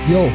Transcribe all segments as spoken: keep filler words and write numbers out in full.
Jo,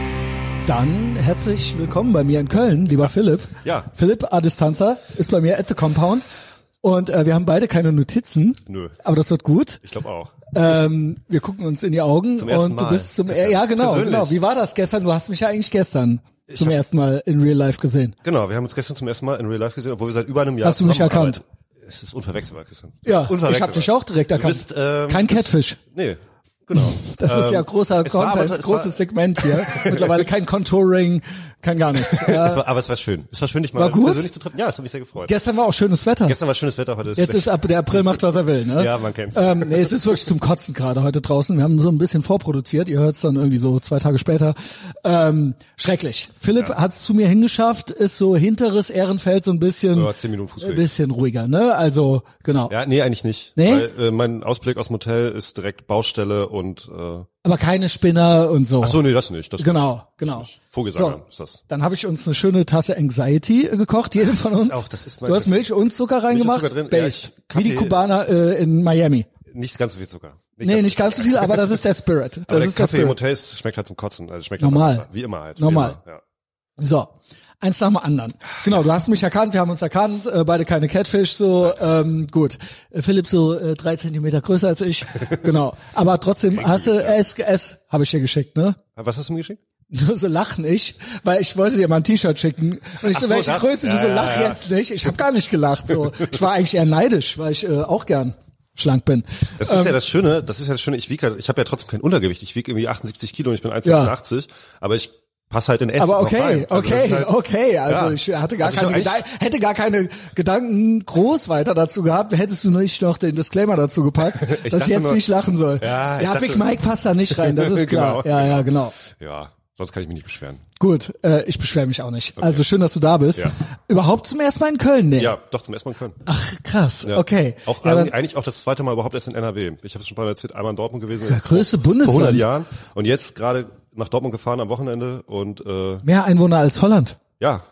dann herzlich willkommen bei mir in Köln, lieber Philipp. Ja. Philipp A. Distanza ist bei mir at the Compound und äh, wir haben beide keine Notizen. Nö. Aber das wird gut. Ich glaube auch. Ähm, wir gucken uns in die Augen Zum ersten und du Mal. bist zum Gestern. ja genau Persönlich. genau. Wie war das gestern? Du hast mich ja eigentlich gestern Ich zum hab- ersten Mal in Real Life gesehen. Genau, wir haben uns gestern zum ersten Mal in Real Life gesehen, obwohl wir seit über einem Jahr Hast du mich zusammenarbeiten. erkannt? Es ist unverwechselbar, Christian. Es Ja, ist unverwechselbar. ich habe dich auch direkt Du erkannt. bist, ähm, Kein bist- Catfish. Nee, genau. Das ist ja Ähm, großer es war Content, aber- es großes war- Segment hier. Mittlerweile kein Contouring, kein gar nichts. Ja. Es war, aber es war schön. Es war schön, dich mal War gut? persönlich zu treffen. Ja, es hat mich sehr gefreut. Gestern war auch schönes Wetter. Gestern war schönes Wetter, heute ist Jetzt schlecht. ist ab, der April macht, was er will, ne? Ja, man kennt's. Ähm, nee, es ist wirklich zum Kotzen gerade heute draußen. Wir haben so ein bisschen vorproduziert. Ihr hört's dann irgendwie so zwei Tage später. Ähm, schrecklich. Philipp Ja. hat's zu mir hingeschafft, ist so hinteres Ehrenfeld so ein bisschen, Ja, zehn Minuten Fußweg. ein bisschen ruhiger, ne? Also, genau. Ja, nee, eigentlich nicht. Nee? Weil äh, mein Ausblick aus dem Hotel ist direkt Baustelle und äh, Aber keine Spinner und so. ach so, nee, das nicht. Das Genau, nicht. genau. Das nicht. Vogelsanger So. ist das. Dann habe ich uns eine schöne Tasse Anxiety äh, gekocht, jedem von ist uns. auch- das ist mein- du hast das- Milch und Zucker reingemacht. Zucker drin. Beige. Ja, ich- Wie die Kaffee- Kubaner äh, in Miami. Nicht ganz so viel Zucker. Nee, nicht ganz so viel, aber das ist der Spirit. Das Aber der ist der Kaffee im Spirit. Hotel ist- schmeckt halt zum Kotzen. Also schmeckt Normal. halt besser. Wie immer halt. Wie Normal. Immer, ja. So, eins nach dem anderen. Genau, du hast mich erkannt, wir haben uns erkannt, äh, beide keine Catfish, so, ähm, gut. Äh, Philipp so äh, drei Zentimeter größer als ich, genau. Aber trotzdem hast du S G S, habe ich dir geschickt, ne? Was hast du mir geschickt? Du so lach nicht, weil ich wollte dir mal ein T-Shirt schicken. Und ich Ach so, so, welche das- Größe? Du ja, so, ja, lach ja. jetzt nicht. Ich habe gar nicht gelacht. So, ich war eigentlich eher neidisch, weil ich äh, auch gern schlank bin. Das ist Ähm, ja das Schöne, das ist ja das Schöne, ich wiege halt, ich habe ja trotzdem kein Untergewicht. Ich wiege irgendwie achtundsiebzig Kilo und ich bin eins Komma sechsundachtzig, aber ich passe halt in Essen Aber noch okay, rein. Also das okay, ist halt, okay. Also ja. ich hatte gar Also ich keine, hab Geda- hätte gar keine Gedanken groß weiter dazu gehabt. Hättest du nicht noch den Disclaimer dazu gepackt, dass ich dachte jetzt nur- nicht lachen soll. Ja, ich ja, dachte- Big Mike passt da nicht rein. Das ist klar. Genau, ja, ja, genau. Ja, sonst kann ich mich nicht beschweren. Gut, äh, ich beschwere mich auch nicht. Also schön, dass du da bist. Ja. Überhaupt zum ersten Mal in Köln, ne? Ja, doch, zum ersten Mal in Köln. Ach, krass. Ja. Okay. Auch ja, dann, eigentlich eigentlich auch das zweite Mal überhaupt erst in N R W. Ich habe es schon ein paar Mal erzählt, einmal in Dortmund gewesen. Der größte vor, Bundesland. Vor hundert Jahren. Und jetzt gerade nach Dortmund gefahren am Wochenende und äh, mehr Einwohner als Holland. ja.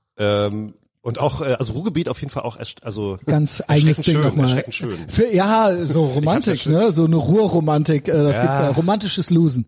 Ähm, und auch, äh, also Ruhrgebiet auf jeden Fall auch, erst, also Ganz eigenes erschreckend Ding schön, nochmal. erschreckend schön. Für, ja, so Romantik, Ich hab's ja ne? So eine Ruhrromantik, äh, das Ja. gibt's ja. Romantisches Losen.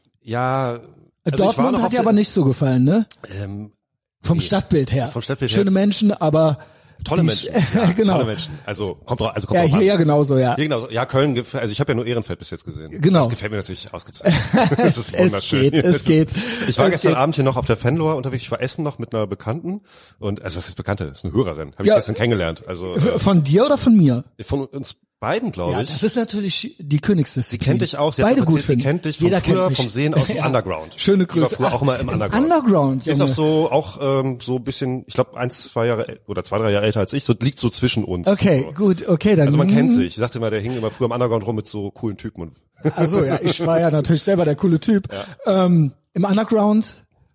Ja, also ich war Dortmund noch hat auf dir der- aber nicht so gefallen, ne? ähm, Vom Nee. Stadtbild her. Vom Stadtbild her. Schöne Menschen, aber tolle die- Menschen. Ja, genau. Tolle Menschen. Also kommt drauf, also kommt Ja, drauf hier an. ja genauso, ja. Hier genauso. Ja, Köln, gef- also ich habe ja nur Ehrenfeld bis jetzt gesehen. Genau. Das gefällt mir natürlich ausgezeichnet. Das ist Es wunderschön. geht, es geht. Ich war Es gestern geht. Abend hier noch auf der Fenloer unterwegs. Ich war essen noch mit einer Bekannten und also was heißt Bekannte? Das ist eine Hörerin. Habe ich Ja. gestern kennengelernt. Also F- äh, Von dir oder von mir? von uns beiden, glaube Ja, ich. das ist natürlich die Königsdisziplin. Sie kennt dich auch. Sie hat Beide auch gut erzählt, sie finden. kennt dich von Jeder früher, kennt mich. vom Sehen aus dem Ja. Underground. Schöne Die war Grüße. früher auch immer im Ach, Underground. Underground, Ist Junge. auch so, auch ähm, so ein bisschen, ich glaube eins, zwei Jahre äl- oder zwei, drei Jahre älter als ich. So liegt so zwischen uns. Okay, so. gut, okay, dann. Also man kennt sich. Ich sagte immer, der hing immer früher im Underground rum mit so coolen Typen. Und Also ja, ich war ja natürlich selber der coole Typ. Ähm, Im Underground,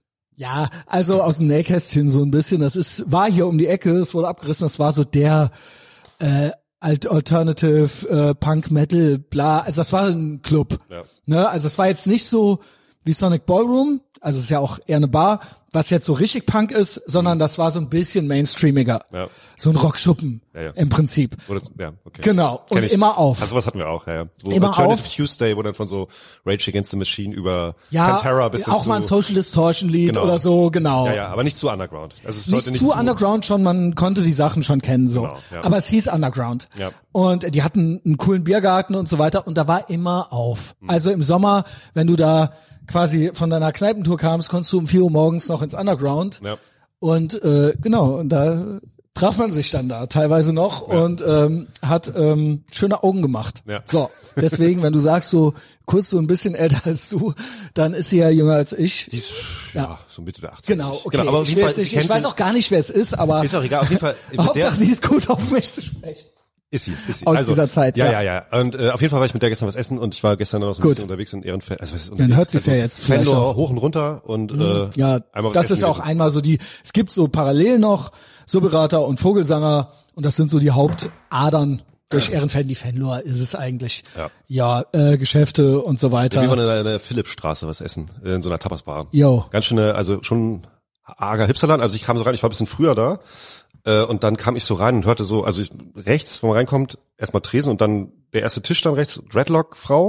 ja, also aus dem Nähkästchen so ein bisschen. Das ist, war hier um die Ecke, es wurde abgerissen. Das war so der äh, Alt Alternative äh, Punk Metal, bla. Also das war ein Club. Ja. Ne, also es war jetzt nicht so wie Sonic Ballroom. Also es ist ja auch eher eine Bar, was jetzt so richtig Punk ist, sondern das war so ein bisschen mainstreamiger. Ja. So ein Rockschuppen Ja, ja. im Prinzip. Oder, ja, okay. Genau. Kenn Und ich. immer auf. Also was hatten wir auch, ja, ja. So Immer Alternative auf. Tuesday, wo dann von so Rage Against the Machine über Ja, Pantera bis hin auch zu, mal ein Social Distortion Lied Genau. oder so, genau. Ja, ja, aber nicht zu Underground. Also es Nicht, sollte nicht zu Underground schon, man konnte die Sachen schon kennen, so. Genau, ja. Aber es hieß Underground. Ja. Und die hatten einen coolen Biergarten und so weiter und da war immer auf. Hm. Also im Sommer, wenn du da quasi von deiner Kneipentour kamst, konntest du um vier Uhr morgens noch ins Underground. Ja. Und äh, genau, und da traf man sich dann da teilweise noch Ja. und ähm, hat ähm, schöne Augen gemacht. Ja. So, deswegen, wenn du sagst, so kurz so ein bisschen älter als du, dann ist sie ja jünger als ich. Die ist, ja, Ja. so Mitte der achtziger. Genau, okay. Genau, aber auf ich, jeden will Fall, jetzt nicht, sie ich kennt weiß den- auch gar nicht, wer es ist, aber Ist auch egal, auf jeden Fall. mit Hauptsache, der, sie ist gut auf mich zu sprechen. Ist sie, ist sie. Aus also, dieser Zeit, ja. ja. Ja, ja, Und äh, auf jeden Fall war ich mit der gestern was essen und ich war gestern noch so ein Gut. bisschen unterwegs in Ehrenfeld. Also, was ist Dann unterwegs? hört sie's also, ja jetzt vielleicht Fendor auch. hoch und runter und äh, Ja, einmal was das essen ist auch gewesen. einmal so die, es gibt so parallel noch Subberater und Vogelsanger und das sind so die Hauptadern durch Ehrenfeld. Die Fenloer ist es eigentlich. Ja. Ja, äh, Geschäfte und so weiter. Wir waren in der, in der Philippstraße was essen, in so einer Tapasbar. Jo. Ganz schöne, also schon arger Hipsterland. Also ich kam so rein, ich war ein bisschen früher da äh, und dann kam ich so rein und hörte so, also ich, rechts, wo man reinkommt, erstmal Tresen und dann der erste Tisch dann rechts, Dreadlock-Frau,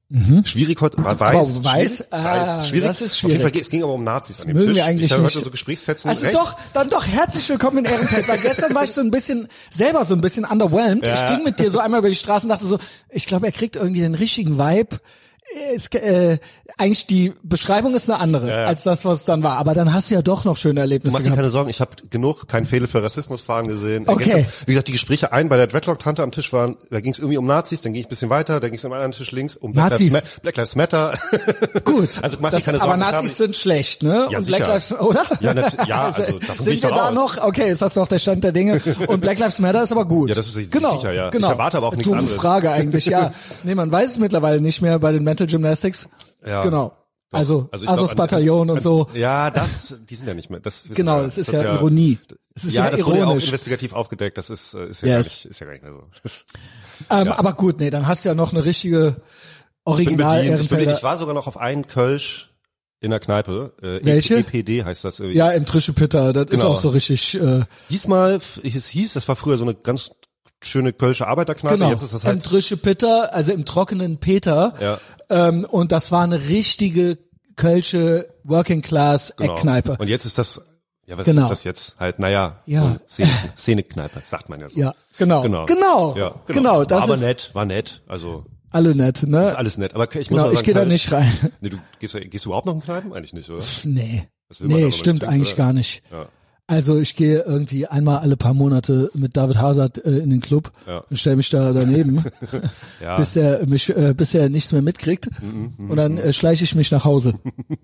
Mhm. Schwierig heute, war weiß. Aber weiß, schwierig, ah, weiß, schwierig. das ist Auf schwierig. jeden Fall, es ging aber um Nazis an dem Mögen Tisch. wir eigentlich ich habe nicht. heute so Gesprächsfetzen Also rechts. doch, dann doch herzlich willkommen in Ehrenfeld, weil gestern war ich so ein bisschen, selber so ein bisschen underwhelmed. Ja. Ich ging mit dir so einmal über die Straße und dachte so, ich glaube, er kriegt irgendwie den richtigen Vibe. Es, äh, eigentlich die Beschreibung ist eine andere Ja, ja. als das, was es dann war. Aber dann hast du ja doch noch schöne Erlebnisse Mach dir gehabt. keine Sorgen, ich habe genug kein Fehler für Rassismus fahren gesehen. Äh, Okay. Gestern, wie gesagt, die Gespräche ein bei der Dreadlock-Tante am Tisch waren, da ging es irgendwie um Nazis, dann ging ich ein bisschen weiter, da ging es um einen anderen Tisch links, um Black Nazis. Lives, Ma- Black Lives Matter. Gut. Also mach dir das, keine aber Sorgen. ich Nazis habe- sind schlecht, ne? Ja, und sicher. Black Lives, oder? Ja, nat- ja, also davon gehe sind ich wir doch da aus. noch? Okay, ist das noch der Stand der Dinge? Und Black Lives Matter ist aber gut. Ja, das ist genau, sicher, ja. Genau. Ich erwarte aber auch nichts Doofe anderes. Frage eigentlich, ja. Nee, man weiß es mittlerweile nicht mehr bei den Mental Gymnastics. Ja. Genau. Doch. Also, Also ich Asos glaub, an- Bataillon und an- so. Ja, das, die sind ja nicht mehr. Das wissen Genau, wir. das ist hat ja Ironie. Es ist ja, ja das wurde ja auch ironisch. investigativ aufgedeckt. Das ist, äh, ist ja Yes. gar nicht, ist ja gar nicht mehr so. Das- Ähm, ja. Aber gut, nee, dann hast du ja noch eine richtige Ich bin Original bedient. Ich, bin bedient. Ehrenfelder. Ich war sogar noch auf einen Kölsch in der Kneipe. Äh, Welche? E P D heißt das irgendwie. Ja, im Trischepitter, das ist Genau. auch so richtig, äh, Diesmal, es hieß, das war früher so eine ganz schöne Kölsche Arbeiterkneipe. genau, Jetzt ist das im halt, Trischepitter, also im trockenen Peter. ja, Ähm, und das war eine richtige Kölsche Working Class genau. Eckkneipe. Und jetzt ist das, ja, was Genau. ist das jetzt? Halt, naja, Ja. so eine Szene, Szene-Kneipe, sagt man ja so. Ja, genau. Genau. Genau. Ja, Genau, das war aber ist- nett, war nett, also, Alle nett, ne? ist alles nett. Aber ich muss Genau, auch sagen, ich gehe da Kölsch- nicht rein. Nee, du gehst, ja- gehst du überhaupt noch in Kneipen? Eigentlich nicht, oder? Nee. Das will man Nee, aber stimmt nicht trinken, eigentlich oder? gar nicht. Ja. Also ich gehe irgendwie einmal alle paar Monate mit David Hazard äh, in den Club Ja. und stelle mich da daneben, Ja. bis er mich, äh, bis er nichts mehr mitkriegt und dann äh, schleiche ich mich nach Hause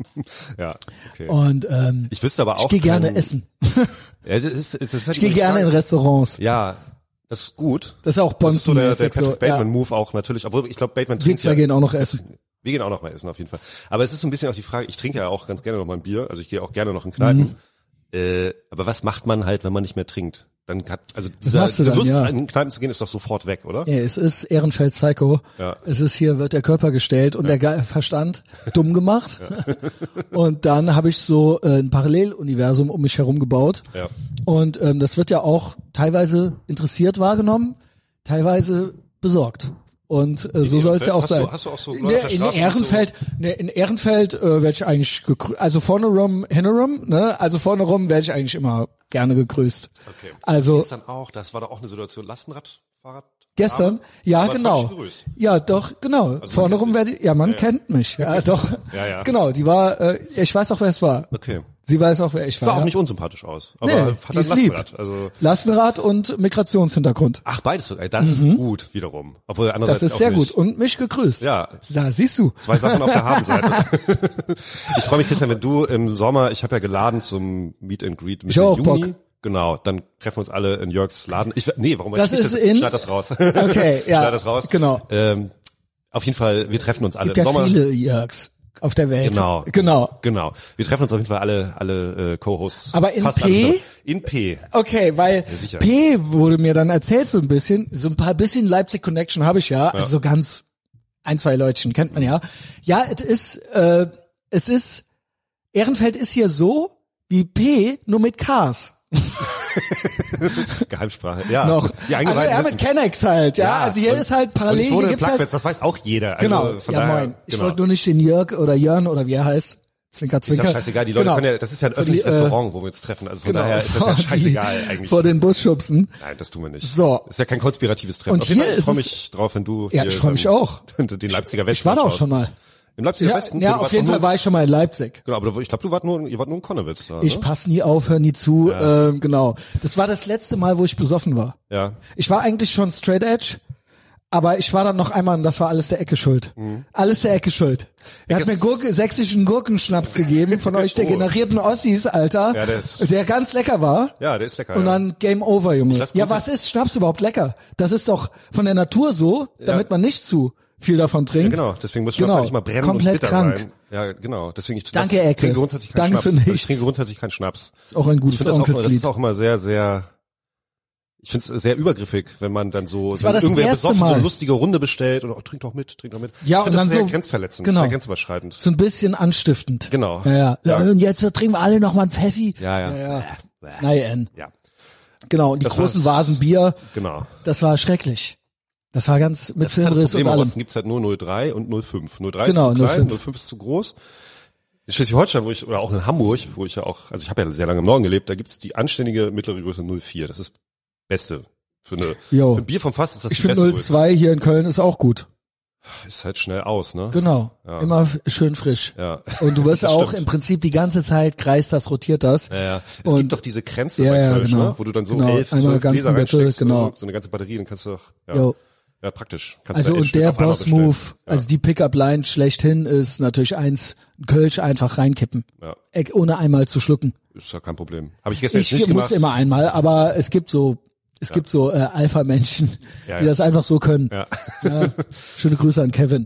Ja, okay. und ähm, Ich wüsste aber auch. ich gehe gerne keinen- essen. Ja, es ist, es ist halt Ich gehe immer die gerne in Frage- Restaurants. Ja, das ist gut. Das ist auch Das ist so der, der Bonzen-mäßig Patrick so, ja. Bateman-Move auch natürlich. Obwohl, ich glaube, Bateman Wir trinkt zwei ja. gehen auch noch essen. Wir gehen auch noch mal essen, auf jeden Fall. Aber es ist so ein bisschen auch die Frage, ich trinke ja auch ganz gerne noch mal ein Bier. Also ich gehe auch gerne noch in Kneipen. Mhm. Äh, aber was macht man halt, wenn man nicht mehr trinkt? Dann hat, also dieser, machst du diese dann, Lust, ja. in Kneipen zu gehen, ist doch sofort weg, oder? Ja, es ist Ehrenfeld Psycho. Ja. Es ist hier, wird der Körper gestellt und der Ge Verstand dumm gemacht. Und dann habe ich so äh, ein Paralleluniversum um mich herum gebaut. Ja. Und ähm, das wird ja auch teilweise interessiert wahrgenommen, teilweise besorgt. Und äh, so soll es ja auch Hast sein. du- hast du auch so in, Leute auf der in Straße, die Ehrenfeld, ne, in Ehrenfeld äh, werde ich eigentlich gegrü- also vorne rum, hinne rum, ne? Also vorne rum werde ich eigentlich immer gerne gegrüßt. Okay. Also Gestern auch, das war doch auch eine Situation, Lastenradfahrrad? Gestern, ja, Aber genau. völlig gerüßt. Ja, doch, genau. Vorne kennt rum sich. werde ich, ja, man Ja, ja. kennt mich. Ja, doch. Ja, ja. Genau, die war, äh, ich weiß auch, wer es war. Okay. Sie weiß auch, wer ich war. Sah auch ja. nicht unsympathisch aus. Aber Nee, hat die ein ist lieb. Lastenrad. Also, Lastenrad und Migrationshintergrund. ach, beides sogar. Das ist gut, wiederum. Obwohl andererseits Das ist auch sehr nicht. gut. Und mich gegrüßt. Ja. Da siehst du. Zwei Sachen auf der Habenseite. Ich freue mich, Christian, wenn du im Sommer, ich habe ja geladen zum Meet and Greet Mitte Ich auch Juni. Bock. Genau, dann treffen wir uns alle in Jörgs Laden. Ich, nee, warum Das ich ist das? in- Schneid das raus. Okay, ja. Schneid das raus. Genau. Ähm, auf jeden Fall, wir treffen uns alle Gibt im ja Sommer. viele Jörgs auf der Welt. Genau. Genau. Genau. Wir treffen uns auf jeden Fall alle, alle äh, Co-Hosts. Aber in Fast P? alles da. In P. Okay, weil sicher. P wurde mir dann erzählt so ein bisschen, so ein paar bisschen Leipzig Connection habe ich ja, also so ganz ein, zwei Leutchen kennt man ja. Ja, es ist, äh, es ist, Ehrenfeld ist hier so wie P, nur mit Ks. Geheimsprache. Ja. Noch. Die Also Eingeweihten ja, mit wissen's. Kennex halt, ja. Also hier und- ist halt und parallel, ich wohne hier in gibt's halt, Plagwitz, das weiß auch jeder. Also genau, von ja daher, moin. Ich genau. wollte nur nicht den Jörg oder Jörn oder wie er heißt. Zwinker, Ist zwinker. ja scheißegal, die Leute Genau. können ja, das ist ja ein Für die, öffentliches äh, Restaurant, wo wir uns treffen. Also von Genau, daher ist das ja vor die- scheißegal eigentlich. Vor den Bus schubsen. Nein, das tun wir nicht. So. Ist ja kein konspiratives Treffen. Und Auf jeden hier Fall, ich ist freue es- mich drauf, wenn du Ja, hier, ich freu mich ähm, auch. den Leipziger Westen Ich war da auch anschaust. schon mal. Im Leipziger Ja, Westen? ja Du auf warst jeden doch Fall nur, war ich schon mal in Leipzig. Genau, aber ich glaube, du warst nur, ihr wart nur in Konnewitz da, Ich ne? pass nie auf, hör nie zu. Ähm, genau. Das war das letzte Mal, wo ich besoffen war. Ja. Ich war eigentlich schon straight edge, aber ich war dann noch einmal und das war alles der Ecke schuld. Alles der Ecke schuld. Er hat Ecke mir ist- Gurke, sächsischen Gurkenschnaps gegeben von euch, der Oh. generierten Ossis, Alter, Ja, der ist- der ganz lecker war. Ja, der ist lecker. Und ja. dann Game Over, Junge. lass Ja, grundsätzlich- was ist Schnaps überhaupt lecker? Das ist doch von der Natur so, damit man nicht zu viel davon Ja, trinkt. genau, deswegen muss Schnaps Genau. eigentlich mal brennen Komplett und bitter krank. sein. Ja, genau, deswegen ich Danke, das, Ecke. trinke grundsätzlich keinen Danke für Schnaps. Also ich nichts. trinke grundsätzlich keinen Schnaps. Ist auch ein Ich gutes finde das auch, das Onkelslied. ist auch immer sehr, sehr, ich finde es sehr übergriffig, wenn man dann so, so war das irgendwer erste besoffen so eine Mal. lustige Runde bestellt und oh, trink doch mit, trink doch mit. Ja, ich finde und das dann sehr so- grenzverletzend, genau. sehr grenzüberschreitend. So ein bisschen anstiftend. Genau. Ja, ja. ja. Ja. Und jetzt trinken wir alle noch mal ein Pfeffi. Ja, ja. ja, ja. Nein, Ja, genau. Und die Das großen war's. Vasen Bier, genau. das war schrecklich. Das war ganz mit das ist halt Filmriss das Problem, und im allem. Osten gibt's halt nur null Komma drei und null Komma fünf. null Komma drei Genau, ist zu klein, null Komma fünf. null Komma fünf ist zu groß. In Schleswig-Holstein, wo ich, oder auch in Hamburg, wo ich ja auch, also ich habe ja sehr lange im Norden gelebt, da gibt's die anständige mittlere Größe null Komma vier. Das ist das Beste. Für, eine, Jo. für ein Bier vom Fass ist das Ich die finde beste null Komma zwei hier in Köln ist auch gut. Größe. Ist halt schnell aus, ne? Genau. Ja. Immer f- schön frisch. Ja. Und du wirst Das auch stimmt. im Prinzip die ganze Zeit kreist das, rotiert das. Ja, ja. Es Und- gibt doch diese Grenze Ja, bei ja, Kölsch, genau. ne? Wo du dann so Genau. elf, Einmal zwölf ganzen Gläser Battle, reinsteckst, genau. oder so, so eine ganze Batterie, dann kannst du doch, ja. Jo. Ja, praktisch. Kannst Also du elf und Stück der auf einmal Boss-Move, bestellen. Ja. also die Pickup-Line schlechthin ist natürlich eins, ein Kölsch einfach reinkippen. Ja. Eck, ohne einmal zu schlucken. Ist ja kein Problem. Habe ich gestern Ich jetzt nicht muss gemacht. immer einmal, aber es gibt so, es gibt so äh, Alpha-Menschen, Ja, die ja. das einfach so können. Ja. Ja. Schöne Grüße an Kevin.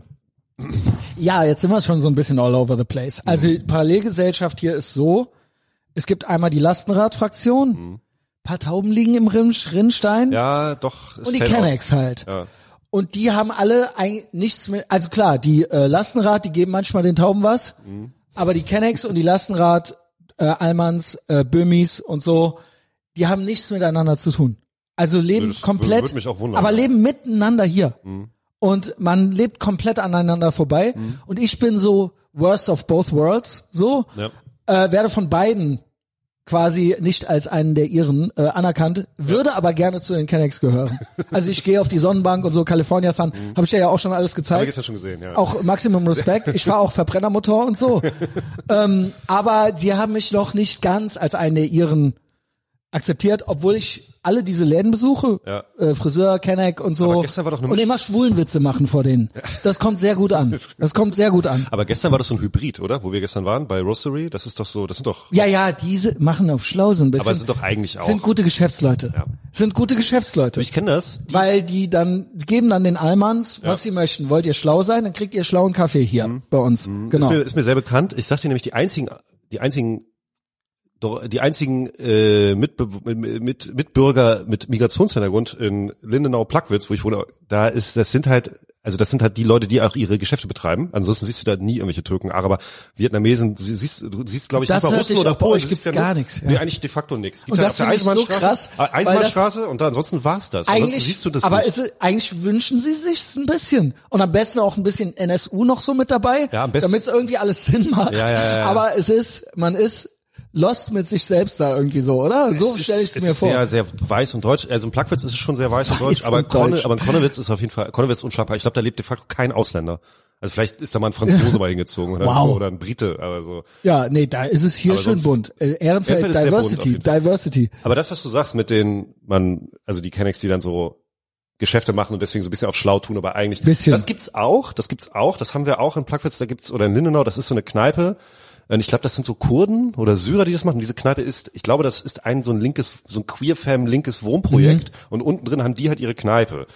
Ja, jetzt sind wir schon so ein bisschen all over the place. Also die Parallelgesellschaft hier ist so, es gibt einmal die Lastenrad-Fraktion, Mhm. paar Tauben liegen im Rinsch, Rinnstein Ja, doch. es und die fällt auf. Kennex halt. Ja. Und die haben alle ein, nichts mit, also klar, die äh, Lastenrad, die geben manchmal den Tauben was, Mhm. aber die Kennex und die Lastenrad, äh, Allmanns, äh, Böhmis und so, die haben nichts miteinander zu tun. Also leben Das komplett, würde mich auch wundern, aber ja. leben miteinander hier. Mhm. Und man lebt komplett aneinander vorbei. Mhm. Und ich bin so worst of both worlds, so, Ja. äh, werde von beiden quasi nicht als einen der ihren äh, anerkannt, würde aber gerne zu den Kennex gehören. Also ich gehe auf die Sonnenbank und so, California Sun, habe ich dir ja auch schon alles Habe ich gezeigt. gestern schon gesehen, ja. Auch Maximum Respekt. Ich fahre auch Verbrennermotor und so. ähm, aber die haben mich noch nicht ganz als einen der ihren akzeptiert, obwohl ich alle diese Läden besuche, Ja. äh, Friseur, Kenneck und so, Aber gestern war doch eine und immer Schwulenwitze machen vor denen. Das kommt sehr gut an. Das kommt sehr gut an. Aber gestern war das so ein Hybrid, oder? Wo wir gestern waren, bei Roastery. Das ist doch so, das sind doch, Ja, ja, diese machen auf schlau so ein bisschen. aber es sind doch eigentlich auch. sind gute Geschäftsleute. Ja. Sind gute Geschäftsleute. Ich kenne das. Die, Weil die dann die geben dann den Allmanns, was sie möchten. Wollt ihr schlau sein, dann kriegt ihr schlauen Kaffee hier bei uns. Genau. ist, mir, ist mir sehr bekannt. Ich sag dir nämlich, die einzigen, die einzigen, doch, die einzigen äh, Mitbe mit, Mitbürger mit Migrationshintergrund in Lindenau-Plagwitz, wo ich wohne, da ist, das sind halt, also das sind halt die Leute, die auch ihre Geschäfte betreiben. Ansonsten siehst du da nie irgendwelche Türken, Araber, Vietnamesen. Sie- Siehst, du siehst, glaube ich, Das nicht mal hört Russen sich oder auch bei Polen. euch Das gibt's ist gar nur- nichts, ja. Nee, eigentlich de facto nichts. Gibt Und halt das auf der finde ich so Eisenbahnstraße- krass, äh, weil Eisenbahnstraße und da ansonsten war's das. Ansonsten Eigentlich, siehst du das aber nicht. ist es, eigentlich wünschen sie sich's ein bisschen. Und am besten auch ein bisschen N S U noch so mit dabei, Ja, am besten- damit es irgendwie alles Sinn macht. Ja, ja, ja, ja. Aber es ist, man ist lost mit sich selbst da irgendwie so, oder? So Es stelle ich ist- es mir ist vor. Sehr, sehr weiß und deutsch. Also in Plagwitz ist es schon sehr weiß, und Weiß deutsch, aber, und Konne, deutsch. aber in Konnewitz ist auf jeden Fall, Konnewitz unschlagbar. Ich glaube, da lebt de facto kein Ausländer. Also vielleicht ist da mal ein Franzose mal hingezogen oder Wow. so, oder ein Brite, aber so. Ja, nee, da ist es hier Aber schön sonst- bunt. Äh, Ehrenfeld, Ehrenfeld ist sehr bunt, auf Diversity, jeden Fall. Diversity. Aber das, was du sagst mit den, man, also die Kennex, die dann so Geschäfte machen und deswegen so ein bisschen auf schlau tun, aber eigentlich, Bisschen. das gibt's auch, das gibt's auch, das haben wir auch in Plagwitz, da gibt's, oder in Lindenau, das ist so eine Kneipe, und ich glaube, das sind so Kurden oder Syrer, die das machen. Diese Kneipe ist, ich glaube, das ist ein so ein linkes, so ein Queer-Fam linkes Wohnprojekt, Mhm. und unten drin haben die halt ihre Kneipe.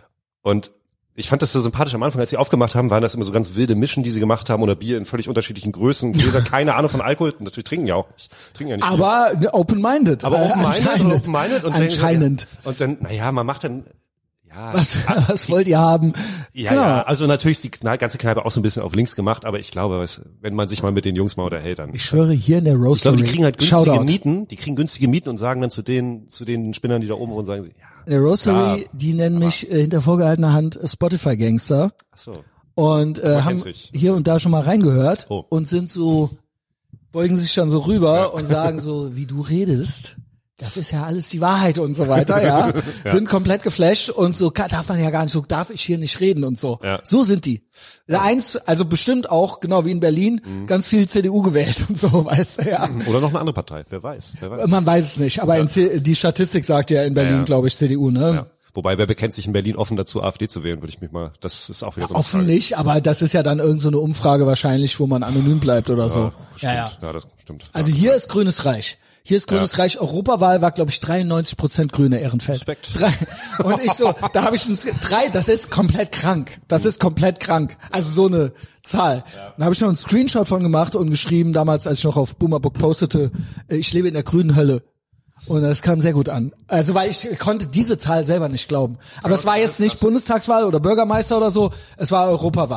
Und ich fand das so sympathisch am Anfang, als sie aufgemacht haben, waren das immer so ganz wilde Mischen, die sie gemacht haben, oder Bier in völlig unterschiedlichen Größen, Gläser, keine Ahnung von Alkohol, natürlich trinken ja auch nicht, trinken ja nicht viel. Aber open-minded. Aber Äh, open-minded und anscheinend. open-minded und Anscheinend. Dann, und dann, naja, man macht dann, ja, Was, was wollt ihr haben? ja, Genau. ja, also natürlich ist die Kne- ganze Kneipe auch so ein bisschen auf links gemacht, aber ich glaube, was- wenn man sich mal mit den Jungs mal unterhält, dann, Ich schwöre, hier in der ich glaube, Roastery. die kriegen halt günstige Shoutout. Mieten, die kriegen günstige Mieten und sagen dann zu den, zu den Spinnern, die da oben wohnen, sagen sie, ja, In der Roastery, Ja, die nennen mich äh, hinter vorgehaltener Hand äh, Spotify-Gangster. ach so. Und äh, Man haben kennt sich. hier und da schon mal reingehört Oh. und sind so, beugen sich dann so rüber und sagen so, wie du redest, das ist ja alles die Wahrheit und so weiter, ja. Sind komplett geflasht und so ka- darf man ja gar nicht, so darf ich hier nicht reden und so. Ja. So sind die. Der eins, also bestimmt auch, genau wie in Berlin, Mhm. ganz viel C D U gewählt und so, weißt du, ja. Oder noch eine andere Partei, wer weiß, wer weiß. Man weiß es nicht, aber in C- die Statistik sagt ja in Berlin, Ja, ja. glaube ich, C D U, ne? Ja. Wobei, wer bekennt sich in Berlin offen dazu, AfD zu wählen, würde ich mich mal, das ist auch wieder so eine Offen Frage. nicht, aber das ist ja dann irgend so eine Umfrage wahrscheinlich, wo man anonym bleibt oder so. Stimmt, Ja, ja. ja, das stimmt. Also hier ist Grünes Reich. Hier ist Grünes Ja. Reich. Europawahl war, glaube ich, dreiundneunzig Prozent Grüne, Ehrenfeld. Respekt. Drei. Und ich so, da habe ich ein, drei, das ist komplett krank. Das ist komplett krank. Also so eine Zahl. Da habe ich noch einen Screenshot von gemacht und geschrieben, damals, als ich noch auf Boomerbook postete, äh, ich lebe in der grünen Hölle. Und das kam sehr gut an. Also weil ich konnte diese Zahl selber nicht glauben. Aber es war jetzt nicht Bundestagswahl oder Bürgermeister oder so, es war Europawahl.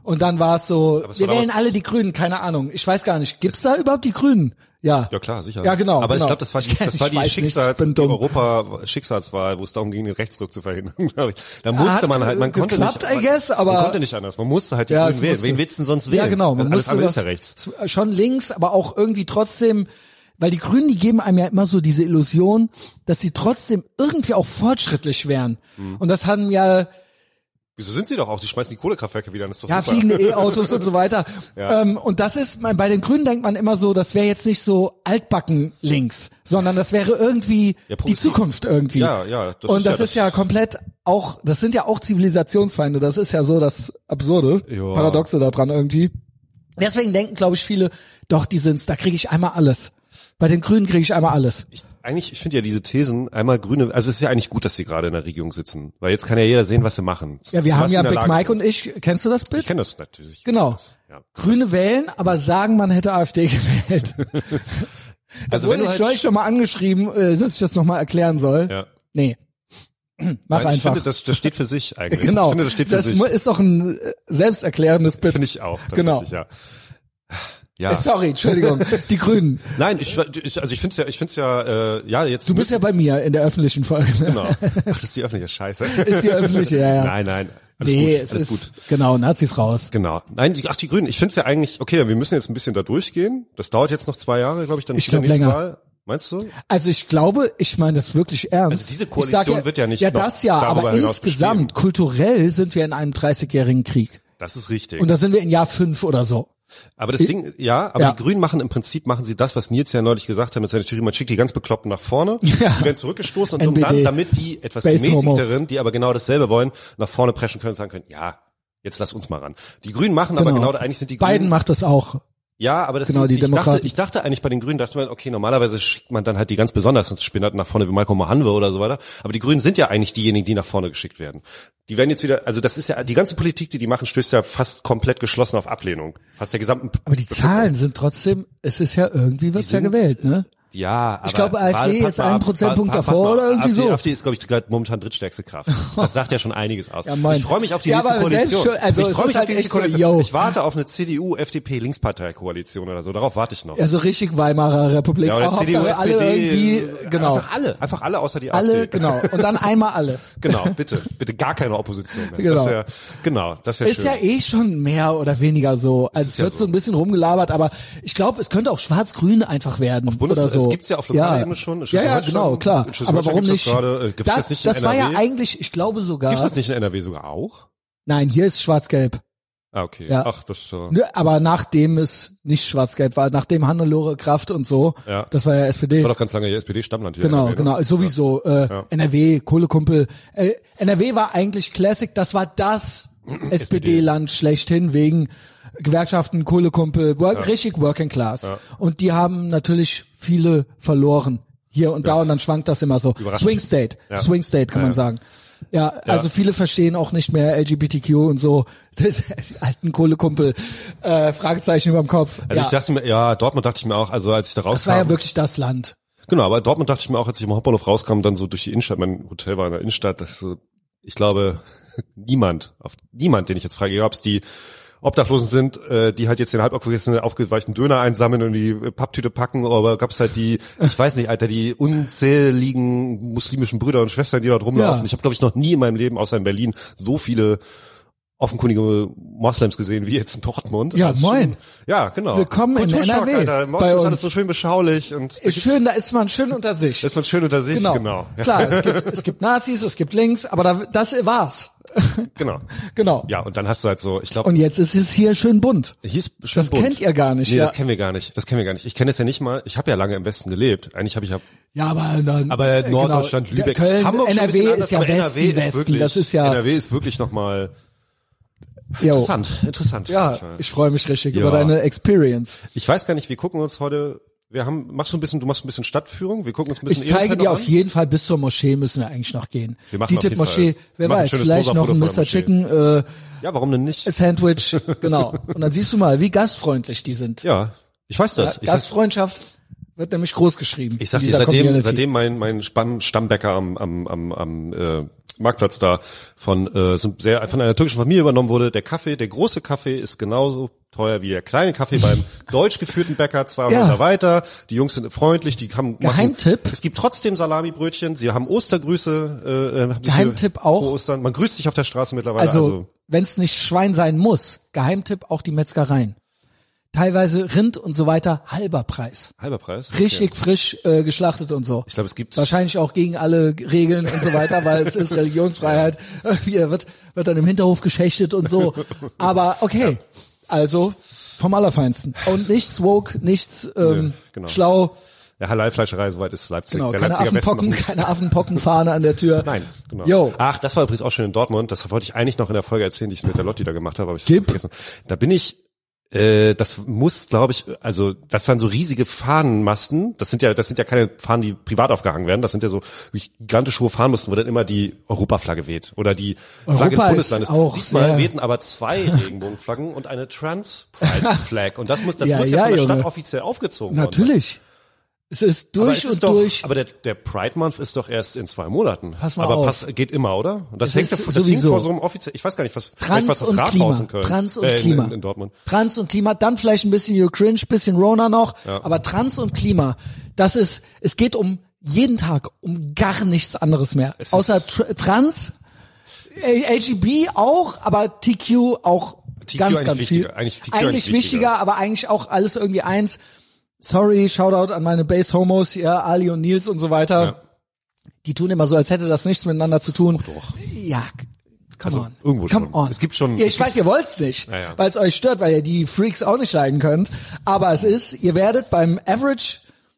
Und dann war es so, es wir war wählen damals- alle die Grünen, keine Ahnung. Ich weiß gar nicht, gibt's da überhaupt die Grünen? Ja. Ja klar, sicher. Ja, genau. Aber genau. ich glaube, das war die, Ich- das war ich die weiß nicht, Schicksals, ich bin die dumm. Europa-Schicksalswahl, wo es darum ging, den Rechtsruck zu verhindern, glaube ich. Da musste Hat man halt, man konnte geklappt, nicht, I guess, man, aber- man konnte nicht anders. Man musste halt die Ja, Grünen es wählen. musste- Wen willst du denn sonst wählen? Ja, genau. Man Alles musste andere was, ist ja rechts. schon links, aber auch irgendwie trotzdem, weil die Grünen, die geben einem ja immer so diese Illusion, dass sie trotzdem irgendwie auch fortschrittlich wären. Mhm. Und das haben ja, Wieso sind sie doch auch? Die schmeißen die Kohlekraftwerke wieder, das ist doch ja, super. fliegende E-Autos und so weiter. Ja. Ähm, und das ist, man, bei den Grünen denkt man immer so, das wäre jetzt nicht so altbacken links, sondern das wäre irgendwie Ja, die progressiv. Zukunft irgendwie. Ja, ja, das und ist das ja das- ist ja komplett auch, das sind ja auch Zivilisationsfeinde, das ist ja so das Absurde, Ja. Paradoxe daran irgendwie. Deswegen denken, glaube ich, viele, doch, die sind's, da kriege ich einmal alles. Bei den Grünen kriege ich einmal alles. Ich, eigentlich, ich finde ja diese Thesen, einmal Grüne, also es ist ja eigentlich gut, dass sie gerade in der Regierung sitzen, weil jetzt kann ja jeder sehen, was sie machen. Ja, wir Zu haben was sie ja in der Big Lage Mike sind. und ich, kennst du das Bild? Ich kenne das natürlich. Genau. Ja. Grüne wählen, aber sagen, man hätte AfD gewählt. Also Obwohl wenn du ich halt, neulich schon mal angeschrieben, äh, dass ich das nochmal erklären soll. ja. Nee. Mach Nein, ich einfach. finde, das, das steht für sich eigentlich. Genau. Ich finde, das steht für das sich. mu- ist doch ein äh, selbsterklärendes Bild. Finde ich auch. Genau. tatsächlich, Ja. Äh, Ja. Sorry, Entschuldigung. Die Grünen. Nein, ich, ich also ich finde es ja, ich finde es ja, äh, ja jetzt. Du bist ja bei mir in der öffentlichen Folge. Ne? genau. Ach, das ist die öffentliche Scheiße. Ist die öffentliche, ja, ja. Nein, nein. Alles nee, gut. es Alles ist, gut. genau, Nazis raus. Genau. Nein, die, ach die Grünen. Ich finde es ja eigentlich okay. Wir müssen jetzt ein bisschen da durchgehen. Das dauert jetzt noch zwei Jahre, glaube ich. Dann Ich ist wieder glaub, nächste länger. Wahl. Meinst du? Also ich glaube, ich meine das wirklich ernst. Also diese Ich Koalition sag wird ja nicht Ja, noch das ja, darüber aber hinaus insgesamt, bestehen. kulturell sind wir in einem dreißigjährigen Krieg. Das ist richtig. Und da sind wir in Jahr fünf oder so. Aber das Ding, ja, aber Ja. die Grünen machen im Prinzip, machen sie das, was Nils ja neulich gesagt hat mit seiner Theorie, man schickt die ganz Bekloppten nach vorne, Ja. die werden zurückgestoßen und um N B D. dann, damit die etwas Base gemäßigteren, die aber genau dasselbe wollen, nach vorne preschen können und sagen können, ja, jetzt lass uns mal ran. Die Grünen machen aber Genau. genau, eigentlich sind die Grünen. Biden macht das auch. Ja, aber das Genau, ist, die ich dachte, Demokraten. ich dachte eigentlich bei den Grünen, dachte man, okay, normalerweise schickt man dann halt die ganz besonders Spinnerten nach vorne wie Michael Mohanwe oder so weiter. Aber die Grünen sind ja eigentlich diejenigen, die nach vorne geschickt werden. Die werden jetzt wieder, also das ist ja, die ganze Politik, die die machen, stößt ja fast komplett geschlossen auf Ablehnung. Fast der gesamten. Aber die Zahlen sind trotzdem, es ist ja irgendwie, wird's ja sind- gewählt, ne? Ja, aber Ich glaube, AfD Wahl- pass ist mal einen auf, Prozentpunkt pass davor mal, oder irgendwie AfD, so. AfD ist, glaube ich, gerade momentan drittstärkste Kraft. Das sagt ja schon einiges aus. Ja, mein- ich freue mich auf die Ja, nächste aber selbst Koalition. schon- also ich es freue ist mich halt auf die nächste echt so, Koalition. yo. Ich warte auf eine C D U, F D P, Linkspartei-Koalition oder so. Darauf warte ich noch. Ja, so richtig Weimarer Republik. Ja, oder auch C D U, Hauptsache alle S P D, irgendwie, genau. Einfach alle, einfach alle außer die Alle, AfD. genau. Und dann einmal alle. Genau, bitte, bitte gar keine Opposition mehr. Genau. Das wär, genau, das wäre Ist schön. ja eh schon mehr oder weniger so. Also es ja wird so. so ein bisschen rumgelabert, aber ich glaube, es könnte auch schwarz-grün einfach werden. Bundes- oder so. es gibt's ja auf lokaler ja. Ebene schon. In Ja, ja, Schleswig-Holstein- genau, klar. in Schleswig-Holstein Aber warum gibt's nicht? das gerade, äh, gibt's das das nicht in das war N R W? ja eigentlich, ich glaube sogar. Gibt's das nicht in N R W sogar auch? Nein, hier ist schwarz-gelb. Ah, okay. Ja. Ach, das so. Nö, aber nachdem es nicht schwarz-gelb war, nachdem Hannelore Kraft und so, Ja. das war ja S P D. Das war doch ganz lange S P D-Stammland hier. Genau, in N R W, ne? genau, sowieso. Äh, Ja. N R W, Kohlekumpel. Äh, N R W war eigentlich Classic, das war das S P D-Land schlechthin wegen Gewerkschaften, Kohlekumpel, work, Ja. richtig Working Class. Ja. Und die haben natürlich viele verloren. Hier und da und dann schwankt das immer so. Überraschend. Swing State, Ja. Swing State kann Ja, man ja. sagen. Ja, also viele verstehen auch nicht mehr L G B T Q und so. Das, die alten Kohlekumpel, äh, Fragezeichen überm Kopf. Also ja, ich dachte mir, ja, Dortmund dachte ich mir auch, also als ich da rauskam. das war ja wirklich das Land. Genau, aber Dortmund dachte ich mir auch, als ich im Hauptbahnhof rauskam, dann so durch die Innenstadt, mein Hotel war in der Innenstadt, das so, ich glaube, niemand, auf niemand, den ich jetzt frage, ob es die Obdachlosen sind, äh, die halt jetzt den halb aufgeweichten, aufgeweichten Döner einsammeln und die Papptüte packen, aber gab's halt die, ich weiß nicht, Alter, die unzähligen muslimischen Brüder und Schwestern, die dort rumlaufen. Ja. Ich habe, glaube ich, noch nie in meinem Leben, außer in Berlin, so viele offenkundige Moslems gesehen wie jetzt in Dortmund. Ja, Das ist moin. Schon, ja, genau. Willkommen in Kulturschock, N R W Alter. Moslem bei ist uns. alles so schön beschaulich und da Ist gibt's- schön, da ist man schön unter sich. da ist man schön unter sich, Genau. genau. Ja. Klar, es gibt, es gibt Nazis, es gibt Links, aber da, das war's. Genau. Genau. Ja, und dann hast du halt so, ich glaube, Und jetzt ist es hier schön bunt. hieß schön Das bunt. kennt ihr gar nicht, Nee, ja. das kennen wir gar nicht. Das kennen wir gar nicht. Ich kenne es ja nicht mal. Ich habe ja lange im Westen gelebt. Eigentlich habe ich ja, Ja, aber dann, aber äh, Norddeutschland, genau. Lübeck, Köln, Hamburg schon ein N R W bisschen anders, ist ja aber Westen, N R W ist Westen. wirklich, Das ist ja, N R W ist wirklich nochmal jo. interessant, interessant. Ja, manchmal. ich freue mich richtig Ja. über deine Experience. Ich weiß gar nicht, wir gucken uns heute, wir haben, machst du ein bisschen, du machst ein bisschen Stadtführung, wir gucken uns ein bisschen Ich zeige Ehrenfeld dir noch auf an. jeden Fall, bis zur Moschee müssen wir eigentlich noch gehen. Wir machen Die auf jeden Tipp-Moschee, Fall. wer Wir machen ein weiß, schönes vielleicht noch Poserfoto ein vor der Mister Moschee. Chicken, äh, Ja, warum denn nicht? Sandwich, genau. Und dann siehst du mal, wie gastfreundlich die sind. Ja, ich weiß das. Ja, Ich sag, Gastfreundschaft wird nämlich groß geschrieben. ich sag in dir, dieser seitdem, Community. seitdem mein, mein Stamm, Stammbäcker am, am, am, am äh, Marktplatz da von äh, so sehr von einer türkischen Familie übernommen wurde. Der Kaffee, der große Kaffee ist genauso teuer wie der kleine Kaffee beim deutsch geführten Bäcker, zweihundert Ja. Meter weiter. Die Jungs sind freundlich, die haben Geheimtipp. Machen, es gibt trotzdem Salamibrötchen, sie haben Ostergrüße. Äh, Geheimtipp sie, auch. Ostern. Man grüßt sich auf der Straße mittlerweile. Also, also wenn es nicht Schwein sein muss, Geheimtipp auch die Metzgereien. Teilweise Rind und so weiter, halber Preis. halber Preis. Okay. Richtig frisch äh, geschlachtet und so. Ich glaube, es gibt Wahrscheinlich auch gegen alle Regeln und so weiter, weil es ist Religionsfreiheit. Irgendwie wird, wird dann im Hinterhof geschächtet und so. Aber okay, also vom Allerfeinsten. Und nichts woke, nichts ähm, Nö, genau. schlau. Ja, Halalfleischerei, soweit ist Leipzig. Genau, der keine Leipziger Westen noch Affenpocken, nicht. keine Affenpockenfahne an der Tür. Nein, genau. Yo. Ach, das war übrigens auch schön in Dortmund. Das wollte ich eigentlich noch in der Folge erzählen, die ich mit der Lotti da gemacht habe, aber ich Gib. vergessen. Da bin ich, äh, das muss, glaube ich, also das waren so riesige Fahnenmasten. Das sind ja, das sind ja keine Fahnen, die privat aufgehangen werden. Das sind ja so wirklich gigantisch hohe Fahnenmasten, wo dann immer die Europaflagge weht oder die Flagge Europa des Bundeslandes. ist auch Diesmal sehr- wehten aber zwei Regenbogenflaggen und eine Trans-Pride-Flag. Und das muss, das Ja, muss ja, ja, von der Junge. Stadt offiziell aufgezogen werden. Natürlich. Es ist Aber durch es ist und doch, durch. Aber der, der Pride Month ist doch erst in zwei Monaten. Pass mal aber auf. Pass, geht immer, oder? Und das Es hängt ist ja, das hing sowieso. vor so einem offiziell, ich weiß gar nicht, was, Trans vielleicht was das und Rathaus Klima. in Köln. Trans und äh, in, Klima. In, in Dortmund. Trans und Klima, dann vielleicht ein bisschen You Cringe, bisschen Rona noch, Ja. aber Trans und Klima, das ist, es geht um jeden Tag um gar nichts anderes mehr. Es Außer ist- Tr Trans, L G B auch, aber T Q auch T Q ganz, eigentlich ganz wichtiger. viel. Eigentlich T Q eigentlich eigentlich wichtiger, wichtiger. aber eigentlich auch alles irgendwie eins. Sorry, Shoutout an meine Base-Homos, ja, Ali und Nils und so weiter. Ja. Die tun immer so, als hätte das nichts miteinander zu tun. Doch. Ja, come Also, on. irgendwo come schon. on. Es gibt schon- Ja, es ich gibt- weiß, ihr wollt's nicht, Ja, ja. weil es euch stört, weil ihr die Freaks auch nicht leiden könnt. Aber es ist, ihr werdet beim Average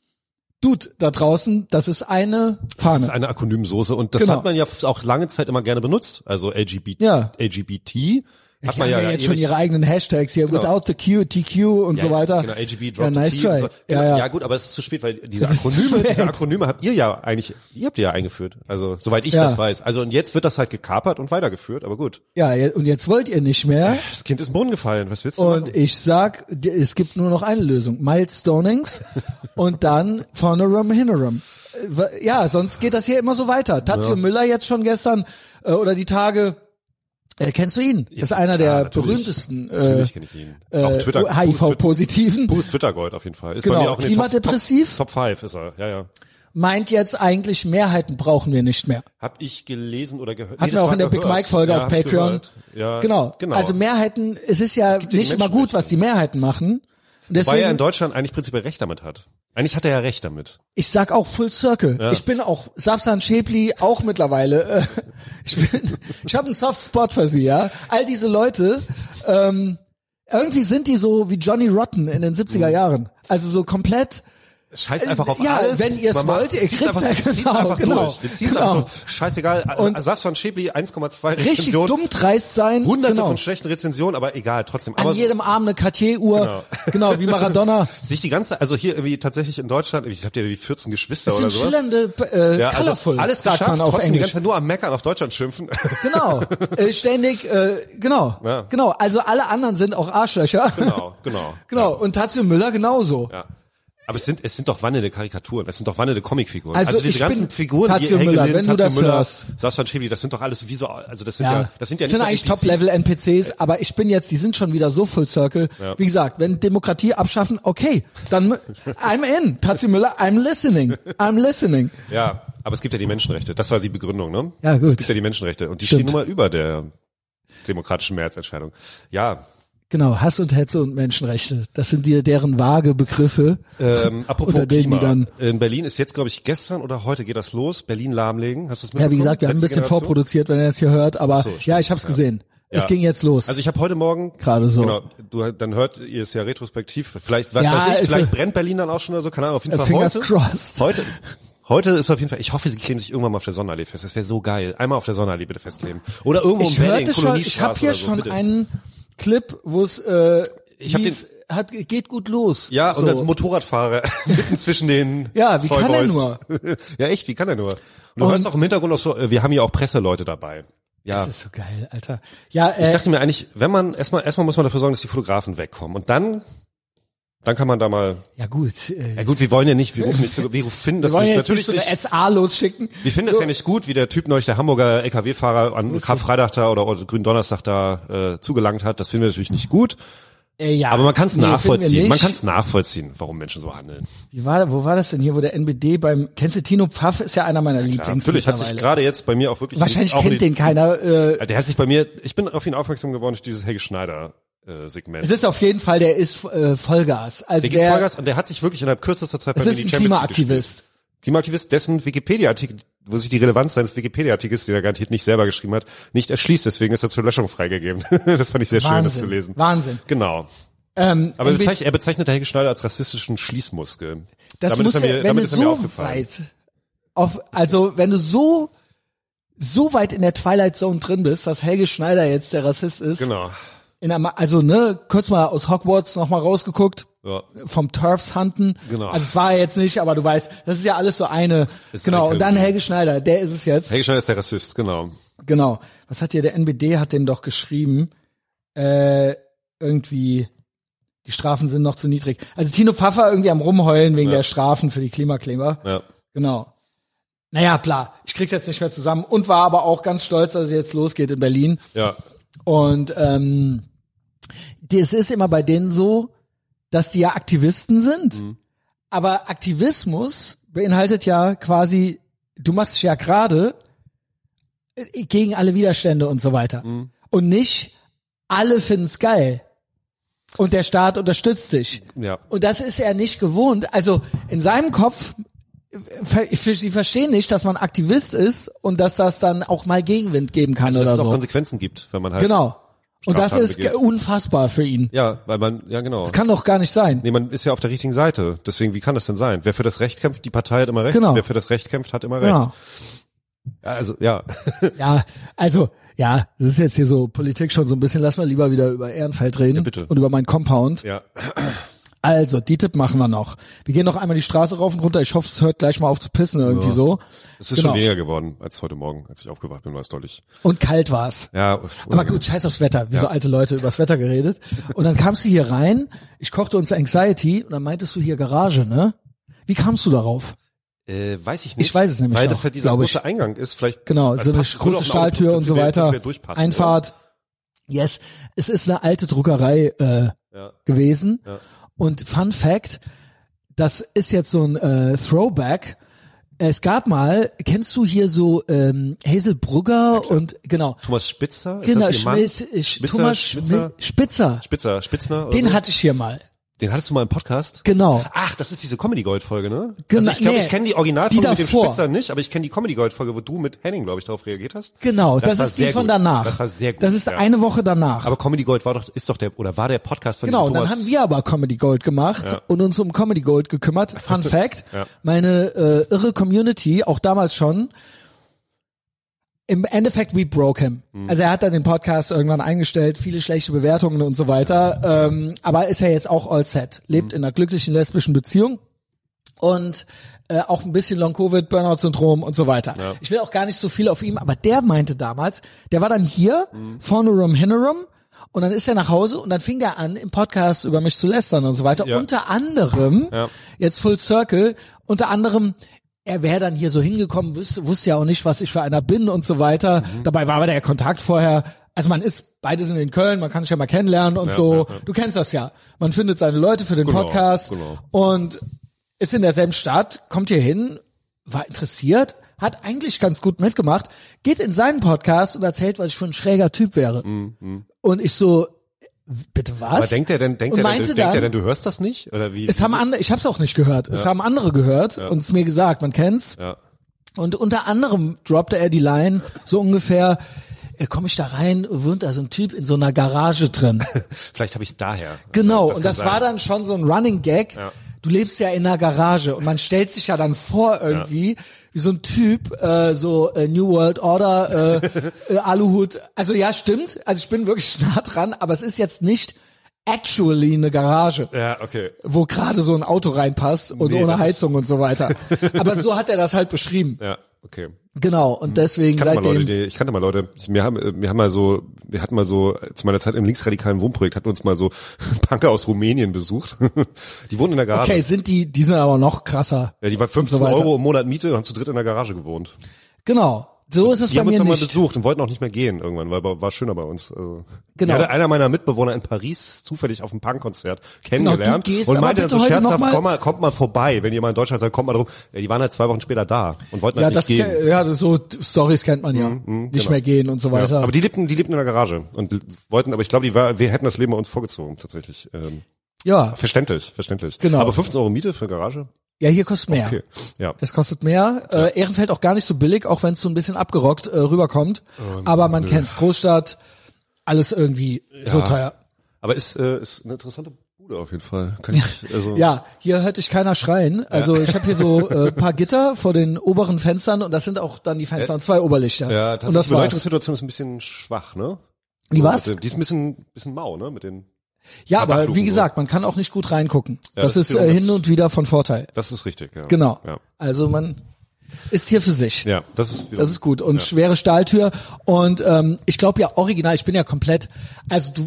Dude da draußen, das ist eine Das Fahne. ist eine Akronymsoße und das Genau. hat man ja auch lange Zeit immer gerne benutzt. Also L G B T, Ja. L G B T hat Die man haben ja, ja jetzt schon ewig- ihre eigenen Hashtags hier, without the Q, T Q und Ja, so weiter. Genau, L G B, Drop ja, nice the T. try. Und so. Genau, Ja, ja. ja. gut, aber es ist zu spät, weil diese Das ist zu Akronyme, spät. diese Akronyme habt ihr ja eigentlich, ihr habt ihr ja eingeführt. Also, soweit ich Ja. das weiß. Also, und jetzt wird das halt gekapert und weitergeführt, aber gut. Ja, je- und jetzt wollt ihr nicht mehr. Das Kind ist im Boden gefallen, was willst du Und machen? ich sag, d- es gibt nur noch eine Lösung. Milestonings und dann Fornerum Hinnerum. Äh, w- Ja, sonst geht das hier immer so weiter. Tazio Ja. Müller jetzt schon gestern äh, oder die Tage. Äh, kennst du ihn? Das ist einer klar, der natürlich. berühmten Natürlich äh, kenne ich ihn. äh, Auf Twitter. H I V-Positiven. Boost Twitter Gold auf jeden Fall. Ist Genau, bei mir auch in den klimadepressiv. Top, Top, Top five ist er, ja, ja. Meint jetzt eigentlich, Mehrheiten brauchen wir nicht mehr. Hab ich gelesen oder gehört. Hatten das wir auch war in der Big gehört. Mike Folge ja, auf hab ich Patreon. gehört. Ja, Genau. genau. Also Mehrheiten, es ist ja gibt ja die nicht immer gut, was die Mehrheiten machen. Und Weil er in deswegen, Deutschland eigentlich prinzipiell recht damit hat. Eigentlich hat er ja recht damit. ich sag auch Full Circle. Ja. Ich bin auch Safsan Schäpli auch mittlerweile. Äh, ich bin, ich habe einen Soft Spot für sie, ja. All diese Leute, ähm, irgendwie sind die so wie Johnny Rotten in den siebziger Jahren. Also so komplett. Scheiß einfach auf Ja, alles. wenn ihr's Man macht- wollt, ihr zieht's kriegt's einfach, ja zieht's genau, einfach genau. durch. Wir ziehen's Genau. einfach durch. Scheißegal. Und- Saß von Schäbli eins Komma zwei Richtig Rezensionen. dumm dreist sein. Hunderte genau. von schlechten Rezensionen, aber egal, trotzdem. An Aber so- jedem Arm eine Cartier-Uhr. Genau. wie Maradona. sich die ganze, also hier irgendwie tatsächlich in Deutschland, ich habe ja wie vierzehn Geschwister Das oder sind sowas. schillernde, äh, Ja, also colorful, alles sagt geschafft, man auf trotzdem die Englisch. ganze Zeit nur am Meckern auf Deutschland schimpfen. Genau, äh, ständig, äh, genau, Ja. genau. Also alle anderen sind auch Arschlöcher. Genau, genau. Genau. Und Tazio Müller genauso. Ja. Aber es sind, es sind doch wandelnde Karikaturen, es sind doch wandelnde Comicfiguren. Also Also, diese ich ganzen bin Figuren, Tazio die Müller, Henkelin, wenn du Tazio das Müller, hörst. Sascha Schäbli, das sind doch alles wie so, also das sind ja, das sind ja nicht sind nur eigentlich N P Cs. Top-Level-N P Cs, aber ich bin jetzt, die sind schon wieder so Full Circle. Ja. Wie gesagt, wenn Demokratie abschaffen, okay, dann I'm in. Tazio Müller, I'm listening. I'm listening. Ja, aber es gibt ja die Menschenrechte. Das war die Begründung, ne? Ja, gut. Es gibt ja die Menschenrechte und die Stimmt. stehen nun mal über der demokratischen Mehrheitsentscheidung. Ja, Genau, Hass und Hetze und Menschenrechte. Das sind dir deren vage Begriffe. ähm, apropos Unter denen Klima. die dann- In Berlin ist jetzt, glaube ich, gestern oder heute geht das los. Berlin lahmlegen. Hast du es Ja, mitbekommen? wie gesagt, wir haben ein Letzte bisschen Generation? vorproduziert, wenn ihr das hier hört, aber Ach so, stimmt, ja, ich habe es gesehen. Es Ja. ging jetzt los. Also ich habe heute Morgen Gerade so. Genau, du, dann hört ihr es ja retrospektiv. Vielleicht, was Ja, weiß ich, es- vielleicht brennt Berlin dann auch schon oder so. Keine Ahnung. Auf jeden Fall Fingers heute. crossed. Heute. Heute ist auf jeden Fall. Ich hoffe, sie kleben sich irgendwann mal auf der Sonnenallee fest. Das wäre so geil. Einmal auf der Sonnenallee bitte festkleben. Oder irgendwo ich im Wedding, hörte schon, ich Koloniestraße habe hier oder so, schon bitte. einen Clip, wo es äh, Ich hab hieß, hat geht gut los. Ja, und so. als Motorradfahrer mitten zwischen den Ja, wie kann er Zollboys. nur? Ja, echt, wie kann er nur? Und du Und- hörst auch im Hintergrund auch so, äh, wir haben hier auch Presseleute dabei. Ja. Das ist so geil, Alter. Ja, äh, Ich dachte mir eigentlich, wenn man erstmal erstmal muss man dafür sorgen, dass die Fotografen wegkommen und dann Dann kann man da mal. Ja gut. Äh, Ja gut, wir wollen ja nicht, wir rufen nicht so, wir finden das wir wollen nicht, jetzt natürlich nicht so eine nicht. S A losschicken. Wir finden es so. ja nicht gut, wie der Typ neulich, der Hamburger L K W-Fahrer an Karfreitag da oder, oder Gründonnerstag da äh, zugelangt hat. Das finden wir natürlich nicht gut. Äh, ja, Aber man kann es nee, finden wir nachvollziehen. nicht. Man kann es nachvollziehen, warum Menschen so handeln. Wie war, wo war das denn hier, wo der N B D beim, kennst du Tino Pfaff, ist ja einer meiner Ja, Lieblings. natürlich hat sich gerade jetzt bei mir auch wirklich Wahrscheinlich auch kennt die, den keiner. Äh, Der hat sich bei mir, ich bin auf ihn aufmerksam geworden durch dieses Helge Schneider äh, Segment. es ist auf jeden Fall, der ist äh, Vollgas. Also Der gibt der, Vollgas und der hat sich wirklich innerhalb kürzester Zeit bei es mir ist in ein die Champions League gespielt. Klimaaktivist. Klimaaktivist, dessen Wikipedia-Artikel, wo sich die Relevanz seines Wikipedia-Artikels, den er garantiert nicht selber geschrieben hat, nicht erschließt. Deswegen ist er zur Löschung freigegeben. Das fand ich sehr schön, das zu lesen. Wahnsinn. Genau. Ähm, Aber N B D bezeichnet, er bezeichnet Helge Schneider als rassistischen Schließmuskel. Das damit muss ist er ja, mir, wenn damit du ist er mir so aufgefallen. weit auf, also wenn du so so weit in der Twilight Zone drin bist, dass Helge Schneider jetzt der Rassist ist. Genau. In der, also ne, kurz mal aus Hogwarts noch mal rausgeguckt. Ja. Vom Turfs Hunten. Genau. Also es war ja jetzt nicht, aber du weißt, das ist ja alles so eine. Ist genau. ein Und dann Helge Schneider, der ist es jetzt. Helge Schneider ist der Rassist, genau. Genau. Was hat hier der N B D hat den doch geschrieben? Äh, irgendwie die Strafen sind noch zu niedrig. Also Tino Pfaffer irgendwie am rumheulen wegen Ja. der Strafen für die Klimakleber. Ja. Genau. Naja, bla. Ich krieg's jetzt nicht mehr zusammen und war aber auch ganz stolz, dass es jetzt losgeht in Berlin. Ja. Und ähm, die- es ist immer bei denen so, dass die ja Aktivisten sind. Mhm. Aber Aktivismus beinhaltet ja quasi, du machst dich ja gerade äh, gegen alle Widerstände und so weiter. Mhm. Und nicht, alle finden's geil. Und der Staat unterstützt dich. Ja. Und das ist er nicht gewohnt. Also in seinem Kopf, ver- sie verstehen nicht, dass man Aktivist ist und dass das dann auch mal Gegenwind geben kann Also, dass oder es auch so. Konsequenzen gibt, wenn man halt. Genau. Und das Straftaten ist begeht. unfassbar für ihn. Ja, weil man, ja genau. Das kann doch gar nicht sein. Nee, man ist ja auf der richtigen Seite. Deswegen, wie kann das denn sein? Wer für das Recht kämpft, die Partei hat immer recht. Genau. Wer für das Recht kämpft, hat immer recht. Ja. Ja, also, ja. Ja, also, ja, das ist jetzt hier so Politik schon so ein bisschen. Lass mal lieber wieder über Ehrenfeld reden. Ja, bitte. Und über meinen Compound. Ja. Also, die Tipp machen wir noch. Wir gehen noch einmal die Straße rauf und runter. Ich hoffe, es hört gleich mal auf zu pissen irgendwie Ja. so. Es ist Genau. schon weniger geworden als heute Morgen, als ich aufgewacht bin, war es deutlich. Und kalt war's. Ja. Aber gut, scheiß aufs Wetter. Wie Ja. so alte Leute übers Wetter geredet. Und dann kamst du hier rein. Ich kochte uns Anxiety und dann meintest du hier Garage, ne? Wie kamst du darauf? Äh, weiß ich nicht. Ich weiß es nämlich Weil auch, das halt dieser glaub ich. große Eingang ist. Vielleicht. Genau, also so eine passt- würde große auf ein Stahltür Auto und so prinzipiell- weiter. prinzipiell durchpassen, Einfahrt. Yes. Es ist eine alte Druckerei äh, Ja. gewesen. Ja. Und Fun Fact, das ist jetzt so ein äh, Throwback. Es gab mal, kennst du hier so ähm, Hazel Brugger und genau, Thomas Spitzer? Ist genau, das Ihr Mann? Schmitz, Sch- Spitzer, Thomas Spitzer? Schmi- Spitzer. Spitzer, Spitzner? Oder Den so? hatte ich hier mal. Den hattest du mal im Podcast? Genau. Ach, das ist diese Comedy Gold Folge, ne? Genau, Also ich glaube, nee, ich kenne die Originalfolge die mit dem davor. Spitzer nicht, aber ich kenne die Comedy Gold Folge, wo du mit Henning, glaube ich, darauf reagiert hast. Genau, das, war ist die sehr von gut. danach. Das war sehr gut. Das ist ja. eine Woche danach. Aber Comedy Gold war doch, ist doch der, oder war der Podcast von Genau, diesem dann Thomas? haben wir aber Comedy Gold gemacht Ja. und uns um Comedy Gold gekümmert. Fun Fact, Ja. meine äh, irre Community, auch damals schon, im Endeffekt, we broke him. Mhm. Also er hat dann den Podcast irgendwann eingestellt, viele schlechte Bewertungen und so weiter, ähm, aber ist ja jetzt auch all set, lebt Mhm. in einer glücklichen lesbischen Beziehung und äh, auch ein bisschen Long-Covid, Burnout-Syndrom und so weiter. Ja. Ich will auch gar nicht so viel auf ihm, aber der meinte damals, der war dann hier, Mhm. vorne rum, hinne rum, und dann ist er nach Hause und dann fing er an, im Podcast über mich zu lästern und so weiter. Ja. Unter anderem, Ja. jetzt Full Circle, unter anderem, er wäre dann hier so hingekommen, wusste, wusste ja auch nicht, was ich für einer bin und so weiter. Mhm. Dabei war aber der Kontakt vorher, also man ist, beide sind in Köln, man kann sich ja mal kennenlernen und Ja, so. ja, ja. Du kennst das ja. Man findet seine Leute für den Genau, Podcast genau. und ist in derselben Stadt, kommt hier hin, war interessiert, hat eigentlich ganz gut mitgemacht, geht in seinen Podcast und erzählt, was ich für ein schräger Typ wäre. Und ich so, bitte was? Mhm. Aber denkt er denn, denkt Und er denn, meinte denkt er dann- denn, du hörst das nicht? Oder wie? Es haben andere, ich hab's auch nicht gehört. Es haben andere gehört und es mir gesagt, man kennt's. Ja. Und unter anderem droppte er die Line so ungefähr, äh, komme ich da rein, wohnt da so ein Typ in so einer Garage drin. Vielleicht habe ich es daher. Genau, Das und kann das sein. war dann schon so ein Running Gag. Ja. Du lebst ja in einer Garage und man stellt sich ja dann vor irgendwie, wie so ein Typ, äh, so äh, New World Order, äh, äh, Aluhut. Also ja, stimmt. Also ich bin wirklich nah dran, aber es ist jetzt nicht actually eine Garage, Ja, okay. wo gerade so ein Auto reinpasst und Nee, ohne das Heizung und so weiter. Aber so hat er das halt beschrieben. Ja, okay. Genau, und deswegen Ich kannte seitdem... mal Leute, die, ich kannte mal Leute, wir haben, wir haben mal so, wir hatten mal so, zu meiner Zeit im linksradikalen Wohnprojekt, hatten uns mal so Punker aus Rumänien besucht. Die wohnen in der Garage. Okay, sind die, die sind aber noch krasser. Ja, die waren fünfzehn so Euro im Monat Miete und haben zu dritt in der Garage gewohnt. Genau. So ist es Die bei haben uns mir dann mal nicht. besucht und wollten auch nicht mehr gehen irgendwann, weil war schöner bei uns. Also, Genau. Ich hatte einer meiner Mitbewohner in Paris zufällig auf einem Punkkonzert kennengelernt Genau, du gehst und aber meinte dann so bitte heute noch scherzhaft, mal- komm mal, kommt mal vorbei, wenn jemand in Deutschland sagt, kommt mal drum. Ja, die waren halt zwei Wochen später da und wollten Ja, halt das, nicht gehen. ke- ja, so Stories kennt man ja. nicht genau. mehr gehen und so weiter. Ja, aber die lebten, die lebten in der Garage und wollten, aber ich glaube, die war, wir hätten das Leben bei uns vorgezogen, tatsächlich. Ähm, ja, verständlich, verständlich. Genau. Aber fünfzehn Euro Miete für eine Garage? ja, hier kostet mehr. Okay, ja. Es kostet mehr. Äh, Ehrenfeld auch gar nicht so billig, auch wenn es so ein bisschen abgerockt äh, rüberkommt. Aber man kennt's. Großstadt, alles irgendwie so Ja. teuer. Aber ist, äh, ist eine interessante Bude auf jeden Fall. Kann ich, also, Ja, hier hört dich keiner schreien. Also ich habe hier so äh, paar Gitter vor den oberen Fenstern und das sind auch dann die Fenster und zwei Oberlichter. Ja, und das tatsächlich, die war's. Beleuchtungssituation ist ein bisschen schwach, ne? Die was? Mit den- Die ist ein bisschen, bisschen mau, ne? Mit den, Ja, aber Dachluken wie so. gesagt, man kann auch nicht gut reingucken. Ja, das, das ist ist äh, wiederum hin das- und wieder von Vorteil. das ist richtig, ja. Genau. Ja, Also man ist hier für sich. ja das ist wiederum, Das ist gut. Und ja. schwere Stahltür. Und ähm, ich glaube ja original, ich bin ja komplett, also du,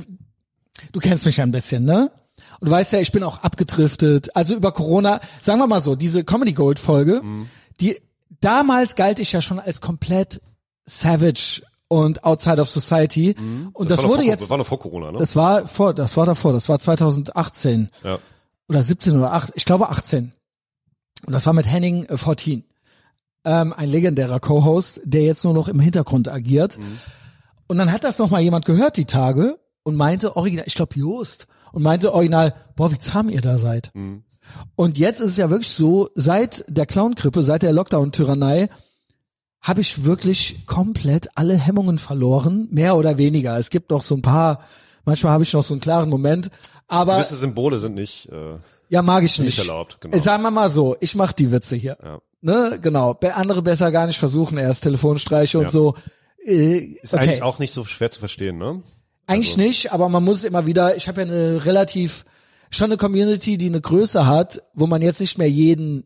du kennst mich ja ein bisschen, ne? Und du weißt ja, ich bin auch abgedriftet. Also über Corona, sagen wir mal so, diese Comedy Gold Folge, Mhm. die damals galt ich ja schon als komplett savage und outside of society. Und das, war noch wurde vor, jetzt, war noch vor Corona, ne? das war vor, das war davor, das war zwanzig achtzehn Ja. oder siebzehn oder acht, ich glaube achtzehn. Und das war mit Henning äh, vierzehn. Ähm, ein legendärer Co-Host, der jetzt nur noch im Hintergrund agiert. Mhm. Und dann hat das noch mal jemand gehört die Tage und meinte original, ich glaube Jost, und meinte original, boah, wie zahm ihr da seid. Mhm. Und jetzt ist es ja wirklich so, seit der Clown-Krippe, seit der Lockdown-Tyrannei, habe ich wirklich komplett alle Hemmungen verloren, mehr oder weniger. Es gibt noch so ein paar, manchmal habe ich noch so einen klaren Moment, aber Gewisse Symbole sind nicht, äh, ja, mag ich nicht. nicht erlaubt, genau. Sagen wir mal so, ich mach die Witze hier. Ja. Ne, genau. Be- Andere besser gar nicht versuchen, erst Telefonstreiche und Ja. so. Äh, ist okay. eigentlich auch nicht so schwer zu verstehen, ne? Eigentlich also- nicht, aber man muss immer wieder, ich habe ja eine relativ, schon eine Community, die eine Größe hat, wo man jetzt nicht mehr jeden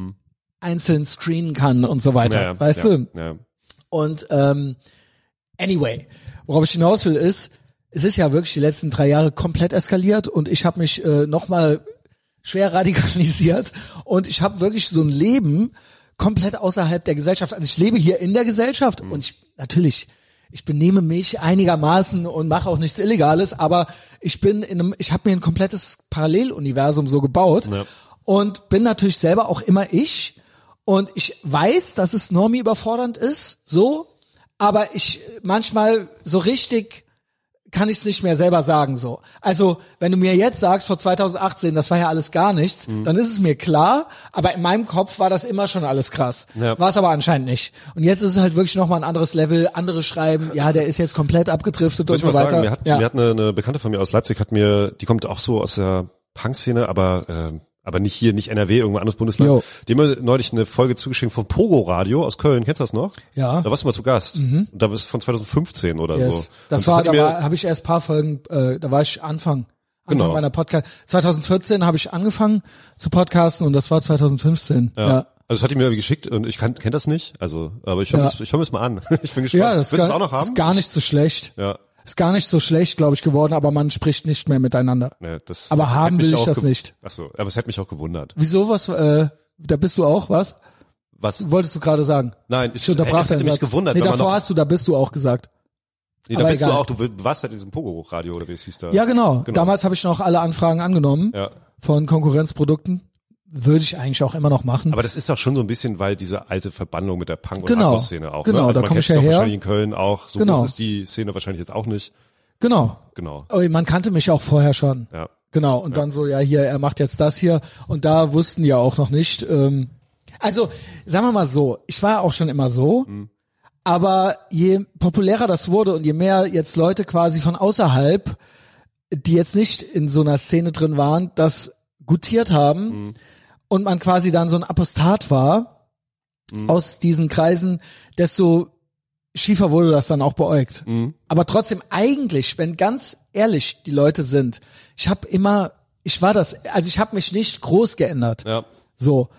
einzeln screenen kann und so weiter, Ja, ja, weißt ja, du? Ja. Und ähm, anyway, worauf ich hinaus will ist, es ist ja wirklich die letzten drei Jahre komplett eskaliert und ich habe mich äh, nochmal schwer radikalisiert und ich habe wirklich so ein Leben komplett außerhalb der Gesellschaft. Also ich lebe hier in der Gesellschaft und ich natürlich, ich benehme mich einigermaßen und mache auch nichts Illegales, aber ich bin in einem, ich habe mir ein komplettes Paralleluniversum so gebaut Ja. und bin natürlich selber auch immer ich und ich weiß, dass es normie überfordernd ist, so, aber ich manchmal so richtig kann ich es nicht mehr selber sagen so. Also, wenn du mir jetzt sagst, vor zwanzig achtzehn, das war ja alles gar nichts, Mhm. dann ist es mir klar, aber in meinem Kopf war das immer schon alles krass. Ja. War es aber anscheinend nicht. Und jetzt ist es halt wirklich nochmal ein anderes Level, andere schreiben, ja, der ist jetzt komplett abgedriftet Soll und ich so mal weiter. sagen, mir hat, ja. mir hat eine, eine Bekannte von mir aus Leipzig, hat mir, die kommt auch so aus der Punk-Szene, aber äh, aber nicht hier, nicht N R W, irgendwo anderes Bundesland. Jo. Die haben mir neulich eine Folge zugeschickt von Pogo Radio aus Köln. Kennst du das noch? Ja. Da warst du mal zu Gast. Und da war es von zwanzig fünfzehn oder Yes. so. Das Und war, hat die da mir- war, habe ich erst paar Folgen, äh, da war ich Anfang, Anfang Genau. meiner Podcast. zwanzig vierzehn habe ich angefangen zu podcasten und das war zwanzig fünfzehn. Ja. Ja. Ja, Also das hat die mir irgendwie geschickt und ich kann kenn das nicht. Also, aber ich höre Ja. ja. ich hör mir's mal an. Ich bin gespannt. ja das Willst du es gar, auch noch haben? ist gar nicht so schlecht. Ja. Ist gar nicht so schlecht, glaube ich, geworden, aber man spricht nicht mehr miteinander. Nee, das Aber hätte haben mich will ich auch das ge- nicht. Ach so, aber es hätte mich auch gewundert. Wieso, was, äh, da bist du auch, was? Was? Wolltest du gerade sagen? Nein, ich, Ich unterbrach es hätte deinen mich Satz. gewundert. Nee, wenn man davor noch, hast du, da bist du auch gesagt. nee, da aber bist egal. du auch, du warst halt in diesem Pogo-Radio oder wie es hieß da. Ja, genau. Damals habe ich noch alle Anfragen angenommen Ja. von Konkurrenzprodukten. Würde ich eigentlich auch immer noch machen. Aber das ist doch schon so ein bisschen, weil diese alte Verbandlung mit der Punk- und Genau. Hardcore-Szene auch. Genau, ne? Also da man komm kennt ich ja es doch her. wahrscheinlich in Köln auch. So Genau. groß ist die Szene wahrscheinlich jetzt auch nicht. Genau. Genau. Oh, man kannte mich auch vorher schon. Ja. Genau. Und dann so, ja, hier, er macht jetzt das hier. Und da wussten die ja auch noch nicht. Ähm, also, sagen wir mal so, ich war auch schon immer so. Mhm. Aber je populärer das wurde und je mehr jetzt Leute quasi von außerhalb, die jetzt nicht in so einer Szene drin waren, das gutiert haben Mhm. und man quasi dann so ein Apostat war Mhm. aus diesen Kreisen, desto schiefer wurde das dann auch beäugt. Mhm. Aber trotzdem eigentlich, wenn ganz ehrlich die Leute sind, ich habe immer, ich war das, also ich habe mich nicht groß geändert. Ja. So.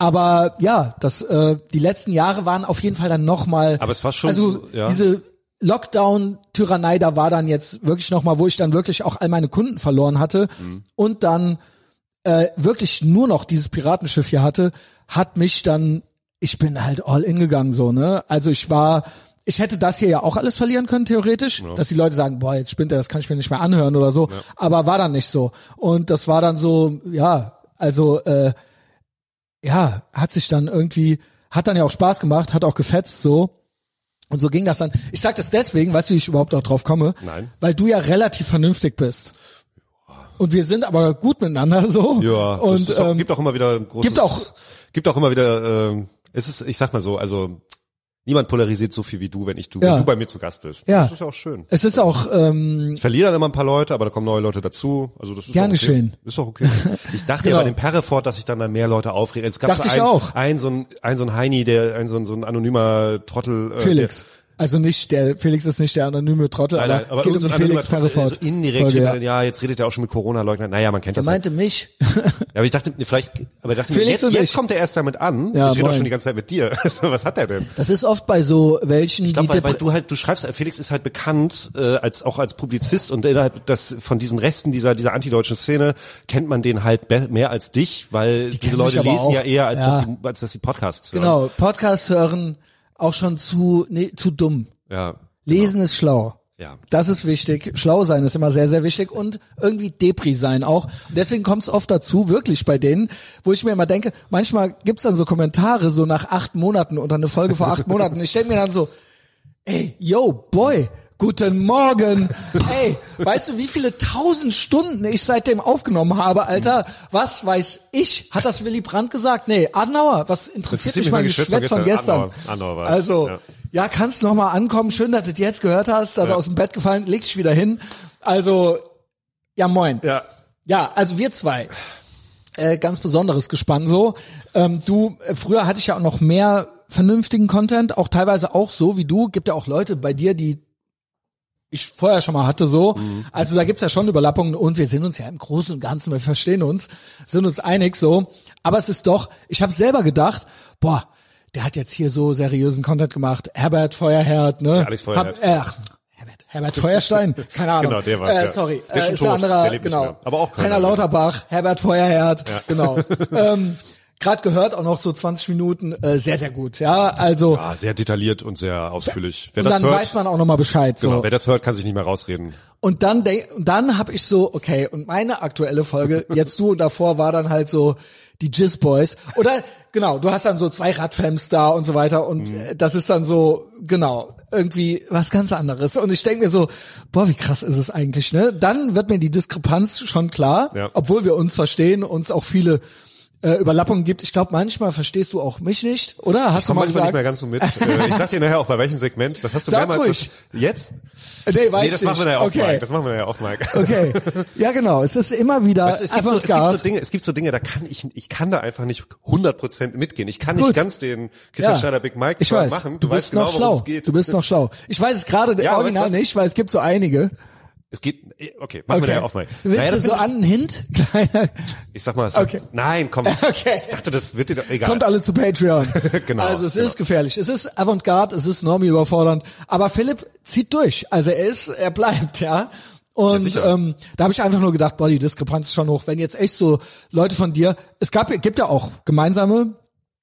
Aber ja, das äh, die letzten Jahre waren auf jeden Fall dann nochmal. Aber es war schon also so, ja. diese Lockdown-Tyrannei, da war dann jetzt wirklich nochmal, wo ich dann wirklich auch all meine Kunden verloren hatte mhm. und dann äh, wirklich nur noch dieses Piratenschiff hier hatte, hat mich dann, ich bin halt all in gegangen so, ne? Also ich war, ich hätte das hier ja auch alles verlieren können, theoretisch, ja. dass die Leute sagen, boah, jetzt spinnt er, das kann ich mir nicht mehr anhören oder so, ja. aber war dann nicht so. Und das war dann so, ja, also äh, ja, hat sich dann irgendwie, hat dann ja auch Spaß gemacht, hat auch gefetzt so. Und so ging das dann. Ich sag das deswegen, weißt du, wie ich überhaupt auch drauf komme? Nein. Weil du ja relativ vernünftig bist. Und wir sind aber gut miteinander so. Ja. Und es auch, ähm, gibt auch immer wieder ein großes. Gibt auch. Gibt auch immer wieder. Ähm, es ist, ich sag mal so, also niemand polarisiert so viel wie du, wenn ich du, ja. wenn du bei mir zu Gast bist. Ja. Das ist ja auch schön. Es ist auch. Ähm, ich verliere dann immer ein paar Leute, aber da kommen neue Leute dazu. Also das ist gerne auch okay. schön. Ist auch okay. Ich dachte genau. ja bei dem Perrefort, dass ich dann da mehr Leute aufrege. Es gab dachte so ich ein, auch. ein so ein ein so ein Heini, der ein so ein so ein anonymer Trottel. Äh, Felix. Der, Also nicht der, Felix ist nicht der anonyme Trottel, nein, nein, aber, es geht um so die ein Felix Trottel, Perrefort. so indirekt Folge, steht ja. ja, jetzt redet er auch schon mit Corona-Leugnern. Naja, man kennt Der das. meinte mich. Ja, aber ich dachte, vielleicht, aber ich dachte, Felix jetzt, und jetzt ich. kommt er erst damit an. Ja, ich rede doch moin. schon die ganze Zeit mit dir. Was hat er denn? Das ist oft bei so welchen, Ich glaube, die weil, weil Depre- du halt, du schreibst, Felix ist halt bekannt, äh, als, auch als Publizist und innerhalb das, von diesen Resten dieser, dieser antideutschen Szene kennt man den halt be- mehr als dich, weil Die diese kennen mich Leute aber lesen auch. ja eher, als Ja. dass sie, als dass sie Podcasts hören. Genau, Podcast hören auch schon zu, nee, zu dumm. Ja. Lesen ist schlau. Ja. Das ist wichtig. Schlau sein ist immer sehr, sehr wichtig und irgendwie Depri sein auch. Und deswegen kommt es oft dazu, wirklich bei denen, wo ich mir immer denke, manchmal gibt's dann so Kommentare so nach acht Monaten unter eine Folge vor acht Monaten. Ich denke mir dann so, ey, yo, boy, guten Morgen. Ey, weißt du, wie viele tausend Stunden ich seitdem aufgenommen habe, Alter? Was weiß ich? Hat das Willy Brandt gesagt? Nee, Adenauer. Was interessiert mich mein Geschwätz von gestern? Adenauer, Adenauer war's. Also, ja. ja, kannst du noch mal ankommen. Schön, dass du das jetzt gehört hast. Dass Ja. du aus dem Bett gefallen, leg dich wieder hin. Also, ja, moin. Ja. Ja, also wir zwei. Äh, ganz besonderes Gespann so. Ähm, du, äh, früher hatte ich ja auch noch mehr vernünftigen Content, auch teilweise auch so wie du. Gibt ja auch Leute bei dir, die ich vorher schon mal hatte so. Mhm. Also da gibt's ja schon Überlappungen und wir sind uns ja im Großen und Ganzen, wir verstehen uns, sind uns einig so. Aber es ist doch, ich habe selber gedacht, boah, der hat jetzt hier so seriösen Content gemacht. Herbert Feuerherd, ne? Ja, Alex Feuerherd. Hab, äh, ach, Herbert, Herbert Feuerstein, keine Ahnung. Genau, der war's, äh, ja. Sorry, Der ist äh, schon ist der tot, andere, der lebt nicht genau. mehr. Aber auch Heiner keiner. Lauterbach, Herbert Feuerherd, Ja. genau. ähm, Gerade gehört auch noch so zwanzig Minuten, äh, sehr, sehr gut, ja, also. Ja, sehr detailliert und sehr ausführlich. Wer und das dann hört, weiß man auch noch mal Bescheid. So. genau, wer das hört, kann sich nicht mehr rausreden. Und dann denk, und dann habe ich so, okay, und meine aktuelle Folge, jetzt du und davor war dann halt so die Jizz Boys. Oder genau, du hast dann so zwei Radfams da und so weiter und Mhm. äh, das ist dann so, genau, irgendwie was ganz anderes. Und ich denke mir so, boah, wie krass ist es eigentlich, ne? Dann wird mir die Diskrepanz schon klar, Ja. obwohl wir uns verstehen, uns auch viele äh, Überlappungen gibt. Ich glaube, manchmal verstehst du auch mich nicht, oder? Hast Ich du komme mal manchmal nicht gesagt? mehr ganz so mit. Äh, ich sag dir nachher auch bei welchem Segment. Das hast du Sag mehrmals. ruhig. Das, jetzt? Nee, weiß Nee, das ich machen wir nachher auf okay. Mike. Das machen wir nachher auf Mike. Okay, ja genau, es ist immer wieder Weißt du, es, gibt so, es gibt Avantgarde. so Dinge, es gibt so Dinge, da kann ich, ich kann da einfach nicht hundert Prozent mitgehen. Ich kann nicht Gut. ganz den Christian Ja. Schneider Big Mike Ich weiß, machen. du, Du, bist weißt genau, noch worum schlau. es geht. Du bist noch schlau. Ich weiß es gerade Ja, original weißt du was? nicht, weil es gibt so einige. Es geht, okay, machen wir Okay. nachher auf Mike. Willst Naja, du das so find an einen Hint? Kleiner. ich, ich sag mal so. Okay. Nein, komm. Okay. Ich dachte, das wird dir doch egal. Kommt alle zu Patreon. Genau, Also es genau. ist gefährlich. Es ist Avantgarde, es ist Normie überfordernd. Aber Philipp zieht durch. Also er ist, er bleibt, ja. Und sicher. ähm, da habe ich einfach nur gedacht, boah, die Diskrepanz ist schon hoch. Wenn jetzt echt so Leute von dir, es gab, gibt ja auch gemeinsame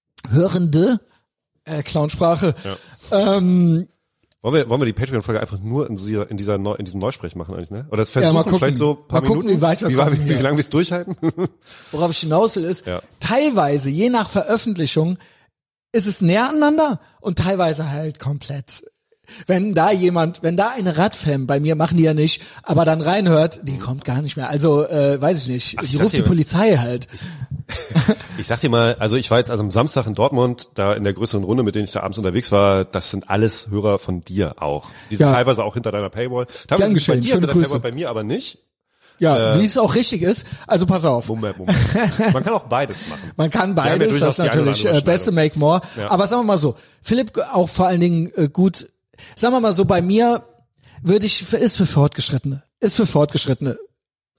Hörende, äh, Clownsprache. Ja. Ähm, Wollen wir, wollen wir die Patreon-Folge einfach nur in dieser, in dieser Neu, in diesem Neusprech machen eigentlich, ne? Oder das Ja, versuchen mal gucken. vielleicht so ein paar Mal gucken, Minuten. wie weit wir wie, kommen wie, wie hier. lange wir es durchhalten? Worauf ich hinaus will, ist, Ja. teilweise, je nach Veröffentlichung, ist es näher aneinander und teilweise halt komplett. Wenn da jemand, wenn da eine Radfam, bei mir machen die ja nicht, aber dann reinhört, die kommt gar nicht mehr. Also, äh, weiß ich nicht, Ach, ich die sag ruft dir, die Polizei halt. Ich sag dir mal, also ich war jetzt also am Samstag in Dortmund, da in der größeren Runde, mit denen ich da abends unterwegs war, das sind alles Hörer von dir auch. Die sind Ja. teilweise auch hinter deiner Paywall. Teilweise Gern sind bei geschehen, dir schöne hinter der Grüße. Paywall, bei mir aber nicht. Ja, Äh, wie es auch richtig ist. Also pass auf. Moment, Moment. Man kann auch beides machen. Man kann Wir haben ja beides, durchaus das ist die eine oder natürlich andere äh, beste Make More. Ja. Aber sagen wir mal so, Philipp auch vor allen Dingen äh, gut, sagen wir mal so, bei mir würde ich, ist für Fortgeschrittene, ist für Fortgeschrittene.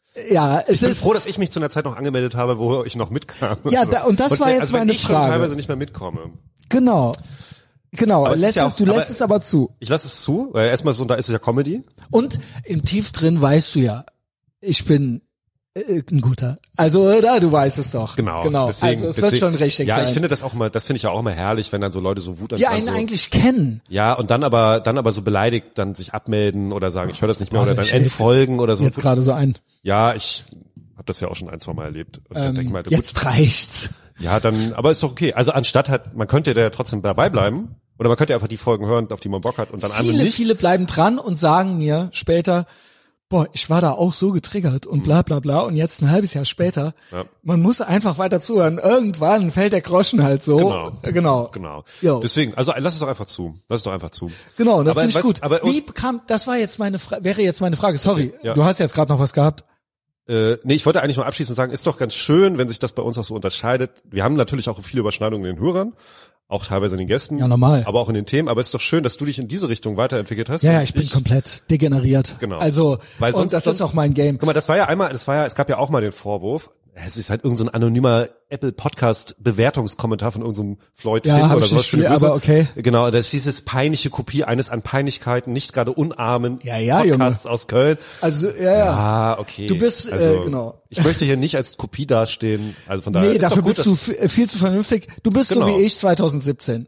Ja, es Ich bin ist froh, dass ich mich zu einer Zeit noch angemeldet habe, wo ich noch mitkam. Ja, da, und das und war wenn, jetzt also wenn meine ich Frage. schon teilweise nicht mehr mitkomme. Genau. Genau, Aber es lässt ist ja es, auch- du lässt aber- es aber zu. Ich lasse es zu, weil erstmal so, da ist es ja Comedy. Und im Tief drin weißt du ja, ich bin äh, ein guter. Also, oder? Du weißt es doch. Genau. Genau. Deswegen, also, es deswegen, wird schon richtig ja, sein. ich finde das auch immer, das finde ich ja auch immer herrlich, wenn dann so Leute so Wut die einen so, eigentlich kennen. ja, und dann aber, dann aber so beleidigt, dann sich abmelden oder sagen, ich höre das nicht mehr Boah, oder der dann Shade. entfolgen oder so. Jetzt gerade so ein. Ja, ich habe das ja auch schon ein, zwei Mal erlebt. Und dann Ähm, denk ich mal, gut, jetzt reicht's. ja, dann, aber ist doch okay. Also anstatt halt, man könnte ja trotzdem dabei bleiben oder man könnte einfach die Folgen hören, auf die man Bock hat und dann andere Viele, nicht. viele bleiben dran und sagen mir später, boah, ich war da auch so getriggert und bla bla bla und jetzt ein halbes Jahr später, Ja. man muss einfach weiter zuhören. Irgendwann fällt der Groschen halt so. Genau. Genau. Genau. Jo. Deswegen, also lass es doch einfach zu. Lass es doch einfach zu. Genau, das Aber finde ich weißt- gut. aber- Wie kam, das war jetzt meine Fra- wäre jetzt meine Frage, sorry, ja. du hast jetzt gerade noch was gehabt. Äh, nee, ich wollte eigentlich mal abschließend sagen, ist doch ganz schön, wenn sich das bei uns auch so unterscheidet. Wir haben natürlich auch viele Überschneidungen in den Hörern, auch teilweise in den Gästen. Ja, normal. Aber auch in den Themen. Aber es ist doch schön, dass du dich in diese Richtung weiterentwickelt hast. Ja, ja, Und ich bin komplett degeneriert. Genau. Also, Weil sonst- und das sonst- ist auch mein Game. Guck mal, das war ja einmal, das war ja, es gab ja auch mal den Vorwurf, es ist halt irgendein so ein anonymer Apple Podcast Bewertungskommentar von irgendeinem Floyd Ja, Finn hab oder ich sowas. nicht Schöne viel, Grüße. aber okay. Genau, das ist dieses peinliche Kopie eines an Peinlichkeiten, nicht gerade unarmen Ja, ja, Podcasts aus Köln. Also, ja, ja. Ah, okay. Du bist, äh, also, genau. Ich möchte hier nicht als Kopie dastehen, also von daher. Nee, ist doch dafür gut, bist du dass- f- viel zu vernünftig. Du bist Genau. so wie ich zwanzig siebzehn.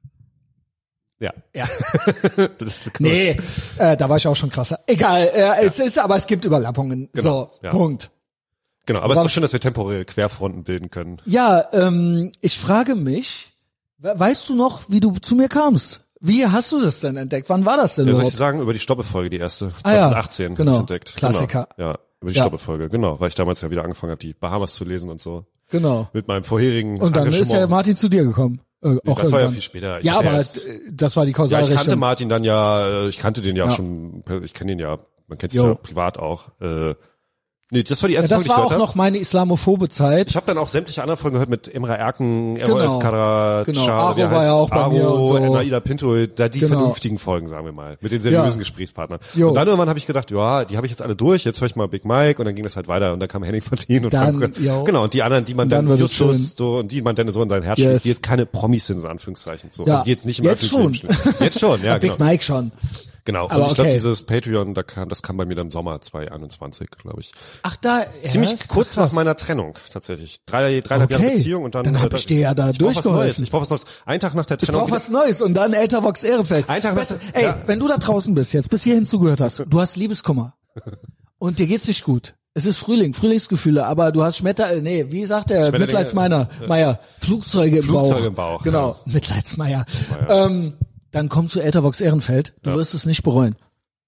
Ja. Ja. Das ist cool. Nee, äh, da war ich auch schon krasser. Egal, äh, es ist, aber es gibt Überlappungen. Genau, So, ja. Punkt. Genau, aber es ist Warum- doch schön, dass wir temporäre Querfronten bilden können. Ja, ähm, ich frage mich, we- weißt du noch, wie du zu mir kamst? Wie hast du das denn entdeckt? Wann war das denn Ja, soll ich überhaupt? sagen, über die Stoppe-Folge, die erste, Ah, ja. zwanzig achtzehn, Genau. hab ich's entdeckt. Klassiker. Genau. Ja, über die Ja. Stoppe-Folge, genau, weil ich damals ja wieder angefangen habe, die Bahamas zu lesen und so. Genau. Mit meinem vorherigen Und dann ist Engagement. ja Martin zu dir gekommen. Äh, auch das war ja irgendwann. viel später. Ich Ja, hab aber erst- äh, das war die Ja, ich Kausalrechnung. kannte Martin dann ja, äh, ich kannte den ja, Ja. schon, ich kenne ihn ja, man kennt sich Jo. ja privat auch. Äh, nee, das war die Ja, erste das Folge, war die ich auch gehört noch meine islamophobe Zeit. Ich habe dann auch sämtliche anderen Folgen gehört mit Emra Erken, Genau. Eros Karaca, Genau. Aro wie er war heißt, ja auch bei mir Aro, und so. Naida Pinto, da die Genau. vernünftigen Folgen, sagen wir mal, mit den seriösen Ja. Gesprächspartnern. Jo. Und dann irgendwann habe ich gedacht, ja, die habe ich jetzt alle durch, jetzt höre ich mal Big Mike und dann ging das halt weiter und dann kam Henning Verdien und Dann, Frank, jo. genau, und die anderen, die man Und dann, dann wird es Justus schön. so und die man dann so in dein Herz Yes. schließt, die jetzt keine Promis sind, in Anführungszeichen. So. Ja. Also die jetzt nicht im Jetzt öffentlichen schon. Leben stehen. Jetzt schon, ja, Big genau. Mike schon. Genau. Aber und ich glaube, okay. dieses Patreon, da kam, das kam bei mir dann im Sommer zwanzig einundzwanzig, glaube ich. Ach, da, Ziemlich erst? kurz Ach, nach krass. meiner Trennung, tatsächlich. Drei, dreieinhalb Jahre Okay. Beziehung und dann. Dann hab äh, ich dir ja da ich brauch was durchgeholfen. Neues. Ich brauch was Neues. Ein Tag nach der Ich Trennung. brauch was Neues und dann Eltervox Ehrenfeld. Ein Tag nach Weißt du, der- Ey, ja. wenn du da draußen bist, jetzt bis hierhin zugehört hast, du hast Liebeskummer und dir geht's nicht gut. Es ist Frühling, Frühlingsgefühle, aber du hast Schmetter, äh, nee, wie sagt der Schmetterlinge- Mitleidsmeier, Meier, Flugzeuge im Flugzeuge Bauch. im Bauch, Genau, Mitleidsmeier. Ähm, dann komm zu Eltervox Ehrenfeld, du wirst es nicht bereuen.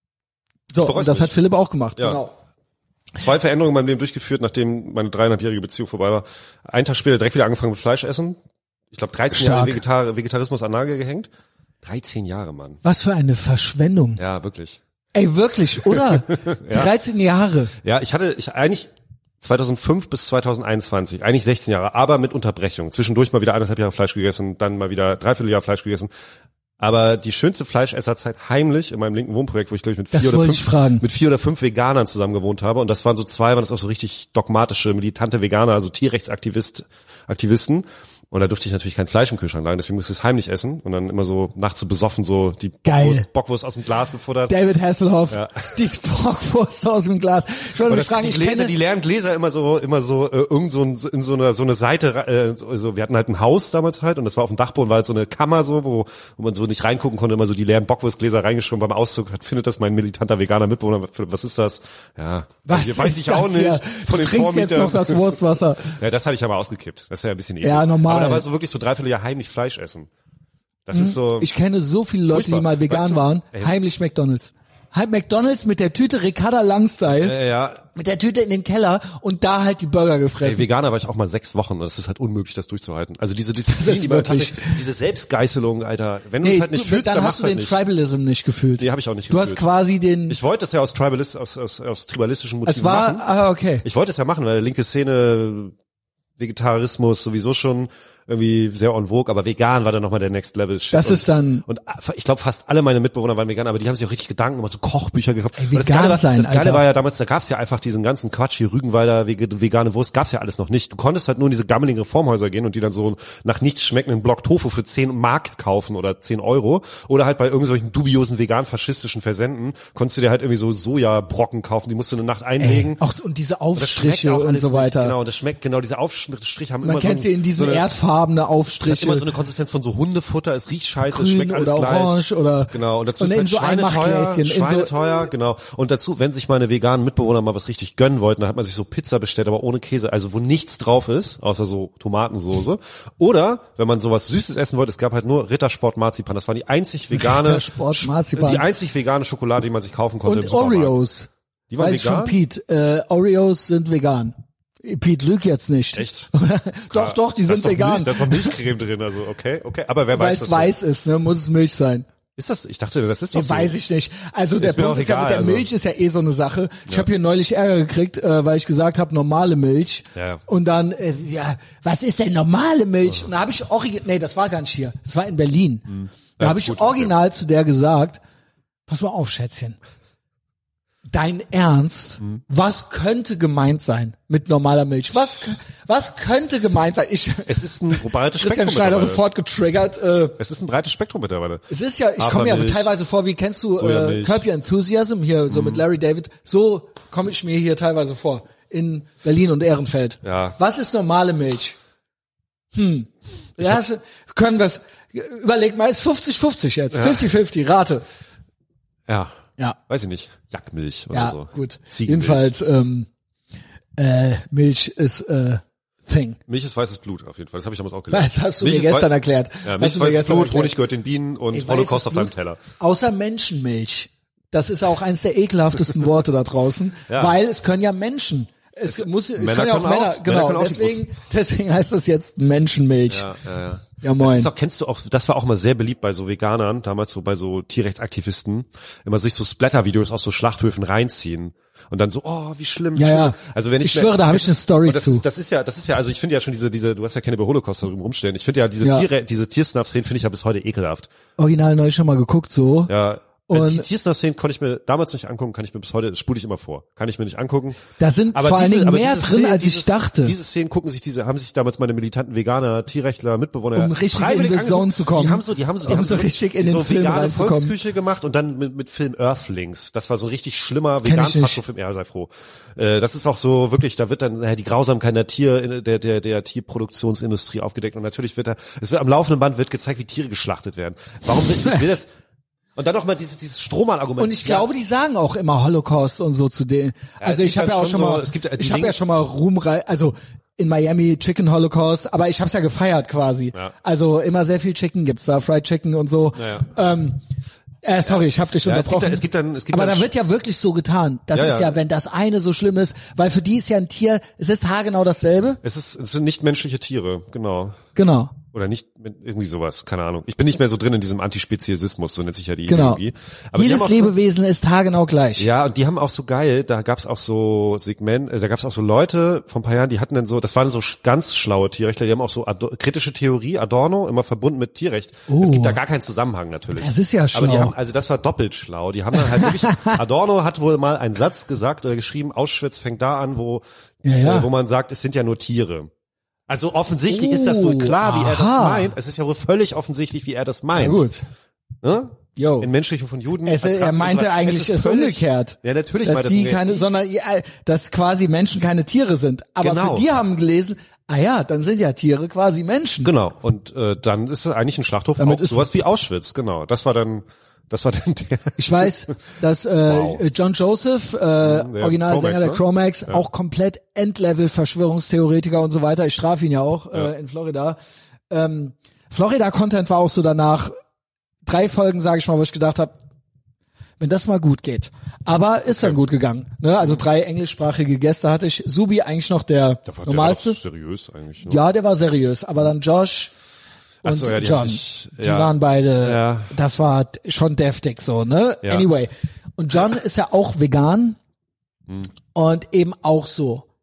So, bereu's und das nicht. hat Philipp auch gemacht. Ja. Genau. Zwei Veränderungen in meinem Leben durchgeführt, nachdem meine dreieinhalbjährige Beziehung vorbei war. Einen Tag später direkt wieder angefangen mit Fleischessen. Ich glaube, dreizehn Stark. Jahre Vegetar Vegetarismus an Nagel gehängt. dreizehn Jahre, Mann. Was für eine Verschwendung. Ja, wirklich. Ey, wirklich, oder? dreizehn Jahre. Ja, ich hatte, ich eigentlich zweitausendfünf bis zweitausendeinundzwanzig, eigentlich sechzehn Jahre, aber mit Unterbrechung. Zwischendurch mal wieder eineinhalb Jahre Fleisch gegessen, dann mal wieder dreiviertel Jahr Fleisch gegessen. Aber die schönste Fleischesserzeit heimlich in meinem linken Wohnprojekt, wo ich glaube ich mit Das vier oder wollte fünf ich fragen. mit vier oder fünf Veganern zusammen gewohnt habe und das waren so zwei, waren das auch so richtig dogmatische, militante Veganer, also Tierrechtsaktivist, Aktivisten. Und da durfte ich natürlich kein Fleisch im Kühlschrank lagen, deswegen musste ich es heimlich essen und dann immer so nachts so besoffen so die Geil. Bockwurst, Bockwurst aus dem Glas gefuttert. David Hasselhoff, Ja. die Bockwurst aus dem Glas. Ich wollte Oder mich fragen, die ich Gläser, kenne, die leeren Gläser immer so, immer so äh, irgend so, ein, in so einer so eine Seite. Äh, so, so, wir hatten halt ein Haus damals halt und das war auf dem Dachboden, war halt so eine Kammer so, wo, wo man so nicht reingucken konnte, immer so die leeren Bockwurstgläser reingeschoben. Beim Auszug hat, findet das mein militanter veganer Mitbewohner. Was ist das? Ja, was weiß, weiß ist ich das auch nicht. hier? Von Du den trinkst jetzt Vormietern. noch das Wurstwasser. Ja, das hatte ich aber ausgekippt. Das ist ja ein bisschen eklig. Ja, normal. Aber da war so wirklich so dreiviertel Jahr heimlich Fleisch essen. Das ist so. Ich kenne so viele Leute, Furchtbar. die mal vegan Weißt du, waren. ey. Heimlich McDonald's. Halt McDonald's mit der Tüte Ricarda Langstyle, äh, ja, mit der Tüte in den Keller und da halt die Burger ey, gefressen. Veganer war ich auch mal sechs Wochen und es ist halt unmöglich, das durchzuhalten. Also diese Disziplin, ist die man wirklich- hat, diese Selbstgeißelung, Alter. Wenn du nee, es halt nicht du, fühlst, dann dann hast machst du halt den nicht. Tribalism nicht gefühlt. Nee, habe ich auch nicht Du hast gefühlt. quasi den, Ich wollte es ja aus Tribalist, aus, aus, aus tribalistischen Motiven es war, machen. ah, okay. Ich wollte es ja machen, weil linke Szene Vegetarismus sowieso schon irgendwie sehr en vogue, aber vegan war dann nochmal der Next Level Shit. Das und, ist dann und ich glaube fast alle meine Mitbewohner waren vegan, aber die haben sich auch richtig Gedanken gemacht, so Kochbücher gekauft. Ey, Und das vegan Geile war, sein, das Geile Alter. war ja damals, da gab's ja einfach diesen ganzen Quatsch hier, Rügenwalder, vegane Wurst, gab's ja alles noch nicht. Du konntest halt nur in diese gammeligen Reformhäuser gehen und die dann so nach nichts schmeckenden Block Tofu für zehn Mark kaufen oder zehn Euro oder halt bei irgendwelchen dubiosen vegan-faschistischen Versenden konntest du dir halt irgendwie so Sojabrocken kaufen, die musst du eine Nacht einlegen. Ey, auch und diese Und das schmeckt Aufstriche auch und alles so weiter. Nicht, genau, das schmeckt, genau, diese Aufstriche haben Man immer kennt so sie in diesen so eine, erdfarbene hat Aufstriche. immer so eine Konsistenz von so Hundefutter, es riecht scheiße, es Grün schmeckt alles oder gleich. orange oder genau, und dazu und ist in halt so schweineteuer, Einmachgläschen, in so- schweineteuer, genau. Und dazu, wenn sich meine veganen Mitbewohner mal was richtig gönnen wollten, dann hat man sich so Pizza bestellt, aber ohne Käse, also wo nichts drauf ist, außer so Tomatensoße. Oder, wenn man sowas Süßes essen wollte, es gab halt nur Rittersport Marzipan, das war die einzig vegane, Rittersport Marzipan. die einzig vegane Schokolade, die man sich kaufen konnte im Und Supermarkt. Oreos. Die waren Weiß vegan? schon Pete. Äh, Oreos sind vegan. Pete lügt jetzt nicht. Echt? doch, doch, die Da sind ist doch vegan. Milch, da ist doch Milchcreme drin, also okay, okay. Aber wer Weil weiß es das? weiß ist, ne, muss es Milch sein. Ist das, ich dachte, das ist doch Nee, so. weiß ich nicht. Also der Ist mir Punkt auch ist ja, mit egal, der also. Milch ist ja eh so eine Sache. Ich habe hier neulich Ärger gekriegt, äh, weil ich gesagt habe, normale Milch. Ja, ja. Und dann, äh, ja, was ist denn normale Milch? Und da habe ich original, nee, das war gar nicht hier. Das war in Berlin. Da Hm. Ja, habe ich gut, original zu der gesagt, pass mal auf, Schätzchen. Dein Ernst? Hm. Was könnte gemeint sein mit normaler Milch? Was, was könnte gemeint sein? Ich, Es ist ein breites Christian Spektrum Schneider mittlerweile. sofort getriggert. Äh, Es ist ein breites Spektrum mittlerweile. es ist ja, ich komme mir aber Hafermilch, teilweise vor, wie kennst du äh, Sojamilch. Curb Your Enthusiasm hier so mit Larry David? So komme ich mir hier teilweise vor in Berlin und Ehrenfeld. Ja. Was ist normale Milch? Hm. Ja, so- können wir es überleg mal, ist fünfzig fünfzig jetzt. fünfzig fünfzig Rate. Ja. Ja. Weiß ich nicht. Jackmilch oder Ja, so. gut. Ziegenmilch. Jedenfalls ähm, äh, Milch ist äh, Thing. Milch ist weißes Blut, auf jeden Fall. Das habe ich damals auch gelernt. Das hast du Milch mir ist gestern wei- erklärt. Ja, Hast Milch du ist mir weißes gestern Blut, erklärt. Honig gehört den Bienen und Ey, Holocaust weißes auf deinem Blut, Teller. Außer Menschenmilch. Das ist auch eins der ekelhaftesten Worte da draußen, Ja. weil es können ja Menschen. Es muss, es Männer können ja auch können auch- Männer, Männer genau. können auch die Deswegen, deswegen heißt das jetzt Menschenmilch. Ja, ja, ja. Ja, moin. Das ist auch, kennst du auch, das war auch mal sehr beliebt bei so Veganern, damals so bei so Tierrechtsaktivisten, immer sich so Splatter-Videos aus so Schlachthöfen reinziehen. Und dann so, oh, wie schlimm. Wie Ja, schlimm. ja. Also wenn ich, Ich schwöre, da hab es ich eine ist- Story und das zu. Ist, das ist ja, das ist ja, also ich finde ja schon diese, diese, du hast ja keine bei Holocaust da drüben rumstellen. Ich finde ja diese Ja. Tiere, diese Tiersnuff-Szenen finde ich ja bis heute ekelhaft. Original neu schon mal geguckt, so. Ja. Und- die Tiersnuff-Szenen konnte ich mir damals nicht angucken, kann ich mir bis heute, spule ich immer vor. Kann ich mir nicht angucken. Da sind Aber vor allen diese- Dingen aber mehr diese drin, Szenen, als ich dieses, dachte. Diese Szenen gucken sich diese, haben sich damals meine militanten Veganer, Tierrechtler, Mitbewohner Um richtig freiwillig in the zone angeguckt. zu kommen. Die haben so, die haben so, die Um haben so richtig in den so Film vegane reinzukommen. Volksküche gemacht und dann mit, mit Film Earthlings. Das war so ein richtig schlimmer Kenn ich vegan nicht. Film. Ja, sei froh. Äh, das ist auch so wirklich, da wird dann äh, die Grausamkeit der Tier, der, der, der Tierproduktionsindustrie aufgedeckt und natürlich wird da, es wird am laufenden Band wird gezeigt, wie Tiere geschlachtet werden. Warum will, ich will das, und dann noch mal dieses, dieses Strohmann-Argument. Und ich glaube, die sagen auch immer Holocaust und so zu denen. Also es ich gibt habe ja halt auch schon schon so- mal, es gibt, äh, die ich habe Dinge- ja schon mal Ruhmrei, also in Miami Chicken Holocaust, aber ich habe es ja gefeiert quasi. Ja. Also immer sehr viel Chicken gibt's da, Fried Chicken und so. Ja, Ähm, äh, sorry, ich habe dich Ja, es gibt unterbrochen. dann- es gibt dann- es gibt aber dann- da wird ja wirklich so getan. Das Ja, ist ja. ja, wenn das eine so schlimm ist, weil für die ist ja ein Tier, es ist haargenau dasselbe. es ist, es sind nicht menschliche Tiere, genau. Genau. Oder nicht, irgendwie sowas, keine Ahnung. Ich bin nicht mehr so drin in diesem Antispeziesismus, so nennt sich ja die Genau. Ideologie. Aber die Jedes haben auch so, Lebewesen ist haargenau gleich. ja, und die haben auch so geil, da gab's auch so Segment, äh, da gab's auch so Leute vor ein paar Jahren, die hatten dann so, das waren so sch- ganz schlaue Tierrechtler, die haben auch so Ado- kritische Theorie, Adorno, immer verbunden mit Tierrecht. Oh. Es gibt da gar keinen Zusammenhang natürlich. Das ist ja Aber die schlau. haben, also das war doppelt schlau. Die haben dann halt wirklich, Adorno hat wohl mal einen Satz gesagt oder geschrieben, Auschwitz fängt da an, wo, Ja, ja. Äh, wo man sagt, es sind ja nur Tiere. Also offensichtlich ist das wohl Oh, klar, wie er das aha. meint. Es ist ja wohl völlig offensichtlich, wie er das meint. Na gut. Ne? Jo. In Menschlichen von Juden. Es, als er Ratten und meinte so weiter. eigentlich es es ist völlig, umgekehrt. Ja, natürlich dass meint er die das keine, die- sondern ja, dass quasi Menschen keine Tiere sind. Aber Genau. für die haben gelesen, ah ja, dann sind ja Tiere quasi Menschen. Genau. Und äh, dann ist es eigentlich ein Schlachthof Damit auch ist sowas wie Auschwitz. Genau. Das war dann, das war dann der. Ich weiß, dass äh, Wow. John Joseph, äh, der Originalsänger Chromax, der ne? Chromax, auch komplett Endlevel Verschwörungstheoretiker und so weiter. Ich strafe ihn ja auch äh, in Florida. Ähm, Florida Content war auch so danach drei Folgen, sage ich mal, wo ich gedacht habe, wenn das mal gut geht. Aber ist dann gut gegangen. Ne? Also drei englischsprachige Gäste hatte ich. Subi eigentlich noch der Der war, normalste. Der war doch seriös eigentlich. Ne? Ja, der war seriös. Aber dann Josh Ach und so, ja, die John, hatte ich- die ja. waren beide, Ja. das war schon deftig so, ne? Ja. Anyway. Und John ist ja auch vegan Hm. und eben auch so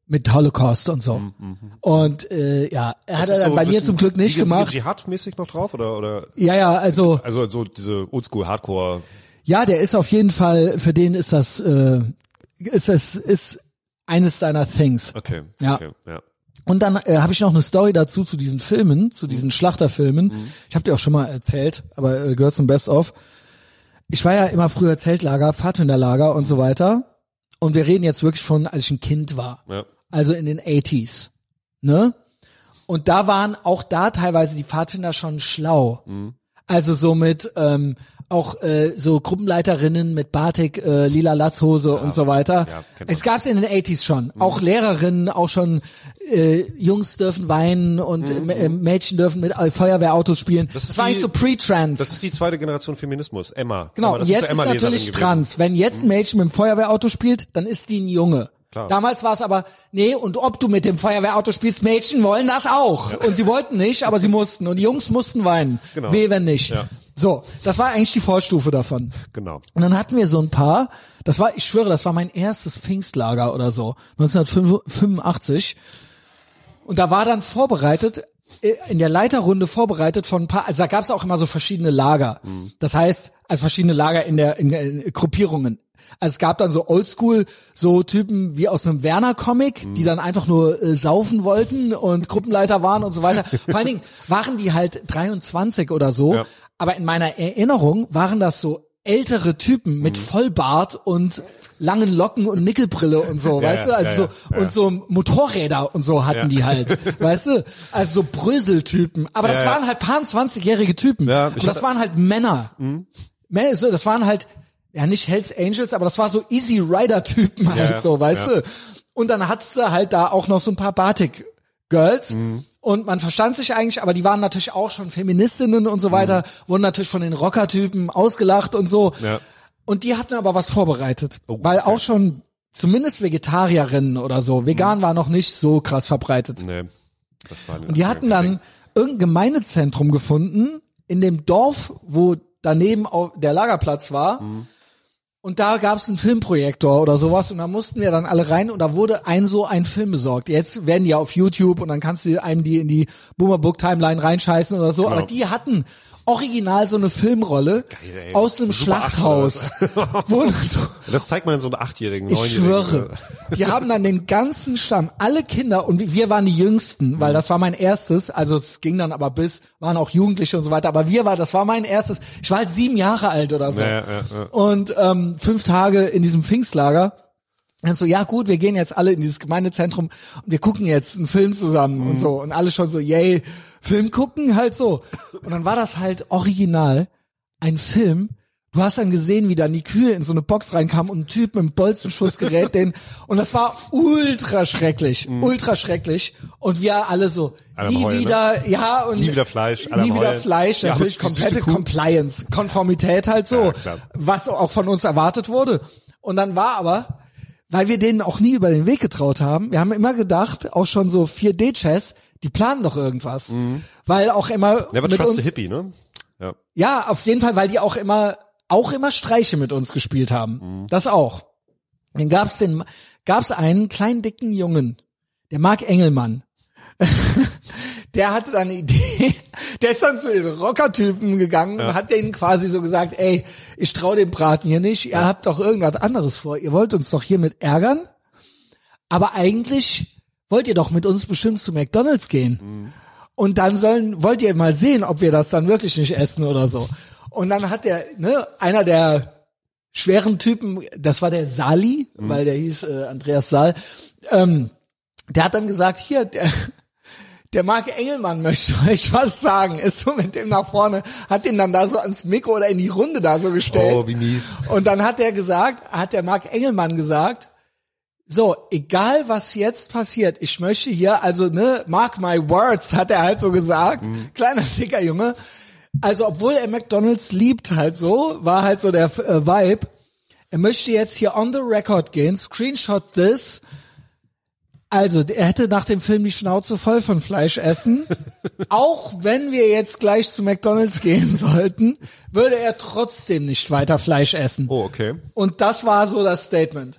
mit Holocaust und so. Mhm. Und äh, ja, er hat er dann so bei mir zum Glück nicht wie, gemacht. Wie Dschihad-mäßig noch drauf oder oder? Ja, ja, also Also so diese Oldschool-Hardcore. ja, der ist auf jeden Fall, für den ist das, äh, ist das, ist eines seiner Things. Okay. Ja. Okay, ja. Und dann äh, habe ich noch eine Story dazu zu diesen Filmen, zu diesen Schlachterfilmen. Mhm. Ich habe dir auch schon mal erzählt, aber äh, gehört zum Best-of. Ich war ja immer früher Zeltlager, Pfadfinderlager und so weiter. Und wir reden jetzt wirklich von, als ich ein Kind war. Ja. Also in den achtziger. Ne? Und da waren auch da teilweise die Pfadfinder schon schlau. Mhm. Also so mit ähm, auch äh, so Gruppenleiterinnen mit Batik, äh, lila Latzhose ja, und so weiter. Ja, es gab's in den achtziger schon. Mhm. Auch Lehrerinnen, auch schon äh, Jungs dürfen weinen und mhm. äh, Mädchen dürfen mit äh, Feuerwehrautos spielen. Das, das war eigentlich so pre-trans. Das ist die zweite Generation Feminismus. Emma. Genau, das jetzt ist, ist ja natürlich trans. Wenn jetzt ein Mädchen mit dem Feuerwehrauto spielt, dann ist die ein Junge. Klar. Damals war es aber, nee, und ob du mit dem Feuerwehrauto spielst, Mädchen wollen das auch. Ja. Und sie wollten nicht, aber sie mussten. Und die Jungs mussten weinen. Genau. Weh, wenn nicht. Ja. So, das war eigentlich die Vorstufe davon. Genau. Und dann hatten wir so ein paar, das war, ich schwöre, das war mein erstes Pfingstlager oder so, neunzehnhundertfünfundachtzig. Und da war dann vorbereitet, in der Leiterrunde vorbereitet von ein paar, also da gab es auch immer so verschiedene Lager. Mhm. Das heißt, also verschiedene Lager in der in, in Gruppierungen. Also es gab dann so Oldschool, so Typen wie aus einem Werner-Comic, mhm. die dann einfach nur äh, saufen wollten und Gruppenleiter waren und so weiter. Vor allen Dingen waren die halt dreiundzwanzig oder so. Ja. Aber in meiner Erinnerung waren das so ältere Typen mit mhm. Vollbart und langen Locken und Nickelbrille und so, ja, weißt du? Also ja, ja, so, ja. und so Motorräder und so hatten ja. die halt, weißt du? Also so Bröseltypen. Aber das ja, waren halt paar zwanzigjährige Typen. Ja, und das waren halt Männer. Mhm. Das waren halt, ja nicht Hells Angels, aber das war so Easy Rider Typen halt ja, so, weißt ja. du? Und dann hat's halt da auch noch so ein paar Batik Girls. Mhm. Und man verstand sich eigentlich, aber die waren natürlich auch schon Feministinnen und so weiter, mhm. wurden natürlich von den Rockertypen ausgelacht und so. Ja. Und die hatten aber was vorbereitet, oh, weil okay. auch schon zumindest Vegetarierinnen oder so, vegan mhm. war noch nicht so krass verbreitet. Nee, das war und die hatten dann irgendein Gemeindezentrum gefunden in dem Dorf, wo daneben der Lagerplatz war. Mhm. Und da gab's einen Filmprojektor oder sowas und da mussten wir dann alle rein und da wurde ein so ein Film besorgt. Jetzt werden die ja auf YouTube und dann kannst du einem die in die Boomer Book Timeline reinscheißen oder so, genau. Aber die hatten original so eine Filmrolle geil, aus einem Super Schlachthaus. Wo, das zeigt man in so einem achtjährigen, neunjährigen. Ich schwöre. Die haben dann den ganzen Stamm, alle Kinder und wir waren die Jüngsten, weil das war mein erstes, also es ging dann aber bis, waren auch Jugendliche und so weiter, aber wir war, das war mein erstes, ich war halt sieben Jahre alt oder so. Ja, ja, ja. Und ähm, fünf Tage in diesem Pfingstlager. Und so, ja gut, wir gehen jetzt alle in dieses Gemeindezentrum und wir gucken jetzt einen Film zusammen mhm. und so. Und alle schon so, yay, Film gucken, halt so. Und dann war das halt original ein Film. Du hast dann gesehen, wie dann die Kühe in so eine Box reinkamen und ein Typ mit einem Bolzenschussgerät, den, und das war ultra schrecklich, mhm. ultra schrecklich. Und wir alle so, alle nie Heulen, wieder, ne? ja, und nie wieder Fleisch, alle nie wieder Heulen. Fleisch, natürlich, ja, komplette Compliance, Konformität halt so, ja, was auch von uns erwartet wurde. Und dann war aber, weil wir denen auch nie über den Weg getraut haben. Wir haben immer gedacht, auch schon so vier D Chess, die planen doch irgendwas. Mhm. Weil auch immer Never mit trust uns, a hippie, ne? Ja. Ja, auf jeden Fall, weil die auch immer auch immer Streiche mit uns gespielt haben. Mhm. Das auch. Dann gab's den gab's einen kleinen dicken Jungen, der Marc Engelmann. Der hatte dann eine Idee, der ist dann zu den Rockertypen gegangen ja. und hat denen quasi so gesagt, ey, ich trau dem Braten hier nicht, ihr ja. habt doch irgendwas anderes vor, ihr wollt uns doch hiermit ärgern, aber eigentlich wollt ihr doch mit uns bestimmt zu McDonald's gehen. Mhm. Und dann sollen, wollt ihr mal sehen, ob wir das dann wirklich nicht essen oder so. Und dann hat der, ne, einer der schweren Typen, das war der Sali, mhm. weil der hieß äh, Andreas Saal, ähm, der hat dann gesagt, hier, der Der Marc Engelmann möchte euch was sagen, ist so mit dem nach vorne, hat den dann da so ans Mikro oder in die Runde da so gestellt. Oh, wie mies. Und dann hat er gesagt, hat der Marc Engelmann gesagt, so, egal was jetzt passiert, ich möchte hier, also ne, mark my words, hat er halt so gesagt, mhm. kleiner dicker Junge. Also obwohl er McDonald's liebt halt so, war halt so der äh, Vibe, er möchte jetzt hier on the record gehen, screenshot this. Also, er hätte nach dem Film die Schnauze voll von Fleisch essen. Auch wenn wir jetzt gleich zu McDonald's gehen sollten, würde er trotzdem nicht weiter Fleisch essen. Oh, okay. Und das war so das Statement.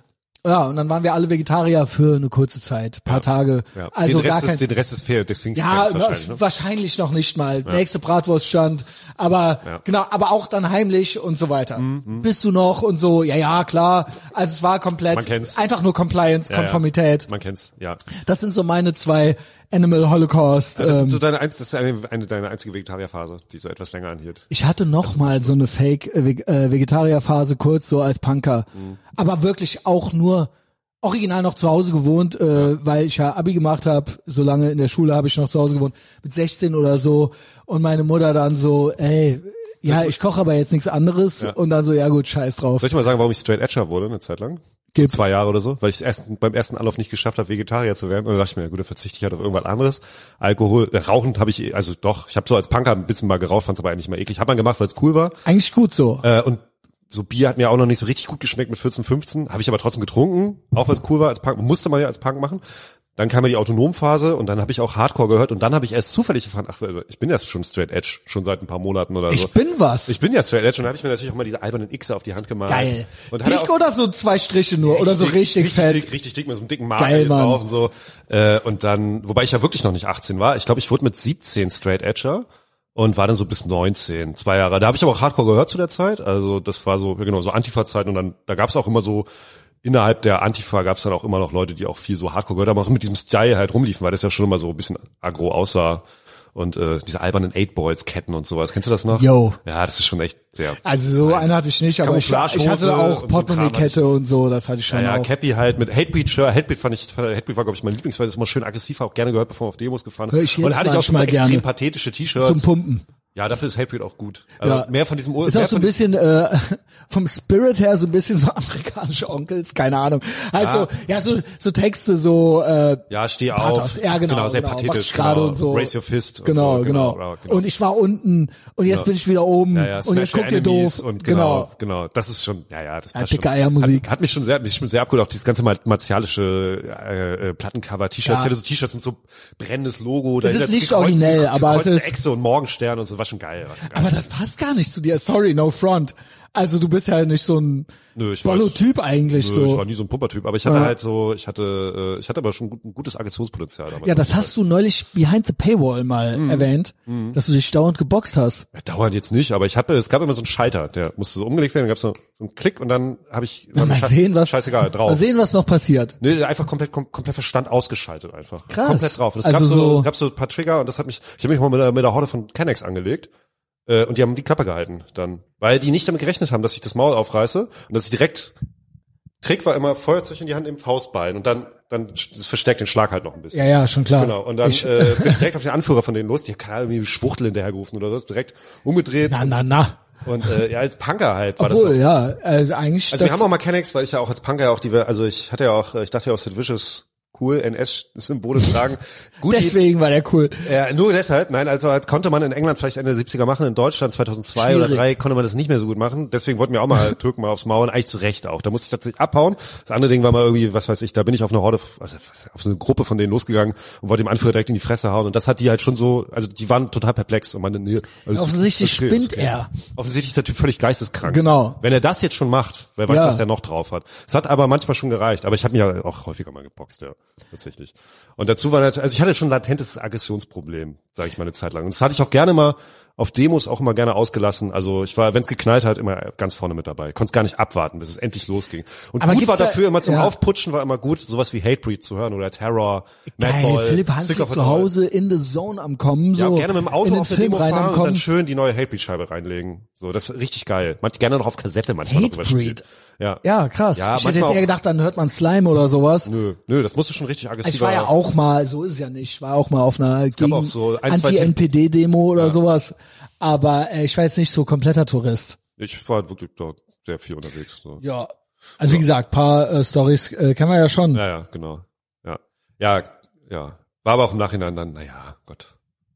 Ja, und dann waren wir alle Vegetarier für eine kurze Zeit, paar Ja. Tage. Ja. Also den, gar Rest kein, ist, den Rest ist fair, deswegen ja, wahrscheinlich, ne? wahrscheinlich noch nicht mal. Ja. Nächste Bratwurst stand, aber Ja. genau, aber auch dann heimlich und so weiter. Mhm. Bist du noch und so? Ja, ja, klar. Also es war komplett Man kennt's. einfach nur Compliance, Ja, Konformität. Ja. Man kennt's, ja. Das sind so meine zwei Animal Holocaust. Das, ähm, ist so deine, das ist eine, eine deine einzige Vegetarierphase, die so etwas länger anhielt. Ich hatte noch mal so eine Fake äh, Veg- äh, Vegetarierphase kurz so als Punker, Mhm. aber wirklich auch nur original noch zu Hause gewohnt, äh, ja. weil ich ja Abi gemacht habe. So lange in der Schule habe ich noch zu Hause gewohnt, mit sechzehn oder so. Und meine Mutter dann so, ey, ja, ich koche aber jetzt nichts anderes. Ja. Und dann so, ja gut, scheiß drauf. Soll ich mal sagen, warum ich Straight Edger wurde eine Zeit lang? Gib. Zwei Jahre oder so, weil ich es erst, beim ersten Anlauf nicht geschafft habe, Vegetarier zu werden. Und dann dachte ich mir, gut, dann verzichte ich halt auf irgendwas anderes. Alkohol, äh, Rauchen habe ich, also doch, ich habe so als Punker ein bisschen mal geraucht, fand es aber eigentlich mal eklig. Hab man gemacht, weil es cool war. Eigentlich gut so. Äh, und so Bier hat mir auch noch nicht so richtig gut geschmeckt mit vierzehn, fünfzehn. Habe ich aber trotzdem getrunken, auch weil es cool war als Punk. Musste man ja als Punk machen. Dann kam ja die Autonomphase und dann habe ich auch Hardcore gehört und dann habe ich erst zufällig erfahren, ach, ich bin ja schon Straight Edge, schon seit ein paar Monaten oder so. Ich bin was. Ich bin ja Straight Edge und dann habe ich mir natürlich auch mal diese albernen X auf die Hand gemalt. Geil. Und hatte Dick auch oder so zwei Striche nur oder so richtig, richtig fett. dick, richtig dick mit so einem dicken Marker Geil, hier Mann. drauf und so. Äh, und dann, wobei ich ja wirklich noch nicht achtzehn war. Ich glaube, ich wurde mit siebzehn Straight Edger und war dann so bis neunzehn, zwei Jahre. Da habe ich aber auch Hardcore gehört zu der Zeit. Also das war so, ja genau, so Antifa-Zeit und dann, da gab es auch immer so, innerhalb der Antifa gab es dann auch immer noch Leute, die auch viel so Hardcore gehört haben, auch mit diesem Style halt rumliefen, weil das ja schon immer so ein bisschen aggro aussah. Und äh, diese albernen Eight-Balls-Ketten und sowas. Kennst du das noch? Yo. Ja, das ist schon echt sehr... Also so Nein. eine hatte ich nicht, aber ich, ich hatte Camouflagehose auch und so Portemonnaie-Kette und so, das hatte ich schon Ja, ja, auch. Cappy halt mit Hatebreed-Shirt. Hatebreed fand ich, Hatebreed war, glaube ich, mein Lieblings, weil das immer schön aggressiv war, auch gerne gehört, bevor wir auf Demos gefahren. Hör ich jetzt und da hatte ich auch so manchmal extrem gerne. pathetische T-Shirts. Zum Pumpen. Ja, dafür ist Hatebreed auch gut. Also Ja. mehr von diesem Ur Ist mehr auch so ein von bisschen äh, vom Spirit her so ein bisschen so amerikanische Onkels, keine Ahnung. Halt Ja. so, ja, so so Texte so äh, Ja, steh Pathos. auf. Ja, genau, Genau, sehr genau. Mach pathetisch. ich gerade Genau. und so. Raise your fist. Und Genau, so. genau, ja, genau. Und ich war unten und jetzt Ja. bin ich wieder oben Ja, ja, und jetzt Smash guckt Your ihr doof. Enemies und genau, genau. Das ist schon, ja, ja, das Ja, passt dicke schon. Eiermusik. Hat, hat mich schon sehr, mich schon sehr abgeholt. Auch dieses ganze mar- martialische äh, äh, Plattencover, T-Shirts. Ja. Ich hatte so T-Shirts mit so brennendes Logo. Es ist dahinter nicht gekreuzte- originell, aber es gekreuzte ist- Echse und Morgenstern und so. War schon geil. War schon geil. Aber das passt gar nicht zu dir. Sorry, no front. Also du bist ja nicht so ein Nö, ich war- Bollo-Typ eigentlich Nö, so. Ich war nie so ein Pumpertyp, aber ich hatte Ja. halt so, ich hatte, äh, ich hatte aber schon gut, ein gutes Aggressionspotenzial damals. Ja, das hast du neulich behind the paywall mal Mhm. erwähnt, dass du dich dauernd geboxt hast. Ja, dauernd jetzt nicht, aber ich hatte, es gab immer so einen Schalter, der musste so umgelegt werden, dann gab es so, so einen Klick und dann habe ich war mir Mal sche- sehen, was scheißegal drauf. Mal sehen, was noch passiert. Nee, einfach komplett kom komplett Verstand ausgeschaltet einfach. Krass. Komplett drauf. Und es Also gab so, so- gab so ein paar Trigger und das hat mich, ich habe mich mal mit der, mit der Horde von Kennex angelegt. Äh, und die haben die Klappe gehalten dann. Weil die nicht damit gerechnet haben, dass ich das Maul aufreiße und dass ich direkt, Trick war immer Feuerzeug in die Hand im Faustbein und dann, dann das verstärkt den Schlag halt noch ein bisschen. Ja, ja, schon klar. Genau. Und dann Ich- äh, bin ich direkt auf den Anführer von denen los, die hat keine Ahnung, irgendwie Schwuchtel hinterhergerufen oder so, direkt umgedreht. Na, na, na. Und äh, ja, als Punker halt war das Obwohl, so. ja, also eigentlich Also wir das, haben auch mal Kennex, weil ich ja auch als Punker ja auch die, also ich hatte ja auch, ich dachte ja auch Sid Vicious cool, N S-Symbole tragen. Gut, deswegen war der cool. ja, nur deshalb, nein, also halt konnte man in England vielleicht Ende der siebziger machen, in Deutschland zweitausendzwei oder Schwierig. drei konnte man das nicht mehr so gut machen, deswegen wollten wir auch mal Türken mal aufs Maul und eigentlich zu Recht auch, da musste ich tatsächlich abhauen. Das andere Ding war mal irgendwie, was weiß ich, da bin ich auf eine Horde, also auf so eine Gruppe von denen losgegangen und wollte dem Anführer direkt in die Fresse hauen und das hat die halt schon so, also die waren total perplex und meinte, nee, alles Offensichtlich okay, spinnt okay. er. Offensichtlich ist der Typ völlig geisteskrank. Genau. Wenn er das jetzt schon macht, wer weiß, Ja. was er noch drauf hat. Es hat aber manchmal schon gereicht, aber ich habe mich ja auch häufiger mal geboxt, ja, tatsächlich. Und dazu war natürlich, also ich hatte schon ein latentes Aggressionsproblem, sage ich mal eine Zeit lang. Und das hatte ich auch gerne mal auf Demos auch immer gerne ausgelassen. Also ich war, wenn es geknallt hat, immer ganz vorne mit dabei. Konnte es gar nicht abwarten, bis es endlich losging. Und Aber gut gibt's war da- dafür immer zum ja. Aufputschen war immer gut, sowas wie Hatebreed zu hören oder Terror, Geil, Madball, Philipp Sick Hansi of It zu All. Hause in the Zone am Kommen, so. Ja, gerne mit dem Auto in den auf der Film Demo rein fahren am und dann Kommen. schön die neue Hatebreed-Scheibe reinlegen. So, das ist richtig geil. Man gerne noch auf Kassette manchmal noch Hatebreed. überspielt. Ja. Ja, krass. Ja, ich hätte jetzt manchmal eher gedacht, dann hört man Slime oder sowas. Nö, nö, das musste schon richtig aggressiv Ich war ja auch mal, so ist es ja nicht, ich war auch mal auf einer gab auch so ein, zwei Anti-N P D-Demo oder sowas. Aber äh, ich war jetzt nicht so kompletter Tourist. Ich war wirklich dort sehr viel unterwegs. So. Ja. Also wie gesagt, paar äh, Stories äh, kennen wir ja schon. Ja, ja, genau. Ja, ja, ja. War aber auch im Nachhinein dann, naja, Gott.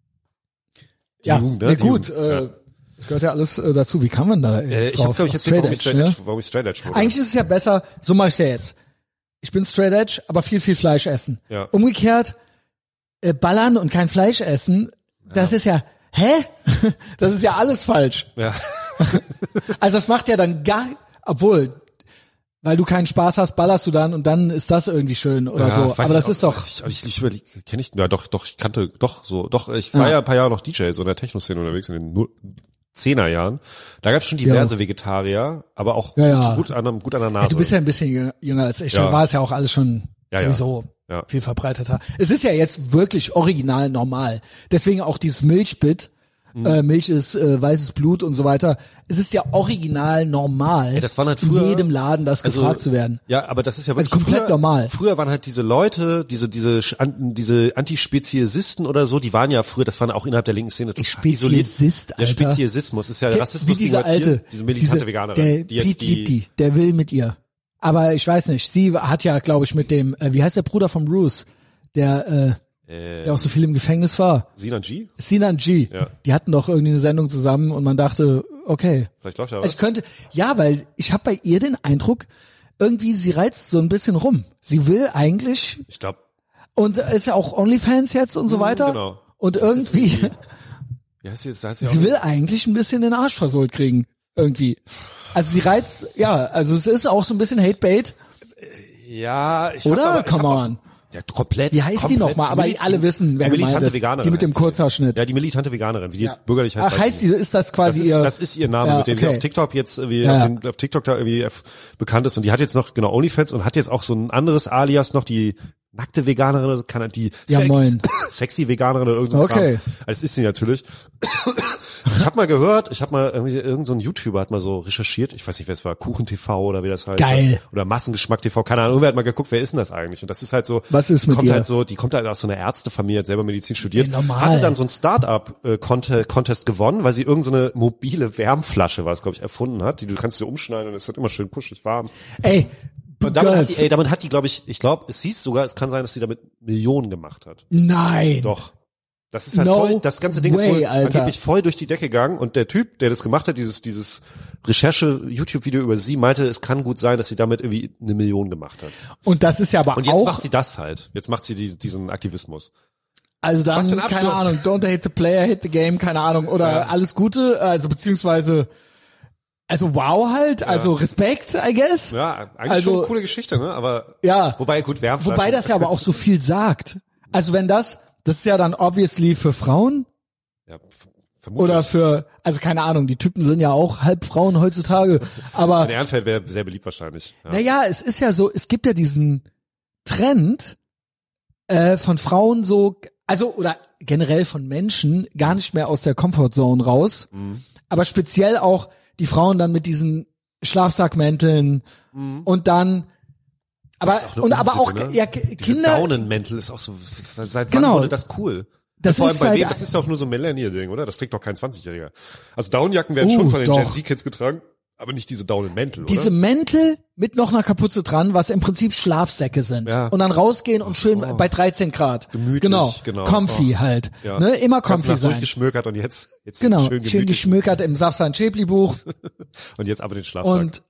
Die ja, Jugend, ne? nee, Die gut. Jugend, Äh, ja. das gehört ja alles äh, dazu. Wie kann man da jetzt Äh, ich habe, drauf? glaube ich, Auf erzählt, warum ich Straight Straight Edge, Edge, warum ich Straight Edge wurde. Eigentlich ist es ja besser, so mache ich ja jetzt. Ich bin Straight Edge, aber viel, viel Fleisch essen. Ja. Umgekehrt, äh, ballern und kein Fleisch essen, das ist ja, hä? Das ist ja alles falsch. Ja. Also das macht ja dann gar, obwohl, weil du keinen Spaß hast, ballerst du dann und dann ist das irgendwie schön oder Ja, so. Aber das auch, ist doch. Ich, ich, ich überlege, kenne ich, ja doch, doch, ich kannte, doch, so, doch, ich war ja, ja ein paar Jahre noch D J, so in der Techno-Szene unterwegs, in den Zehner Jahren. Da gab es schon diverse ja. Vegetarier, aber auch ja, ja. Gut, an, gut an der Nase. Ja, du bist ja ein bisschen jünger als ich, ja. da war es ja auch alles schon ja, sowieso ja. Ja. viel verbreiteter. Es ist ja jetzt wirklich original normal. Deswegen auch dieses Milchbit. Mhm. Äh, Milch ist äh, weißes Blut und so weiter. Es ist ja original normal, ja, das waren halt früher, in jedem Laden das also, gefragt zu werden. Ja, aber das ist ja wirklich also komplett früher, normal. Früher waren halt diese Leute, diese diese diese Antispeziesisten oder so, die waren ja früher, das waren auch innerhalb der linken Szene total isoliert. Speziesist, Alter. Der Speziesismus ist ja der, Rassismus wie diese alte, Tier, diese militante diese, Veganerin, der, die jetzt die, die, der will mit ihr. Aber ich weiß nicht, sie hat ja, glaube ich, mit dem, äh, wie heißt der Bruder von Bruce, der äh, Äh, der auch so viel im Gefängnis war. Sinan G? Sinan G. Ja. Die hatten doch irgendwie eine Sendung zusammen und man dachte, okay. Vielleicht läuft ja was. Also ich könnte, ja, weil ich habe bei ihr den Eindruck, irgendwie sie reizt so ein bisschen rum. Sie will eigentlich. Ich glaube. Und ist ja auch OnlyFans jetzt und so weiter. Genau. Und das irgendwie. Ja, sie ist, sie sie will eigentlich ein bisschen den Arsch versohlt kriegen. Irgendwie. Also sie reizt, ja, also es ist auch so ein bisschen Hatebait. Ja, ich Oder? aber, ich Come on. Auch, ja, komplett. Wie heißt komplett, die nochmal? Aber die, alle wissen, wer die gemeint militante ist. Veganerin. Die mit dem Kurzhaarschnitt. Ja, die militante Veganerin, wie die ja. jetzt bürgerlich heißt. Ach, heißt sie, ist das quasi das ist, ihr? Das ist ihr Name, ja, mit dem okay. sie auf TikTok jetzt irgendwie ja. auf, den, auf TikTok da irgendwie bekannt ist. Und die hat jetzt noch, genau, OnlyFans und hat jetzt auch so ein anderes Alias noch, die nackte Veganerin oder kann die ja, Sex, moin. sexy Veganerin oder irgend so okay. Kram. Das ist sie natürlich. Ich habe mal gehört, ich habe mal irgendwie irgend so ein YouTuber hat mal so recherchiert, ich weiß nicht, wer es war, Kuchen T V oder wie das heißt. Geil. Oder Massengeschmack T V, keine Ahnung, irgendwer hat mal geguckt, wer ist denn das eigentlich? Und das ist halt so, was ist die mit kommt ihr? halt so, die kommt halt aus so einer Ärztefamilie, hat selber Medizin studiert, ja, normal. hatte dann so ein Start-up-Contest gewonnen, weil sie irgend so eine mobile Wärmflasche, was glaube ich, erfunden hat, die du kannst dir umschneiden und es wird immer schön puschig warm. Ey, Und damit hat die, ey, damit hat die, glaube ich, ich glaube, es hieß sogar, es kann sein, dass sie damit Millionen gemacht hat. Nein. Doch. Das ist halt no voll, das ganze Ding way, ist wohl Alter. angeblich voll durch die Decke gegangen und der Typ, der das gemacht hat, dieses, dieses Recherche-YouTube-Video über sie, meinte, es kann gut sein, dass sie damit irgendwie eine Million gemacht hat. Und das ist ja aber auch. Und jetzt macht sie das halt. Jetzt macht sie die, diesen Aktivismus. Also dann, keine Ahnung, don't hate the player, hate the game, keine Ahnung, oder ja. alles Gute, also beziehungsweise, also wow halt, also ja. Respekt, I guess. Ja, eigentlich also, schon eine coole Geschichte, ne, aber, ja. wobei, gut, Wärmflaschen. Wobei das ja aber auch so viel sagt. Also wenn das, das ist ja dann obviously für Frauen. Ja, vermutlich. Oder für, also keine Ahnung, die Typen sind ja auch halb Frauen heutzutage, aber. In Ehrenfeld wäre sehr beliebt wahrscheinlich. Ja. Naja, es ist ja so, es gibt ja diesen Trend, äh, von Frauen so, also, oder generell von Menschen gar nicht mehr aus der Comfortzone raus, mhm. aber speziell auch die Frauen dann mit diesen Schlafsackmänteln mhm. und dann, aber und aber auch ne? ja Diese Kinder Daunenmäntel ist auch so, seit genau. wann wurde das cool? Das ja, vor allem ist bei halt, wem, das ist doch nur so ein Millennial-Ding, oder? Das trägt doch kein zwanzigjähriger. Also Daunenjacken werden uh, schon von den doch. Gen Z-Kids getragen, aber nicht diese Daunenmäntel, oder? Diese Mäntel mit noch einer Kapuze dran, was im Prinzip Schlafsäcke sind. Ja. Und dann rausgehen und schön oh. bei dreizehn Grad. Gemütlich, genau. genau. Comfy oh. halt. Ja. Ne? Immer comfy sein. Durchgeschmökert und jetzt, jetzt genau. schön gemütlich. Schön geschmökert im Safsan Schäbli Buch. Und jetzt aber den Schlafsack. Und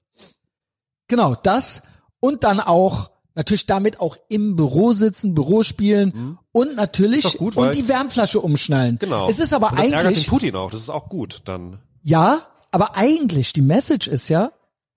genau, das und dann auch natürlich damit auch im Büro sitzen, Büro spielen mhm. und natürlich ist doch gut, und die Wärmflasche umschnallen. Genau. Es ist aber und das eigentlich ärgert den Putin auch, das ist auch gut dann. Ja, aber eigentlich die Message ist ja,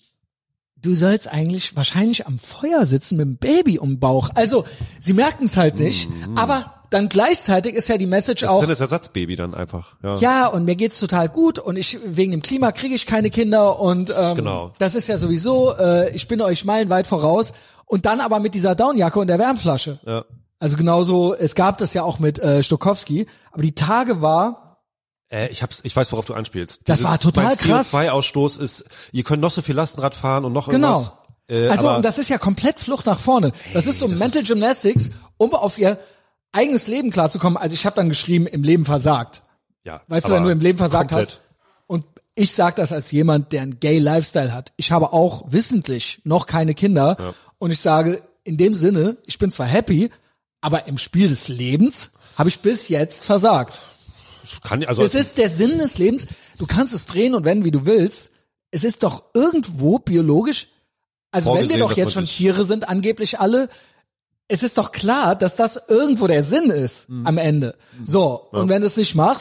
du sollst eigentlich wahrscheinlich am Feuer sitzen mit dem Baby um den Bauch. Also, sie merken es halt nicht, mhm. aber dann gleichzeitig ist ja die Message das auch. Das ist ja das Ersatzbaby dann einfach. Ja. ja, und mir geht's total gut und ich wegen dem Klima kriege ich keine Kinder und ähm, genau. das ist ja sowieso, äh, ich bin euch meilenweit voraus. Und dann aber mit dieser Downjacke und der Wärmflasche. Ja. Also genauso, es gab das ja auch mit äh, Stokowski, aber die Tage war Äh, ich hab's, ich weiß, worauf du anspielst. Das Dieses, war total C O krass. zwei Ausstoß ist, ihr könnt noch so viel Lastenrad fahren und noch genau. irgendwas. Äh, also aber, und das ist ja komplett Flucht nach vorne. Das hey, ist so das Mental ist Gymnastics, um auf ihr eigenes Leben klarzukommen. Also ich habe dann geschrieben, im Leben versagt. Ja, weißt du, wenn du im Leben versagt komplett. hast. Und ich sag das als jemand, der einen Gay Lifestyle hat. Ich habe auch wissentlich noch keine Kinder. Ja. Und ich sage, in dem Sinne, ich bin zwar happy, aber im Spiel des Lebens habe ich bis jetzt versagt. Kann, also es ist der Sinn des Lebens. Du kannst es drehen und wenden, wie du willst. Es ist doch irgendwo biologisch, also wenn wir doch jetzt schon Tiere sind, angeblich alle, es ist doch klar, dass das irgendwo der Sinn ist mhm. am Ende. So, ja. Und wenn du es nicht machst,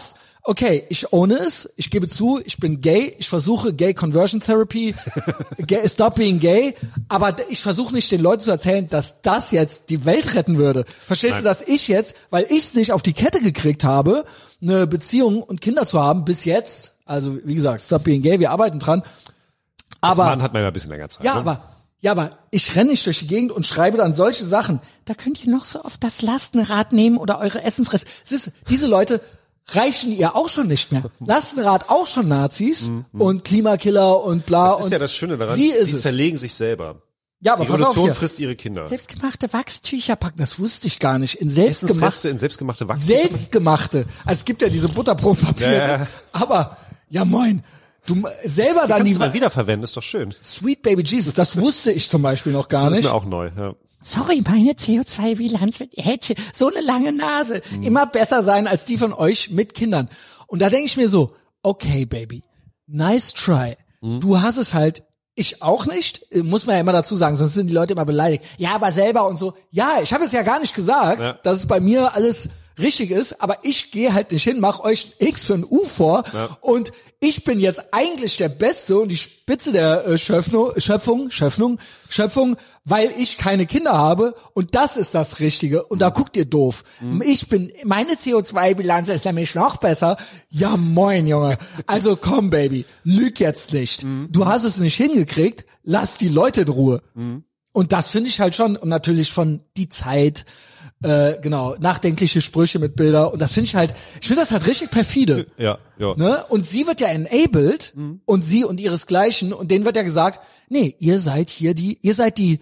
okay, ich ohne es, ich gebe zu, ich bin gay, ich versuche Gay Conversion Therapy, gay, Stop Being Gay, aber ich versuche nicht den Leuten zu erzählen, dass das jetzt die Welt retten würde. Verstehst Nein. du, dass ich jetzt, weil ich es nicht auf die Kette gekriegt habe, eine Beziehung und Kinder zu haben, bis jetzt, also wie gesagt, Stop Being Gay, wir arbeiten dran, aber... Als Mann hat man ja ein bisschen länger Zeit. Ja, ne? aber... Ja, aber ich renne nicht durch die Gegend und schreibe dann solche Sachen. Da könnt ihr noch so oft das Lastenrad nehmen oder eure Essensreste. Es ist, diese Leute reichen ihr auch schon nicht mehr. Lastenrad auch schon Nazis mhm. und Klimakiller und bla. Das ist und ja das Schöne daran, sie ist die es. zerlegen sich selber. Ja, aber die pass auf Revolution hier. frisst ihre Kinder. Selbstgemachte Wachstücher packen, das wusste ich gar nicht. In selbstgemachte, Essensreste in selbstgemachte Wachstücher. Selbstgemachte. Also es gibt ja diese Butterbrotpapiere. Ja, ja. Aber, ja moin. Du selber die dann die du dann wiederverwenden, ist doch schön. Sweet Baby Jesus, das wusste ich zum Beispiel noch gar das nicht. Das ist mir auch neu, ja. Sorry, meine C O zwei Bilanz hätte so eine lange Nase mhm. immer besser sein als die von euch mit Kindern. Und da denke ich mir so, okay, Baby, nice try. Mhm. Du hast es halt, ich auch nicht, muss man ja immer dazu sagen, sonst sind die Leute immer beleidigt. Ja, aber selber und so. Ja, ich habe es ja gar nicht gesagt, ja. dass es bei mir alles richtig ist, aber ich gehe halt nicht hin, mach euch X für ein U vor ja. und ich bin jetzt eigentlich der Beste und die Spitze der äh, Schöpfung, Schöpfung, Schöpfung, Schöpfung, weil ich keine Kinder habe und das ist das Richtige und da guckt ihr doof. Mhm. Ich bin, meine C O zwei Bilanz ist nämlich noch besser. Ja moin, Junge. Also komm, Baby, lüg jetzt nicht. Mhm. Du hast es nicht hingekriegt, lass die Leute in Ruhe. Mhm. Und das finde ich halt schon und natürlich von die Zeit, Äh, genau, nachdenkliche Sprüche mit Bilder und das finde ich halt, ich finde das halt richtig perfide. Ja, ja. Ne? Und sie wird ja enabled mhm. und sie und ihresgleichen und denen wird ja gesagt, nee, ihr seid hier die, ihr seid die,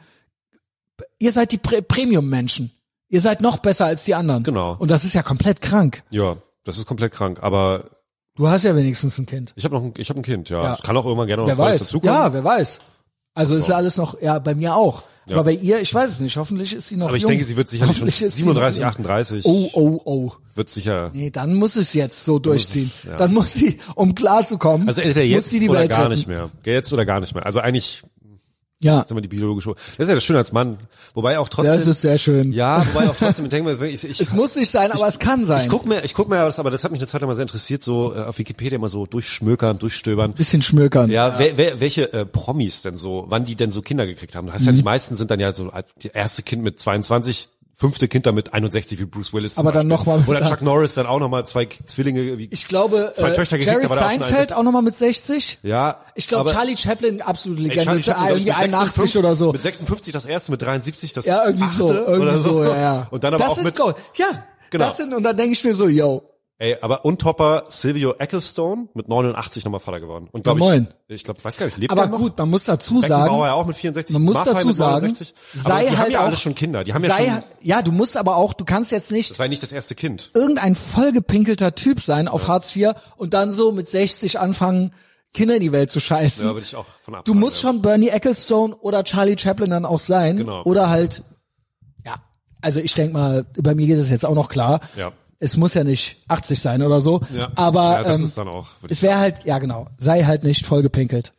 ihr seid die Prä- Premium-Menschen. Ihr seid noch besser als die anderen. Genau. Und das ist ja komplett krank. Ja, das ist komplett krank, aber du hast ja wenigstens ein Kind. Ich habe noch ein, ich habe ein Kind, ja. ja. Es kann auch irgendwann gerne noch wer ein zweites weiß. dazukommen. Ja, wer weiß. Also ist ja alles noch, ja, bei mir auch. Ja. Aber bei ihr, ich weiß es nicht, hoffentlich ist sie noch Aber ich jung. denke, sie wird sicherlich schon siebenunddreißig, achtunddreißig. Oh, oh, oh. Wird sicher. Nee, dann muss es jetzt so durchziehen. Es, ja. Dann muss sie, um klar zu kommen, also entweder jetzt muss sie die oder Welt gar retten. nicht mehr. Jetzt oder gar nicht mehr. Also eigentlich, ja, sagen wir die biologische. Das ist ja das Schöne als Mann. Wobei auch trotzdem. Das ist sehr schön. Ja, wobei auch trotzdem, ich denke mal, ich, ich, es muss nicht sein, aber ich, es kann sein. Ich guck mir, ich guck mir das, aber das hat mich eine Zeit lang mal sehr interessiert, so äh, auf Wikipedia immer so durchschmökern, durchstöbern. Bisschen schmökern. Ja, ja. Wer, wer, welche äh, Promis denn so, wann die denn so Kinder gekriegt haben. Du hast mhm. ja, die meisten sind dann ja so, die erste Kind mit zweiundzwanzig, fünfte Kind dann mit einundsechzig wie Bruce Willis. Aber dann nochmal. Oder Chuck Norris dann auch nochmal zwei Zwillinge wie. Ich glaube, zwei äh, Töchter gekriegt, Jerry aber Seinfeld auch nochmal mit sechzig. Ja. Ich glaube, Charlie Chaplin, absolute Legende, Charlie Chaplin, irgendwie einundachtzig oder so. Mit sechsundfünfzig das erste, mit dreiundsiebzig das ja, irgendwie achte so, irgendwie oder so. so, ja, ja. Und dann aber das auch mit. Gold. Ja, genau. Das sind, und dann denke ich mir so, yo. Ey, aber Untopper Silvio Ecclestone mit neunundachtzig nochmal Vater geworden. Und glaube ja, ich, ich glaube, ich weiß gar nicht, lebt aber er noch? gut, man muss dazu sagen, Beckenbauer ja auch mit vierundsechzig, man muss Maffay dazu mit sagen, neunundsechzig. sei aber die halt haben ja auch, alle schon Kinder, die haben sei, ja schon. Ja, du musst aber auch, du kannst jetzt nicht. Das war nicht das erste Kind. Irgendein vollgepinkelter Typ sein auf ja. Hartz vier und dann so mit sechzig anfangen, Kinder in die Welt zu scheißen. Ja, würde ich auch von ab. Du musst ja. schon Bernie Ecclestone oder Charlie Chaplin dann auch sein. Genau. Oder halt, ja, also ich denk mal, bei mir geht es jetzt auch noch klar. Ja. Es muss ja nicht achtzig sein oder so. Ja. Aber ja, das ähm, ist dann auch, es wäre halt, ja genau, sei halt nicht vollgepinkelt.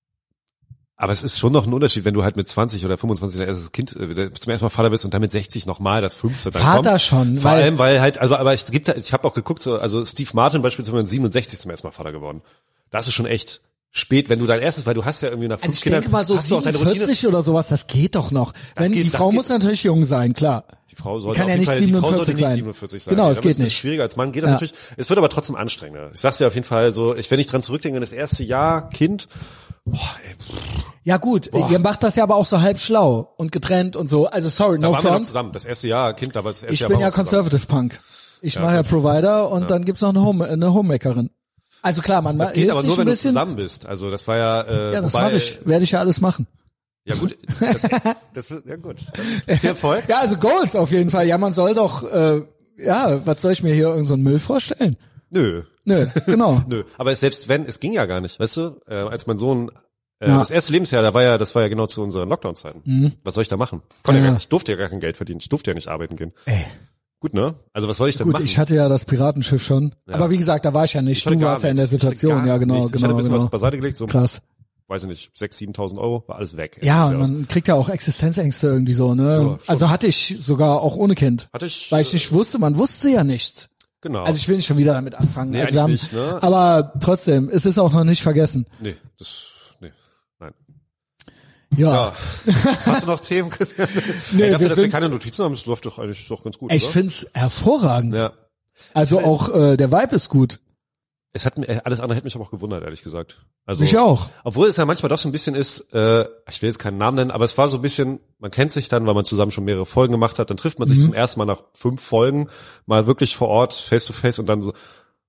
Aber es ist schon noch ein Unterschied, wenn du halt mit zwanzig oder fünfundzwanzig dein erstes Kind äh, zum ersten Mal Vater bist und dann mit sechzig nochmal das fünfte dann Vater kommt. schon. Vor weil, allem, weil halt, also aber ich gibt, ich habe auch geguckt, so, also Steve Martin beispielsweise mit siebenundsechzig zum ersten Mal Vater geworden. Das ist schon echt spät, wenn du dein erstes, weil du hast ja irgendwie nach fünf also ich Kindern, denke mal so hast du auch deine siebenundvierzig Routine. oder sowas, das geht doch noch. Das Wenn geht, die das Frau geht. muss natürlich jung sein, klar. Die Frau sollte kann auf ja jeden nicht Fall, die Frau sollte siebenundvierzig nicht sein. siebenundvierzig sein. Genau, ja, es geht ist nicht. Schwieriger als Mann geht das ja. natürlich. Es wird aber trotzdem anstrengender. Ich sag's dir auf jeden Fall so, ich, wenn ich dran zurückdenke, das erste Jahr Kind, boah, ey, ja gut, boah. ihr macht das ja aber auch so halb schlau und getrennt und so. Also sorry, da no waren wir noch front. zusammen. Das erste Jahr Kind, da war das erste Ich Jahr bin waren ja wir zusammen. Conservative Punk. Ich Ja, mache ja gut. Provider und Ja. dann gibt's noch eine, Home, eine Homemakerin. Also klar, man Das geht hilft aber sich nur, ein wenn du bisschen. zusammen bist. Also das war ja, äh, Ja, das wobei, mache ich. Werde ich ja alles machen. Ja gut, das, das wird, ja gut. Viel Erfolg. Ja, also Goals auf jeden Fall. Ja, man soll doch, äh, ja, was soll ich mir hier irgend so einen Müll vorstellen? Nö. Nö, genau. Nö. Aber selbst wenn, es ging ja gar nicht, weißt du, äh, als mein Sohn, äh, Ja. das erste Lebensjahr, da war ja, das war ja genau zu unseren Lockdown-Zeiten. Mhm. Was soll ich da machen? Konnte ja. Ja. gar nicht, ich durfte ja gar kein Geld verdienen, ich durfte ja nicht arbeiten gehen. Ey. Gut, ne? Also was soll ich denn Gut, machen? ich hatte ja das Piratenschiff schon. Ja. Aber wie gesagt, da war ich ja nicht. Ich hatte Du gar warst ja in der nichts. Ich hatte Situation. gar Ja, genau, nichts. genau. Ich hatte ein bisschen genau. was beiseite gelegt, so, Krass. weiß ich nicht, sechs, siebentausend Euro, war alles weg. Ja, Das und Jahr. man kriegt ja auch Existenzängste irgendwie so, ne? Ja, schon. Also hatte ich sogar auch ohne Kind. Hatte ich, Weil ich nicht wusste, man wusste ja nichts. Genau. Also ich will nicht schon wieder damit anfangen. Nee, also wir haben, eigentlich nicht, ne? Aber trotzdem, es ist auch noch nicht vergessen. Nee, das, nee, nein. Ja. Ja. Hast du noch Themen, Christian? Nee, Ey, dafür, wir dass sind, wir keine Notizen haben, das läuft doch eigentlich doch ganz gut, ich oder? find's hervorragend. Ja. Also auch äh, der Vibe ist gut. Es hat mir, alles andere hätte mich aber auch gewundert, ehrlich gesagt. Also, Mich auch. Obwohl es ja manchmal doch so ein bisschen ist, äh, ich will jetzt keinen Namen nennen, aber es war so ein bisschen, man kennt sich dann, weil man zusammen schon mehrere Folgen gemacht hat, dann trifft man sich Mhm. zum ersten Mal nach fünf Folgen mal wirklich vor Ort, face to face und dann so,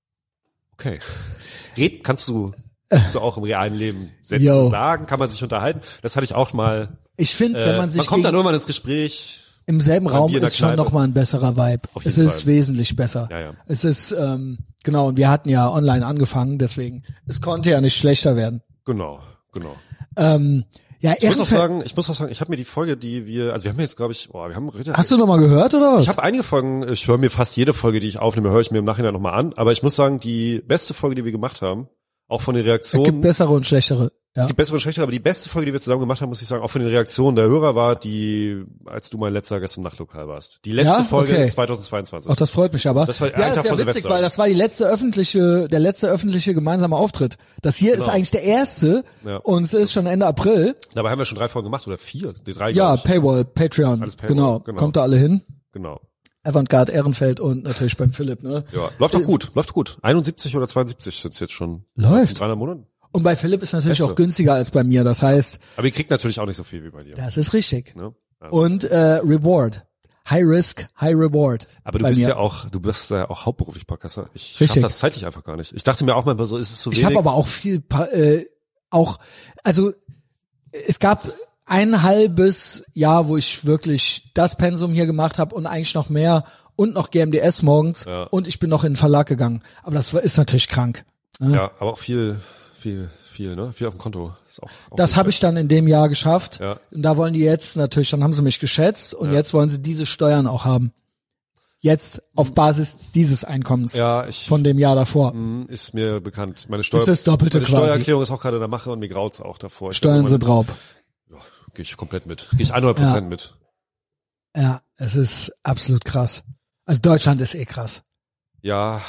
okay, red, kannst du, kannst du auch im realen Leben Sätze Yo. sagen, kann man sich unterhalten. Das hatte ich auch mal. Ich finde, Äh, wenn man sich man kommt dann gegen, irgendwann ins Gespräch. im selben beim Raum Bier in der ist schon Kneipe. nochmal ein besserer Vibe. Auf Es jeden ist Fall. wesentlich besser. Ja, ja. Es ist, ähm, genau, und wir hatten ja online angefangen, deswegen, es konnte ja nicht schlechter werden. Genau, genau. Ähm, ja, Ich muss auch Ehrenfeld- sagen, ich muss auch sagen, ich habe mir die Folge, die wir, also wir haben jetzt, glaube ich, oh, wir haben Hast du noch mal gehört oder was? Ich habe einige Folgen, ich höre mir fast jede Folge, die ich aufnehme, höre ich mir im Nachhinein nochmal an. Aber ich muss sagen, die beste Folge, die wir gemacht haben, auch von den es Reaktionen, gibt bessere und schlechtere. Ja. es gibt bessere und schlechtere, aber die beste Folge, die wir zusammen gemacht haben, muss ich sagen, auch von den Reaktionen der Hörer war die, als du mein letzter Gast im Nachtlokal warst. Die letzte Ja? Folge Okay. zweitausendzweiundzwanzig. Ach, das freut mich aber. Das war ein ja, Tag das ist ja vor witzig, Silvester. weil das war die letzte öffentliche, der letzte öffentliche gemeinsame Auftritt. Das hier ist Genau. eigentlich der erste Ja. und es ist schon Ende April. Dabei haben wir schon drei Folgen gemacht oder vier, die drei, Ja, glaub ich. Paywall, Patreon. Alles Paywall, genau. genau. Kommt da alle hin. Genau. Avantgarde, Ehrenfeld und natürlich beim Philipp, ne? Ja, läuft doch gut, läuft gut. einundsiebzig oder zweiundsiebzig sind's jetzt schon. Läuft. In dreihundert Monaten. Und bei Philipp ist natürlich Beste. auch günstiger als bei mir. Das heißt, Aber ihr kriegt natürlich auch nicht so viel wie bei dir. das ist richtig. Ne? Ja. Und äh, Reward. High Risk, High Reward. Aber du bei bist mir. ja auch, du bist ja auch hauptberuflich Podcaster. Ich schaff Richtig. das zeitlich einfach gar nicht. Ich dachte mir auch mal so, ist es zu Ich wenig. habe aber auch viel, pa- äh, auch, also es gab ein halbes Jahr, wo ich wirklich das Pensum hier gemacht habe und eigentlich noch mehr und noch G M D S morgens Ja. und ich bin noch in den Verlag gegangen. Aber das war, ist natürlich krank. Ne? Ja, aber auch viel, viel, viel, ne? Viel auf dem Konto. Ist auch, auch Das nicht habe ich dann in dem Jahr geschafft. Ja. Und da wollen die jetzt natürlich, dann haben sie mich geschätzt und jetzt wollen sie diese Steuern auch haben. Jetzt auf Basis dieses Einkommens Ja, ich, von dem Jahr davor. mh, ist mir bekannt. Meine Steuer, Das ist das Doppelte meine quasi. Steuererklärung ist auch gerade in der Mache und mir graut's auch davor. Ich Steuern glaub, sind Raub. Gehe ich komplett mit. Gehe ich hundert Prozent Ja. mit. Ja, es ist absolut krass. Also Deutschland ist eh krass. Ja.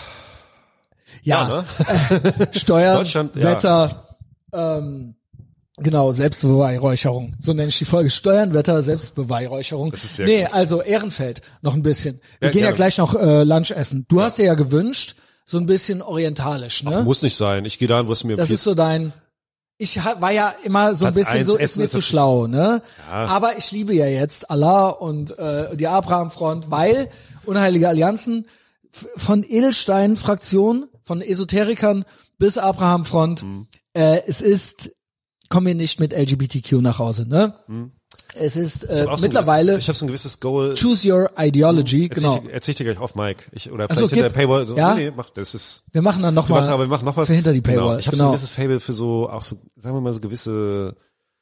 Ja, ne? Steuern, Deutschland, ja. Wetter, ähm, genau, Selbstbeweihräucherung. So nenne ich die Folge. Steuern, Wetter, Selbstbeweihräucherung. Das ist sehr nee, gut. also Ehrenfeld, noch ein bisschen. Wir Ja, gehen ja gerne. gleich noch äh, Lunch essen. Du hast dir ja gewünscht, so ein bisschen orientalisch, ne? Muss nicht sein. Ich gehe dahin, wo es mir Das empfiehlt. ist so dein. Ich ha- war ja immer so ein Platz bisschen eins, so, ist Essen mir ist zu natürlich- schlau, ne? Ja. Aber ich liebe ja jetzt Allah und äh, die Abraham-Front, weil Unheilige Allianzen f- von Edelstein-Fraktion, von Esoterikern bis Abraham-Front, Mhm. äh, es ist, kommen wir nicht mit L G B T Q nach Hause, ne? Es ist Ich äh, hab auch so ein mittlerweile gewisses, ich habe so ein gewisses Goal. choose your ideology, Erzähl genau. ich, erzähl ich dir gleich auf, Mike. Ich, oder Ach vielleicht so, hinter der gib- Paywall. So, ja? Nee, nee, mach, das ist, Wir machen dann du nochmal machst aber, wir machen noch was. für hinter die Paywall. Genau. Ich habe so genau. ein gewisses Fable für so, auch so, sagen wir mal so gewisse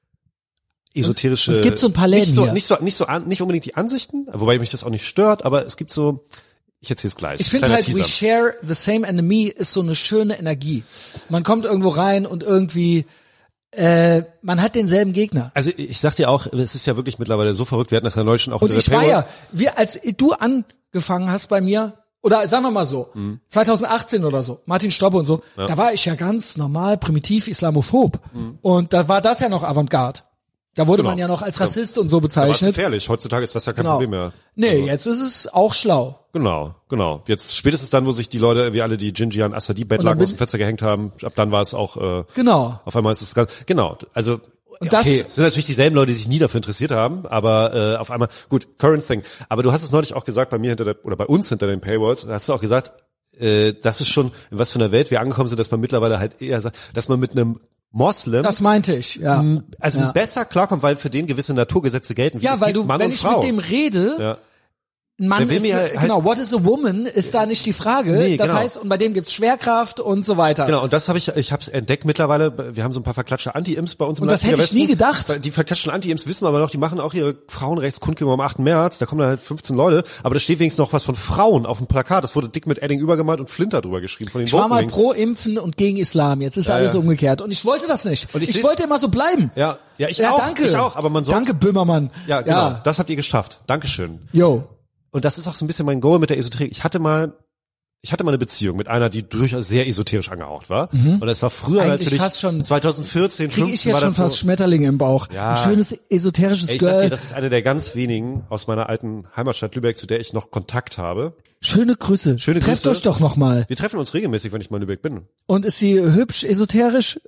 esoterische. Es gibt so ein paar Läden nicht so, hier. nicht so, nicht so, an, nicht unbedingt die Ansichten, wobei mich das auch nicht stört, aber es gibt so, ich erzähl's gleich. Ich finde Kleiner halt, Teaser. we share the same enemy ist so eine schöne Energie. Man kommt irgendwo rein und irgendwie, äh, man hat denselben Gegner. Also ich sag dir auch, es ist ja wirklich mittlerweile so verrückt, wir hatten das ja neulich schon auch Und unter ich der war Paywall. ja, wir, als du angefangen hast bei mir, oder sagen wir mal so, Mhm. zwanzig achtzehn oder so, Martin Stoppe und so, da war ich ja ganz normal, primitiv, islamophob. Und da war das ja noch Avantgarde. Da wurde Genau. man ja noch als Rassist und so Aber bezeichnet. gefährlich. Heutzutage ist das ja kein Genau. Problem mehr. Nee, Also, jetzt ist es auch schlau. Genau, genau. Jetzt spätestens dann, wo sich die Leute, wie alle die Jinjian Assadi-Bettlaken bin- aus dem Fenster gehängt haben, ab dann war es auch, äh, Genau. auf einmal ist es ganz, genau, also, Und das- okay, es sind natürlich dieselben Leute, die sich nie dafür interessiert haben, aber äh, auf einmal, gut, current thing. Aber du hast es neulich auch gesagt, bei mir hinter der, oder bei uns hinter den Paywalls, hast du auch gesagt, äh, das ist schon, in was für einer Welt wir angekommen sind, dass man mittlerweile halt eher sagt, dass man mit einem Moslem Das meinte ich, ja. also ja. besser klarkommt, weil für den gewisse Naturgesetze gelten. Wie Ja, es weil gibt du, Mann wenn und ich Frau. mit dem rede, ja. ein Mann Der will ist, mir halt- genau, what is a woman ist da nicht die Frage. Nee, das genau. heißt, und bei dem gibt's Schwerkraft und so weiter. Genau, und das habe ich, ich habe es entdeckt mittlerweile. Wir haben so ein paar verklatschte Anti-Imps bei uns im Und das Leipziger hätte ich nie Westen. gedacht. Die verklatschten Anti-Imps wissen aber noch, die machen auch ihre Frauenrechtskundgebung am achten März. Da kommen dann halt fünfzehn Leute, aber da steht wenigstens noch was von Frauen auf dem Plakat. Das wurde dick mit Edding übergemalt und Flinter drüber geschrieben von den Ich war mal Woken-Wing. pro Impfen und gegen Islam. Jetzt ist alles ja. umgekehrt. Und ich wollte das nicht. Und ich ich seh's- wollte immer so bleiben. Ja, ja, ich ja, auch. danke. Ich auch, aber man soll. Danke, Böhmermann. Ja, genau. Ja. Das habt ihr geschafft. Dankeschön. Yo. Und das ist auch so ein bisschen mein Goal mit der Esoterik. Ich hatte mal, ich hatte mal eine Beziehung mit einer, die durchaus sehr esoterisch angehaucht war. Mhm. Und das war früher Eigentlich natürlich fast schon, zwanzig vierzehn, krieg ich fünfzehn jetzt war schon das fast so, Schmetterlinge im Bauch. Ja. Ein schönes esoterisches ey, ich Girl. sag dir, das ist eine der ganz wenigen aus meiner alten Heimatstadt Lübeck, zu der ich noch Kontakt habe. Schöne Grüße. Schöne Trefft Grüße. euch doch noch mal. Wir treffen uns regelmäßig, wenn ich mal in Lübeck bin. Und ist sie hübsch, esoterisch?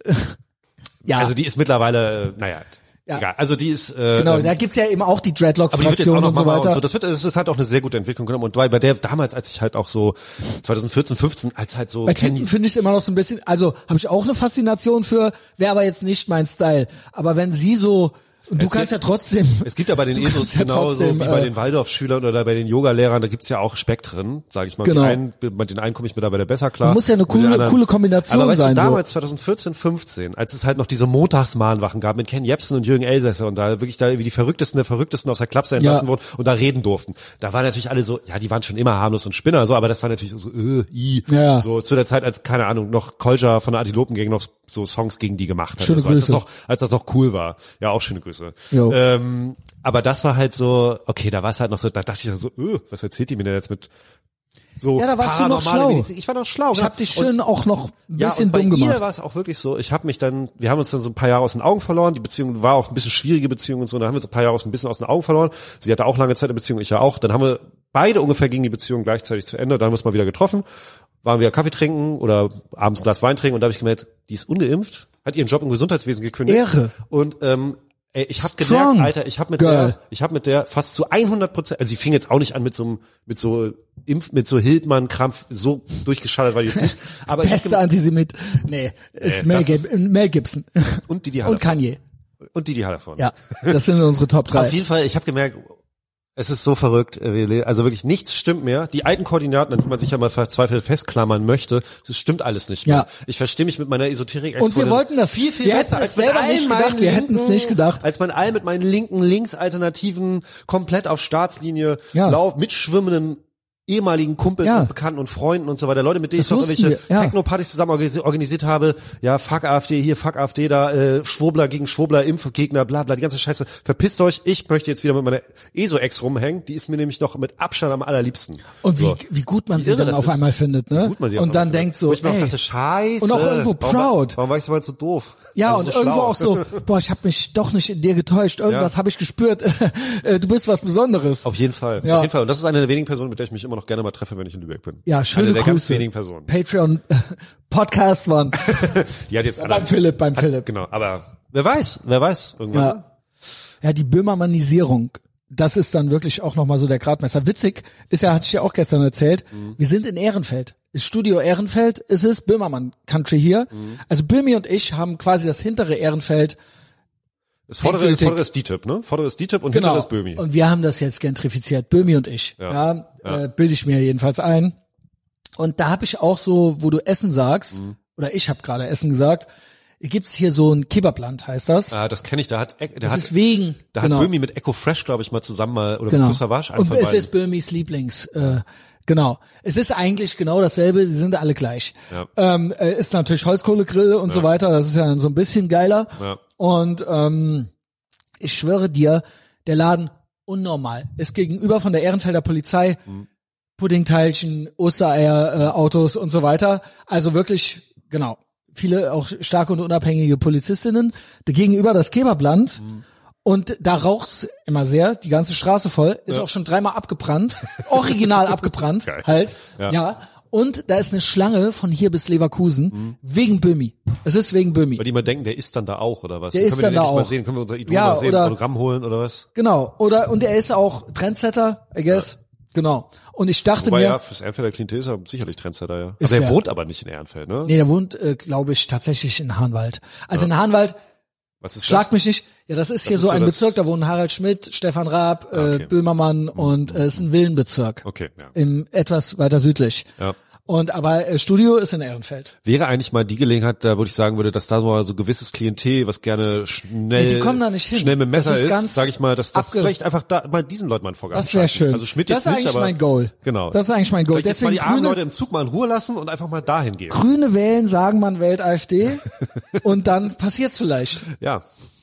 Ja. Also die ist mittlerweile, äh, naja, Ja. egal. Also die ist äh, Genau, ähm, da gibt's ja eben auch die aber die wird jetzt auch Dreadlock-Fraktion noch und so Mama weiter. und so. Das wird, das ist halt auch eine sehr gute Entwicklung genommen. Und bei, bei der damals, als ich halt auch so zwanzig vierzehn, fünfzehn, als halt so Bei Typen finde ich es immer noch so ein bisschen, also habe ich auch eine Faszination für, wäre aber jetzt nicht mein Style. Aber wenn sie so, und du Es kannst gibt- ja trotzdem, Es gibt ja bei den Du Esos kannst ja genauso trotzdem, wie bei äh, den Waldorfschülern oder bei den Yogalehrern, da gibt's ja auch Spektren, sage ich mal. Genau. Die einen, mit den einen komme ich mittlerweile besser klar. Man muss ja eine mit den coole- anderen- coole Kombination Aber weißt sein, du, so. damals zwanzig vierzehn, fünfzehn, als es halt noch diese Montagsmahnwachen gab mit Ken Jebsen und Jürgen Elsässer und da wirklich da wie die Verrücktesten der Verrücktesten aus der Klapse entlassen Ja. wurden und da reden durften. Da waren natürlich alle so, ja, die waren schon immer harmlos und Spinner, so, aber das war natürlich so, äh, i, Ja. so zu der Zeit, als, keine Ahnung, noch Kolja von der Antilopengang noch so Songs gegen die gemacht hat. Schöne und so, als das Grüße. noch, als das noch cool war. Ja, auch schöne Grüße. Jo. Ähm, aber das war halt so, okay, da war es halt noch so, da dachte ich so, öh, was erzählt die mir denn jetzt mit so Ja, da warst du noch paranormale schlau. Medizin? Ich war noch schlau. ich genau. habe dich Und- schön auch noch ein ja, bisschen und bei dumm ihr gemacht. war es auch wirklich so, ich habe mich dann, wir haben uns dann so ein paar Jahre aus den Augen verloren, die Beziehung war auch ein bisschen schwierige Beziehung und so, dann haben wir so ein paar Jahre aus ein bisschen aus den Augen verloren. Sie hatte auch lange Zeit eine Beziehung, ich ja auch. Dann haben wir beide ungefähr gegen die Beziehung gleichzeitig zu Ende, dann haben wir uns mal wieder getroffen, waren wieder Kaffee trinken oder abends ein Glas Wein trinken und da habe ich gemerkt, die ist ungeimpft, hat ihren Job im Gesundheitswesen gekündigt. Ehre. Und ähm, ey, ich habe Strong, gemerkt, Alter, ich habe mit girl. der, ich habe mit der fast zu hundert Prozent, also sie fing jetzt auch nicht an mit so einem, mit so Impf, mit so Hildmann-Krampf, so durchgeschallert war die jetzt nicht. Aber ich hab Beste gemerkt- Antisemit. Nee, ist Nee, Mel, das Gib ist- Mel Gibson. und die die Und Halle Kanye. und die die Halle vorne. Ja, das sind unsere Top Auf drei. jeden Fall, ich habe gemerkt, es ist so verrückt, äh, wir le- also wirklich nichts stimmt mehr. Die alten Koordinaten, an die man sich ja mal verzweifelt festklammern möchte, das stimmt alles nicht mehr. Ja. Ich verstehe mich mit meiner Esoterik Und wir wollten das viel viel wir besser hätten als es mit selber allen nicht meinen gedacht, wir hätten es linken- nicht gedacht. als man all mit meinen linken Linksalternativen komplett auf Staatslinie Ja. lauf mitschwimmenden ehemaligen Kumpels Ja. und Bekannten und Freunden und so weiter, Leute, mit denen Das ich noch wussten irgendwelche wir, ja. Techno-Partys zusammen organisi- organisiert habe, ja, fuck AfD hier, fuck AfD da, äh, Schwurbler gegen Schwurbler, Impfgegner, bla bla, die ganze Scheiße, verpisst euch, ich möchte jetzt wieder mit meiner E S O-Ex rumhängen, die ist mir nämlich noch mit Abstand am allerliebsten. Und wie, So. wie gut man Wie sie irre dann das auf ist. einmal findet, ne? Wie gut man sie auf Und dann einmal denkt findet. so, Wo ich mir auch ey, dachte, scheiße. und auch irgendwo warum, proud. Warum war ich so weit so doof? ja, Also und so irgendwo schlau. auch so, boah, ich habe mich doch nicht in dir getäuscht, irgendwas Ja. habe ich gespürt, Äh, du bist was Besonderes. Auf jeden Fall. Ja. Auf jeden Fall. Und das ist eine der wenigen Personen, mit der ich mich immer noch gerne mal treffe, wenn ich in Lübeck bin. Ja, schöne Eine der Grüße. ganz wenigen Personen. Patreon äh, Podcast waren Die hat jetzt beim Philipp, beim Philipp. Genau, aber wer weiß, wer weiß irgendwann. Ja. Ja, die Böhmermannisierung, das ist dann wirklich auch nochmal so der Gradmesser. Witzig ist ja, hatte ich ja auch gestern erzählt, Mhm. wir sind in Ehrenfeld. Ist Studio Ehrenfeld, ist es Böhmermann Country hier. Mhm. Also Böhmi und ich haben quasi das hintere Ehrenfeld. Das vordere, Endgültig. vordere ist D-Tip, ne? Vordere ist D-Tip und Genau. hintere ist Böhmi. Und wir haben das jetzt gentrifiziert, Böhmi und ich. Ja. Ja, Ja. Äh, bilde ich mir jedenfalls ein. Und da habe ich auch so, wo du Essen sagst, Mhm. oder ich habe gerade Essen gesagt, gibt's hier so ein Kebabland, heißt das. Ah, das kenne ich, da hat, der das hat, ist wegen. da genau. hat Böhmi mit Echo Fresh, glaube ich, mal zusammen mal, oder Genau. mit Kusavage, Und einfach es ist Böhmis Lieblings. Äh, genau. Es ist eigentlich genau dasselbe. Sie sind alle gleich. Ja. Ähm, äh, ist natürlich Holzkohlegrill und so weiter. Das ist ja so ein bisschen geiler. Ja. Und ähm, ich schwöre dir, der Laden unnormal ist gegenüber von der Ehrenfelder Polizei. Mhm. Puddingteilchen, Ostereier, äh, Autos und so weiter. Also wirklich, genau. Viele auch starke und unabhängige Polizistinnen. Gegenüber das Kebabland. Mhm. Und da raucht's immer sehr, die ganze Straße voll, ist Ja. auch schon dreimal abgebrannt, original abgebrannt, Geil. halt, Ja. ja. Und da ist eine Schlange von hier bis Leverkusen, wegen Böhmi. Es ist wegen Böhmi. Weil die mal denken, der ist dann da auch, oder was? Der Können ist wir den dann da endlich mal auch. sehen? Können wir unser Idol Ja, mal sehen? oder- Autogramm holen, oder was? Genau. Oder, und er ist auch Trendsetter, I guess. Genau. Und ich dachte Wobei mir, ja, fürs Ehrenfelder Klientel ist er sicherlich Trendsetter, ja. Ist Aber er ja. wohnt aber nicht in Ehrenfeld, ne? nee, der wohnt, äh, glaube ich, tatsächlich in Hahnwald. Also in Hahnwald, Was ist schlag das? mich nicht, ja, das ist hier ist so so ein das- Bezirk, da wohnen Harald Schmidt, Stefan Raab, äh, okay. Böhmermann und äh, es ist ein Villenbezirk. Okay, ja. Im etwas weiter südlich. Ja. Und aber äh, Studio ist in Ehrenfeld. Wäre eigentlich mal die Gelegenheit, da wo ich sagen würde, dass da so mal so gewisses Klientel, was gerne schnell, Nee, die kommen da nicht hin. schnell mit dem Messer Das ist ist, ganz sage ich mal, dass das abge- vielleicht einfach da mal diesen Leuten mal einen Vorgang Das wäre schalten. schön. Also Schmidt Das jetzt ist nicht, eigentlich aber mein Goal. Genau. Das ist eigentlich mein Goal. Vielleicht jetzt mal Deswegen die armen Grüne, Leute im Zug mal in Ruhe lassen und einfach mal dahin gehen. Grüne wählen, sagen man wählt AfD und dann passiert's vielleicht. Ja.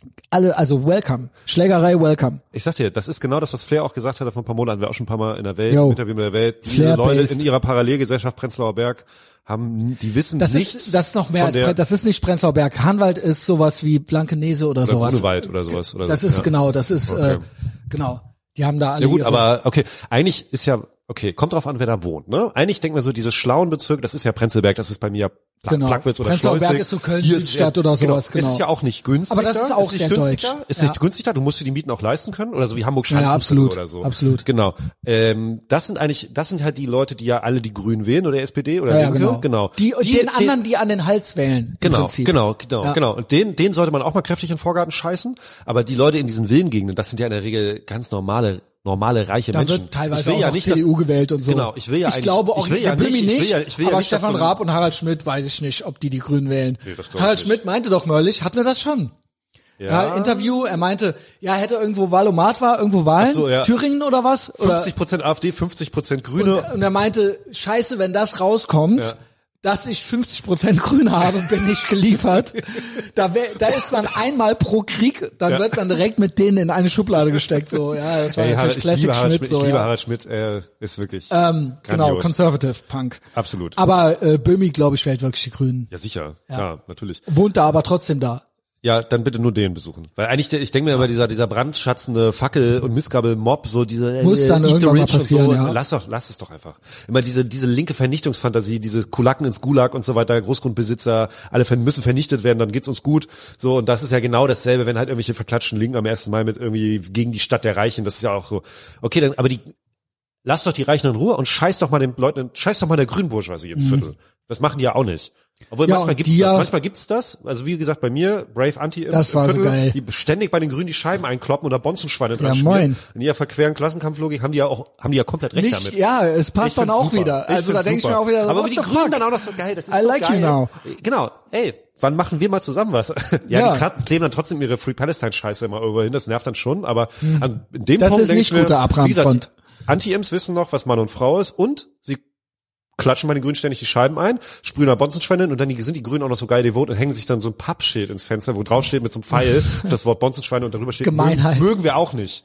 Alle, also welcome. Schlägerei, welcome. Ich sag dir, das ist genau das, was Flair auch gesagt hatte vor ein paar Monaten, wir auch schon ein paar Mal in der Welt, Yo. im Interview mit der Welt. Diese Flair-based. Leute in ihrer Parallelgesellschaft Prenzlauer Berg haben, die wissen Das nichts. ist, das ist noch mehr von als, der, Pre- das ist nicht Prenzlauer Berg. Hanwald ist sowas wie Blankenese oder, oder sowas. Grunewald oder sowas. Oder Das so. ist ja. genau, das ist, Okay. äh, genau. Die haben da alle Ja gut, ihre, aber okay, eigentlich ist ja, okay, kommt drauf an, wer da wohnt, ne? Eigentlich denkt man so, diese schlauen Bezirke, das ist ja Prenzlberg, das ist bei mir Pla- Genau. Plagwitz oder Prenzlauer Berg Schleusig. ist so Köln, Hier Südstadt ja, oder sowas, genau. Es ist ja auch nicht günstig. Aber das ist da. auch ist sehr nicht günstig deutsch. Da? Ist Ja. nicht günstig da, du musst dir die Mieten auch leisten können oder so wie Hamburg Ja, Schanzenviertel absolut, oder so. absolut. Genau. Ähm, das sind eigentlich, das sind halt die Leute, die ja alle die Grünen wählen oder S P D oder ja, ja, Linke. genau. genau. Die, die den anderen, die an den Hals wählen, im Genau, Prinzip. genau, genau, Ja. genau. Und den, den sollte man auch mal kräftig in den Vorgarten scheißen. Aber die Leute in diesen Villengegenden, das sind ja in der Regel ganz normale, normale reiche Da Menschen. wird teilweise ich will auch ja noch nicht, C D U dass, gewählt und so. Genau, ich will ja ich eigentlich, glaube auch, ich will ja der Böhmi nicht, ich will nicht, ja, ich will ja aber nicht, dass Stefan so ein- Raab und Harald Schmidt weiß ich nicht, ob die die Grünen wählen. Nee, das glaub ich Harald nicht. Schmidt meinte doch neulich, hatten wir das schon? Ja. Interview, er meinte, ja, hätte irgendwo Wahlomat war, irgendwo Wahlen, Ach so, ja. Thüringen oder was? Oder, fünfzig Prozent AfD, fünfzig Prozent Grüne. und, und er meinte, scheiße, wenn das rauskommt, Ja. dass ich fünfzig Prozent Grüne habe, bin ich geliefert. Da, wär, da ist man einmal pro Krieg, dann Ja. wird man direkt mit denen in eine Schublade gesteckt. So, ja, das war Ey, natürlich Harald, ich Classic liebe Harald Schmidt. Schmidt, So, ich liebe ja. Harald Schmidt, er ist wirklich Ähm, genau, grandios. Conservative Punk. Absolut. Aber äh, Böhmi, glaube ich, wählt wirklich die Grünen. Ja, sicher. Ja, natürlich. Wohnt da aber trotzdem da. Ja, dann bitte nur den besuchen. Weil eigentlich, ich denke mir immer, dieser, dieser brandschatzende Fackel- und Missgabel-Mob, so diese, Muss dann Eat the irgendwann mal Rich und passieren, so, ja. lass doch, lass es doch einfach. Immer diese, diese linke Vernichtungsfantasie, diese Kulaken ins Gulag und so weiter, Großgrundbesitzer, alle ver- müssen vernichtet werden, dann geht's uns gut. So, und das ist ja genau dasselbe, wenn halt irgendwelche verklatschten Linken am ersten Mai mit irgendwie gegen die Stadt der Reichen, das ist ja auch so. Okay, dann, aber die, lass doch die Reichen in Ruhe und scheiß doch mal den Leuten, scheiß doch mal der Grünbourgeoisie ins Viertel. Das machen die ja auch nicht. Obwohl Ja, manchmal und gibt's die das, ja- manchmal gibt's das. Also wie gesagt, bei mir, Brave Anti im Das war so Viertel, geil. die ständig bei den Grünen die Scheiben einkloppen oder Bonzenschweine dran Ja, schmieren. moin. In ihrer verqueren Klassenkampflogik haben die ja auch, haben die ja komplett recht Nicht, damit. ja, es passt Ich dann find's auch super. wieder. Ich Also da find's denke ich super. mir auch wieder, aber what wie die the Grünen fuck? dann auch noch so geil, das ist I so like geil. you now. Genau, ey, wann machen wir mal zusammen was? Ja, Ja. die kra- kleben dann trotzdem ihre Free Palestine Scheiße immer irgendwo hin, das nervt dann schon, aber an, in dem Das Punkt ist denke nicht ich mir, guter wie gesagt, Abrahamsfront. die Anti-Imps wissen noch, was Mann und Frau ist und sie klatschen bei den Grünen ständig die Scheiben ein, sprühen da Bonzenschweine hin und dann die, sind die Grünen auch noch so geil devot und hängen sich dann so ein Pappschild ins Fenster, wo drauf steht mit so einem Pfeil das Wort Bonzenschweine und darüber steht, Gemeinheit. mögen, mögen wir auch nicht.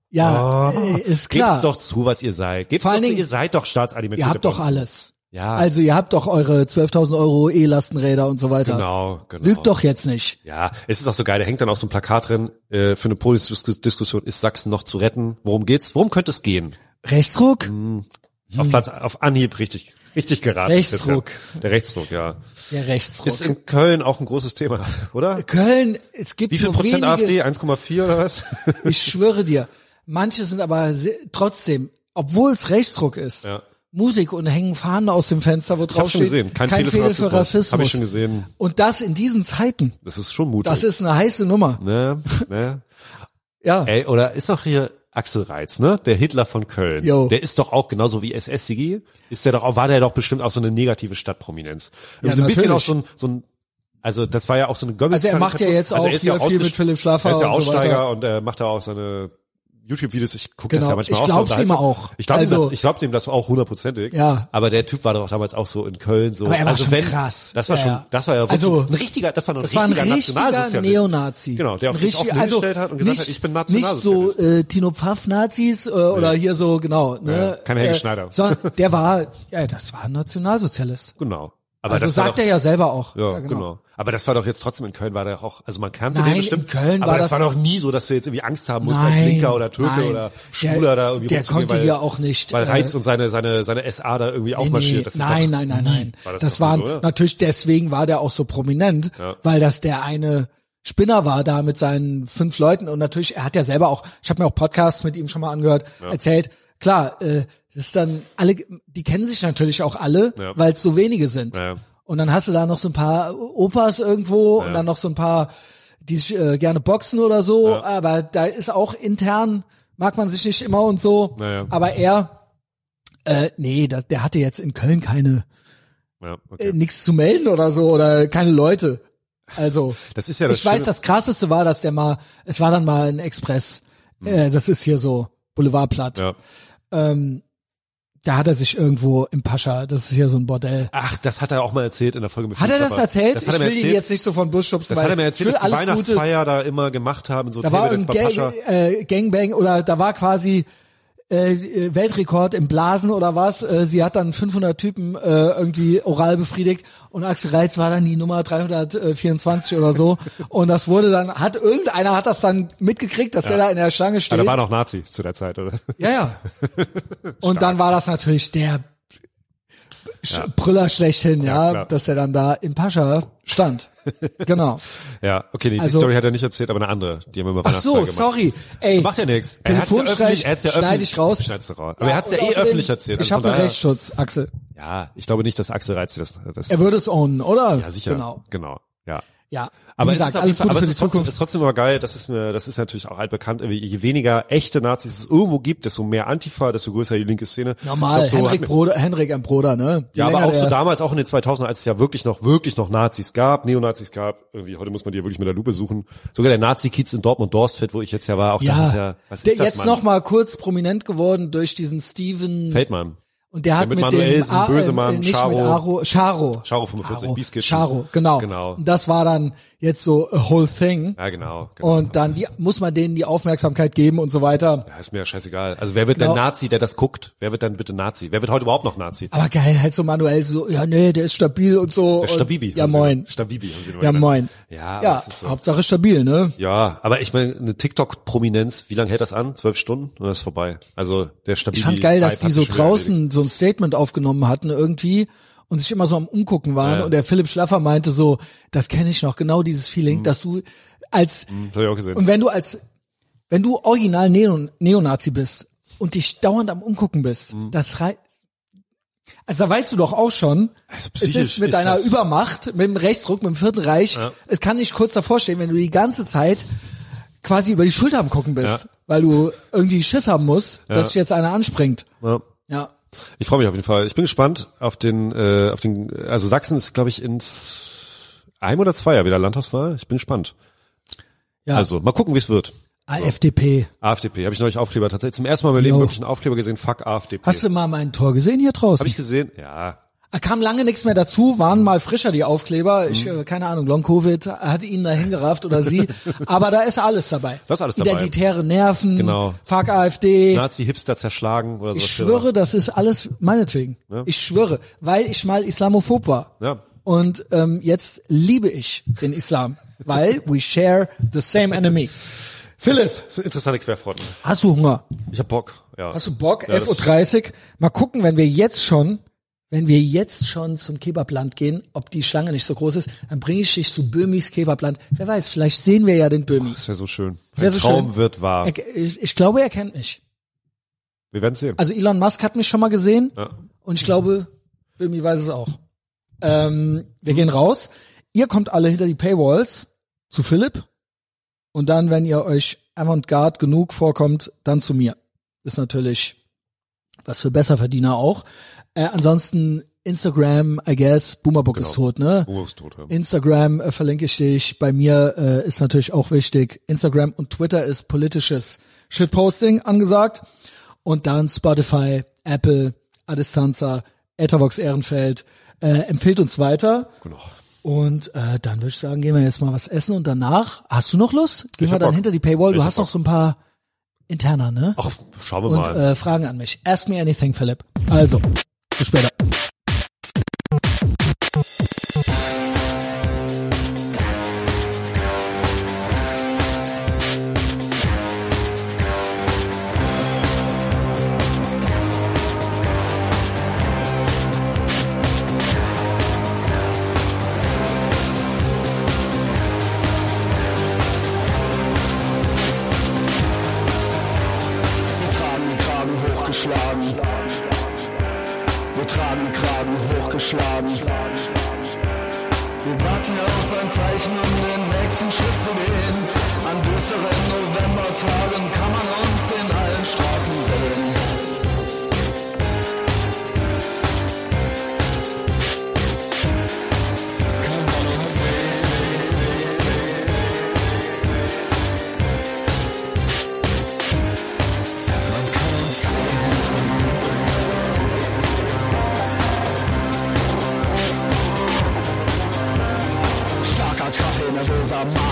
Ja, Oh, äh, ist klar. Gebt's doch zu, was ihr seid. Gebt's Vor doch allen zu, Dingen, ihr seid doch staatsalimentierte Ihr habt doch Bonzen. alles. Ja. Also ihr habt doch eure zwölftausend Euro E-Lastenräder und so weiter. Genau, genau. Lügt doch jetzt nicht. Ja, es ist auch so geil, da hängt dann auch so ein Plakat drin, äh, für eine Polis-Diskussion, ist Sachsen noch zu retten? Worum geht's? Worum könnte es gehen? Rechtsruck? Auf Platz, auf Anhieb richtig, richtig geraten. Rechtsruck. Bisher. Der Rechtsruck, ja. Der Rechtsruck. Ist in Köln auch ein großes Thema, oder? Köln, es gibt Wie viel nur Prozent wenige, AfD? eins Komma vier oder was? Ich schwöre dir, manche sind aber se- trotzdem, obwohl es Rechtsruck ist, Ja. Musik und hängen Fahnen aus dem Fenster, wo Ich drauf hab's schon steht, gesehen. Kein, kein Fehler für Rassismus. Habe ich schon Rassismus. gesehen. Und das in diesen Zeiten, Das ist schon mutig. das ist eine heiße Nummer. ne, ne. Ja, Ey, oder ist doch hier Axel Reitz, ne? Der Hitler von Köln. Jo. Der ist doch auch genauso wie S S-Sigi. Ist der doch auch, war der doch bestimmt auch so eine negative Stadtprominenz. Ja, so ein bisschen natürlich. auch so ein, so ein, also das war ja auch so eine Goebbels. Also er macht ja jetzt auch er ist hier ja viel ausges- mit Philipp Schlaffer Er ist ja und so Aussteiger weiter. und er macht da auch seine YouTube-Videos. Ich gucke das Genau. ja manchmal Ich auch glaub's so. ihm auch. Ich glaube ihm, Also- das- ich glaub ihm das auch hundertprozentig. Ja. Aber der Typ war doch damals auch so in Köln so. Aber er war also schon wenn, krass. Das war Ja, schon, ja. das war ja wirklich Also, ein richtiger, das war ein das war ein richtiger richtiger Nationalsozialist. Neonazi. Genau, der Ein auf sich richtig- offen hingestellt hat und gesagt nicht, hat, ich bin Nicht Nationalsozialist. so äh, Tino Pfaff-Nazis äh, oder hier so, genau. Ne, Ja, kein Helge äh, Schneider. Sondern der war, ja, das war ein Nationalsozialist. Genau. Aber Also das war sagt doch, er ja selber auch. Ja, genau. Aber das war doch jetzt trotzdem in Köln war der auch, also man kannte Nein, den bestimmt. in Köln aber war das das- war doch nie so, dass du jetzt irgendwie Angst haben musst, Nein, als Linker oder Türke nein. oder Der- Schwuler da irgendwie der rumzugehen, konnte weil, hier auch nicht, Weil äh, Reitz und seine, seine, seine S A da irgendwie Nee, aufmarschiert. Das ist nein, doch, nein, nein, nein. War das Das, doch waren so, oder? natürlich deswegen war der auch so prominent, Ja. weil das der eine Spinner war da mit seinen fünf Leuten und natürlich er hat ja selber auch, ich habe mir auch Podcasts mit ihm schon mal angehört, erzählt. Klar, äh, das ist dann alle, die kennen sich natürlich auch alle, Ja. weil es so wenige sind. Ja. Und dann hast du da noch so ein paar Opas irgendwo und dann noch so ein paar, die sich äh, gerne boxen oder so. Ja. Aber da ist auch intern mag man sich nicht immer und so. Ja. Aber er, äh, nee, das, der hatte jetzt in Köln keine Ja, äh, okay. nichts zu melden oder so oder keine Leute. Also Das ist ja das ich weiß, Schöne- das krasseste war, dass der mal, es war dann mal ein Express. Äh, das ist hier so Boulevardplatt. Ja. Ähm, da hat er sich irgendwo im Pascha, das ist ja so ein Bordell. Ach, das hat er auch mal erzählt in der Folge mit Hat er das Flipflopper. erzählt? Das hat ich er mir will erzählt. ihn jetzt nicht so von Bus schubsen, Das weil hat er mir erzählt, dass die alles Weihnachtsfeier da immer gemacht haben, so Da war Table ein Dance bei Pascha. Gang, äh, Gangbang oder da war quasi äh, Weltrekord im Blasen oder was. Äh, sie hat dann fünfhundert Typen äh, irgendwie oral befriedigt und Axel Reitz war dann die Nummer dreihundertvierundzwanzig oder so. Und das wurde dann, hat irgendeiner hat das dann mitgekriegt, dass Ja. der da in der Schlange steht. Aber da war noch Nazi zu der Zeit, oder? Ja, ja. Und dann war das natürlich der Sch Ja. Brüller schlechthin, Ja, ja, klar. dass er dann da im Pascha stand. Genau. Ja, okay, nee, die Also- Story hat er nicht erzählt, aber eine andere. Die haben wir bei Ach so, Weihnachtsfeier gemacht. sorry. Ey, Macht ja nichts. Er hat's ja Telefonstreich öffentlich, er hat's ja schneide öffentlich, ich raus. schneid's du raus. Aber er hat's ja und eh außerdem, öffentlich erzählt. Ich Also habe von einen daher- Rechtsschutz, Axel. Ja, ich glaube nicht, dass Axel Reitz das, das Er würde es ownen, oder? ja, sicher. Genau. Genau, ja. Ja. Aber Wie es gesagt, ist auf alles jeden Fall, Gute aber für es die ist trotzdem, Zukunft. ist trotzdem immer geil, das ist mir, das ist natürlich auch altbekannt, je weniger echte Nazis es irgendwo gibt, desto mehr Antifa, desto größer die linke Szene. Normal, Ich glaub, so Henrik hat- Broder, Henrik ein Bruder, ne? Je Ja, aber länger auch so der- damals, auch in den zweitausender, als es ja wirklich noch, wirklich noch Nazis gab, Neonazis gab, irgendwie, heute muss man die ja wirklich mit der Lupe suchen. Sogar der Nazi-Kiez in Dortmund-Dorstfeld, wo ich jetzt ja war, auch das Ja, ist ja, was der ist das, jetzt Mann? noch mal kurz prominent geworden durch diesen Steven Feldmann. und der hat mit mit, Manuelsen, dem A- Bösemann, äh, nicht Scharo. mit Aro, Scharo. Scharo fünfundvierzig, Beast-Kitchen. Scharo, genau. Genau. Und das war dann jetzt so a whole thing. Ja, genau, genau. Und dann die, muss man denen die Aufmerksamkeit geben und so weiter. Ja, ist mir ja scheißegal. Also wer wird Genau. denn Nazi, der das guckt? Wer wird dann bitte Nazi? Wer wird heute überhaupt noch Nazi? Aber geil, halt so manuell so, ja nee, der ist stabil und so. Der und, Stabibi. Ja haben sie moin. immer- Stabibi haben sie immer Ja genannt. moin. Ja, Ja, das ist so. Hauptsache stabil, ne? Ja, aber ich meine, eine TikTok-Prominenz, wie lange hält das an? Zwölf Stunden? Und das ist vorbei. Also der Stabibi. Ich fand geil, dass Hype die hat so sich schon wieder erledigt. draußen so ein Statement aufgenommen hatten irgendwie und sich immer so am Umgucken waren Ja. und der Philipp Schlaffer meinte so, das kenne ich noch, genau dieses Feeling, dass du als, Hm, Das hab ich auch gesehen. und wenn du als, wenn du original Neon, Neonazi bist und dich dauernd am Umgucken bist, Mhm. das rei also da weißt du doch auch schon, Also es psychisch ist mit ist deiner das- Übermacht, mit dem Rechtsruck, mit dem Vierten Reich, Ja. es kann nicht kurz davor stehen, wenn du die ganze Zeit quasi über die Schulter am Gucken bist, Ja. weil du irgendwie Schiss haben musst, Ja. dass sich jetzt einer anspringt. Ja. Ja. Ich freue mich auf jeden Fall. Ich bin gespannt auf den, äh, auf den, also Sachsen ist, glaube ich, ins ein oder zwei Jahr wieder Landtagswahl. Ich bin gespannt. Ja. Also, mal gucken, wie es wird. F D P. AfDP, habe ich neulich Aufkleber, tatsächlich zum ersten Mal in meinem Leben Jo. wirklich einen Aufkleber gesehen, fuck AfDP. Hast du mal mein Tor gesehen hier draußen? Habe ich gesehen? Ja. Da kam lange nichts mehr dazu, waren mal frischer die Aufkleber. Ich, äh, keine Ahnung, Long Covid hat ihn da hingerafft oder sie. Aber da ist alles dabei. Da ist alles dabei. Identitäre Nerven, Genau. fuck AfD. Nazi-Hipster zerschlagen oder so. Ich schwöre, das ist alles meinetwegen. Ja. Ich schwöre, weil ich mal Islamophob war. Ja. Und ähm, jetzt liebe ich den Islam, weil we share the same enemy. Philipp, Das ist eine interessante Querfront. hast du Hunger? Ich hab Bock, ja. Hast du Bock? Ja, elf Uhr dreißig. Mal gucken, wenn wir jetzt schon, wenn wir jetzt schon zum Kebabland gehen, ob die Schlange nicht so groß ist, dann bringe ich dich zu Böhmis Kebabland. Wer weiß, vielleicht sehen wir ja den Böhmi. Das wäre so schön. Das wär Ein so Traum schön. wird wahr. Er, ich, ich glaube, er kennt mich. Wir werden sehen. Also Elon Musk hat mich schon mal gesehen Ja. und ich glaube, Böhmi weiß es auch. Ähm, wir gehen raus. Ihr kommt alle hinter die Paywalls zu Philipp und dann, wenn ihr euch Avantgarde genug vorkommt, dann zu mir. Ist natürlich was für Besserverdiener auch. Äh, ansonsten Instagram, I guess, Boomerbook Genau. ist tot, ne? Ruhe ist tot, ja. Instagram äh, verlinke ich dich. Bei mir äh, ist natürlich auch wichtig. Instagram und Twitter ist politisches Shitposting angesagt. Und dann Spotify, Apple, Adistanza, Ethervox Ehrenfeld. Äh, empfiehlt uns weiter. Genau. Und äh, dann würde ich sagen, gehen wir jetzt mal was essen und danach, hast du noch Lust? Gehen Ich wir hab dann Bock. hinter die Paywall. Ich Du hab hast noch Bock. so ein paar Interner, ne? Ach, schauen wir und mal. äh, Fragen an mich. Ask me anything, Philipp. Also, bis später. Wir tragen Kragen hochgeschlagen. Wir tragen Kragen hochgeschlagen. Wir warten auf ein Zeichen, um den nächsten Schritt zu gehen. An düsteren Novembertagen kann man uns in allen Straßen sehen. Kann man uns sehen. Man kann uns Schlamassel.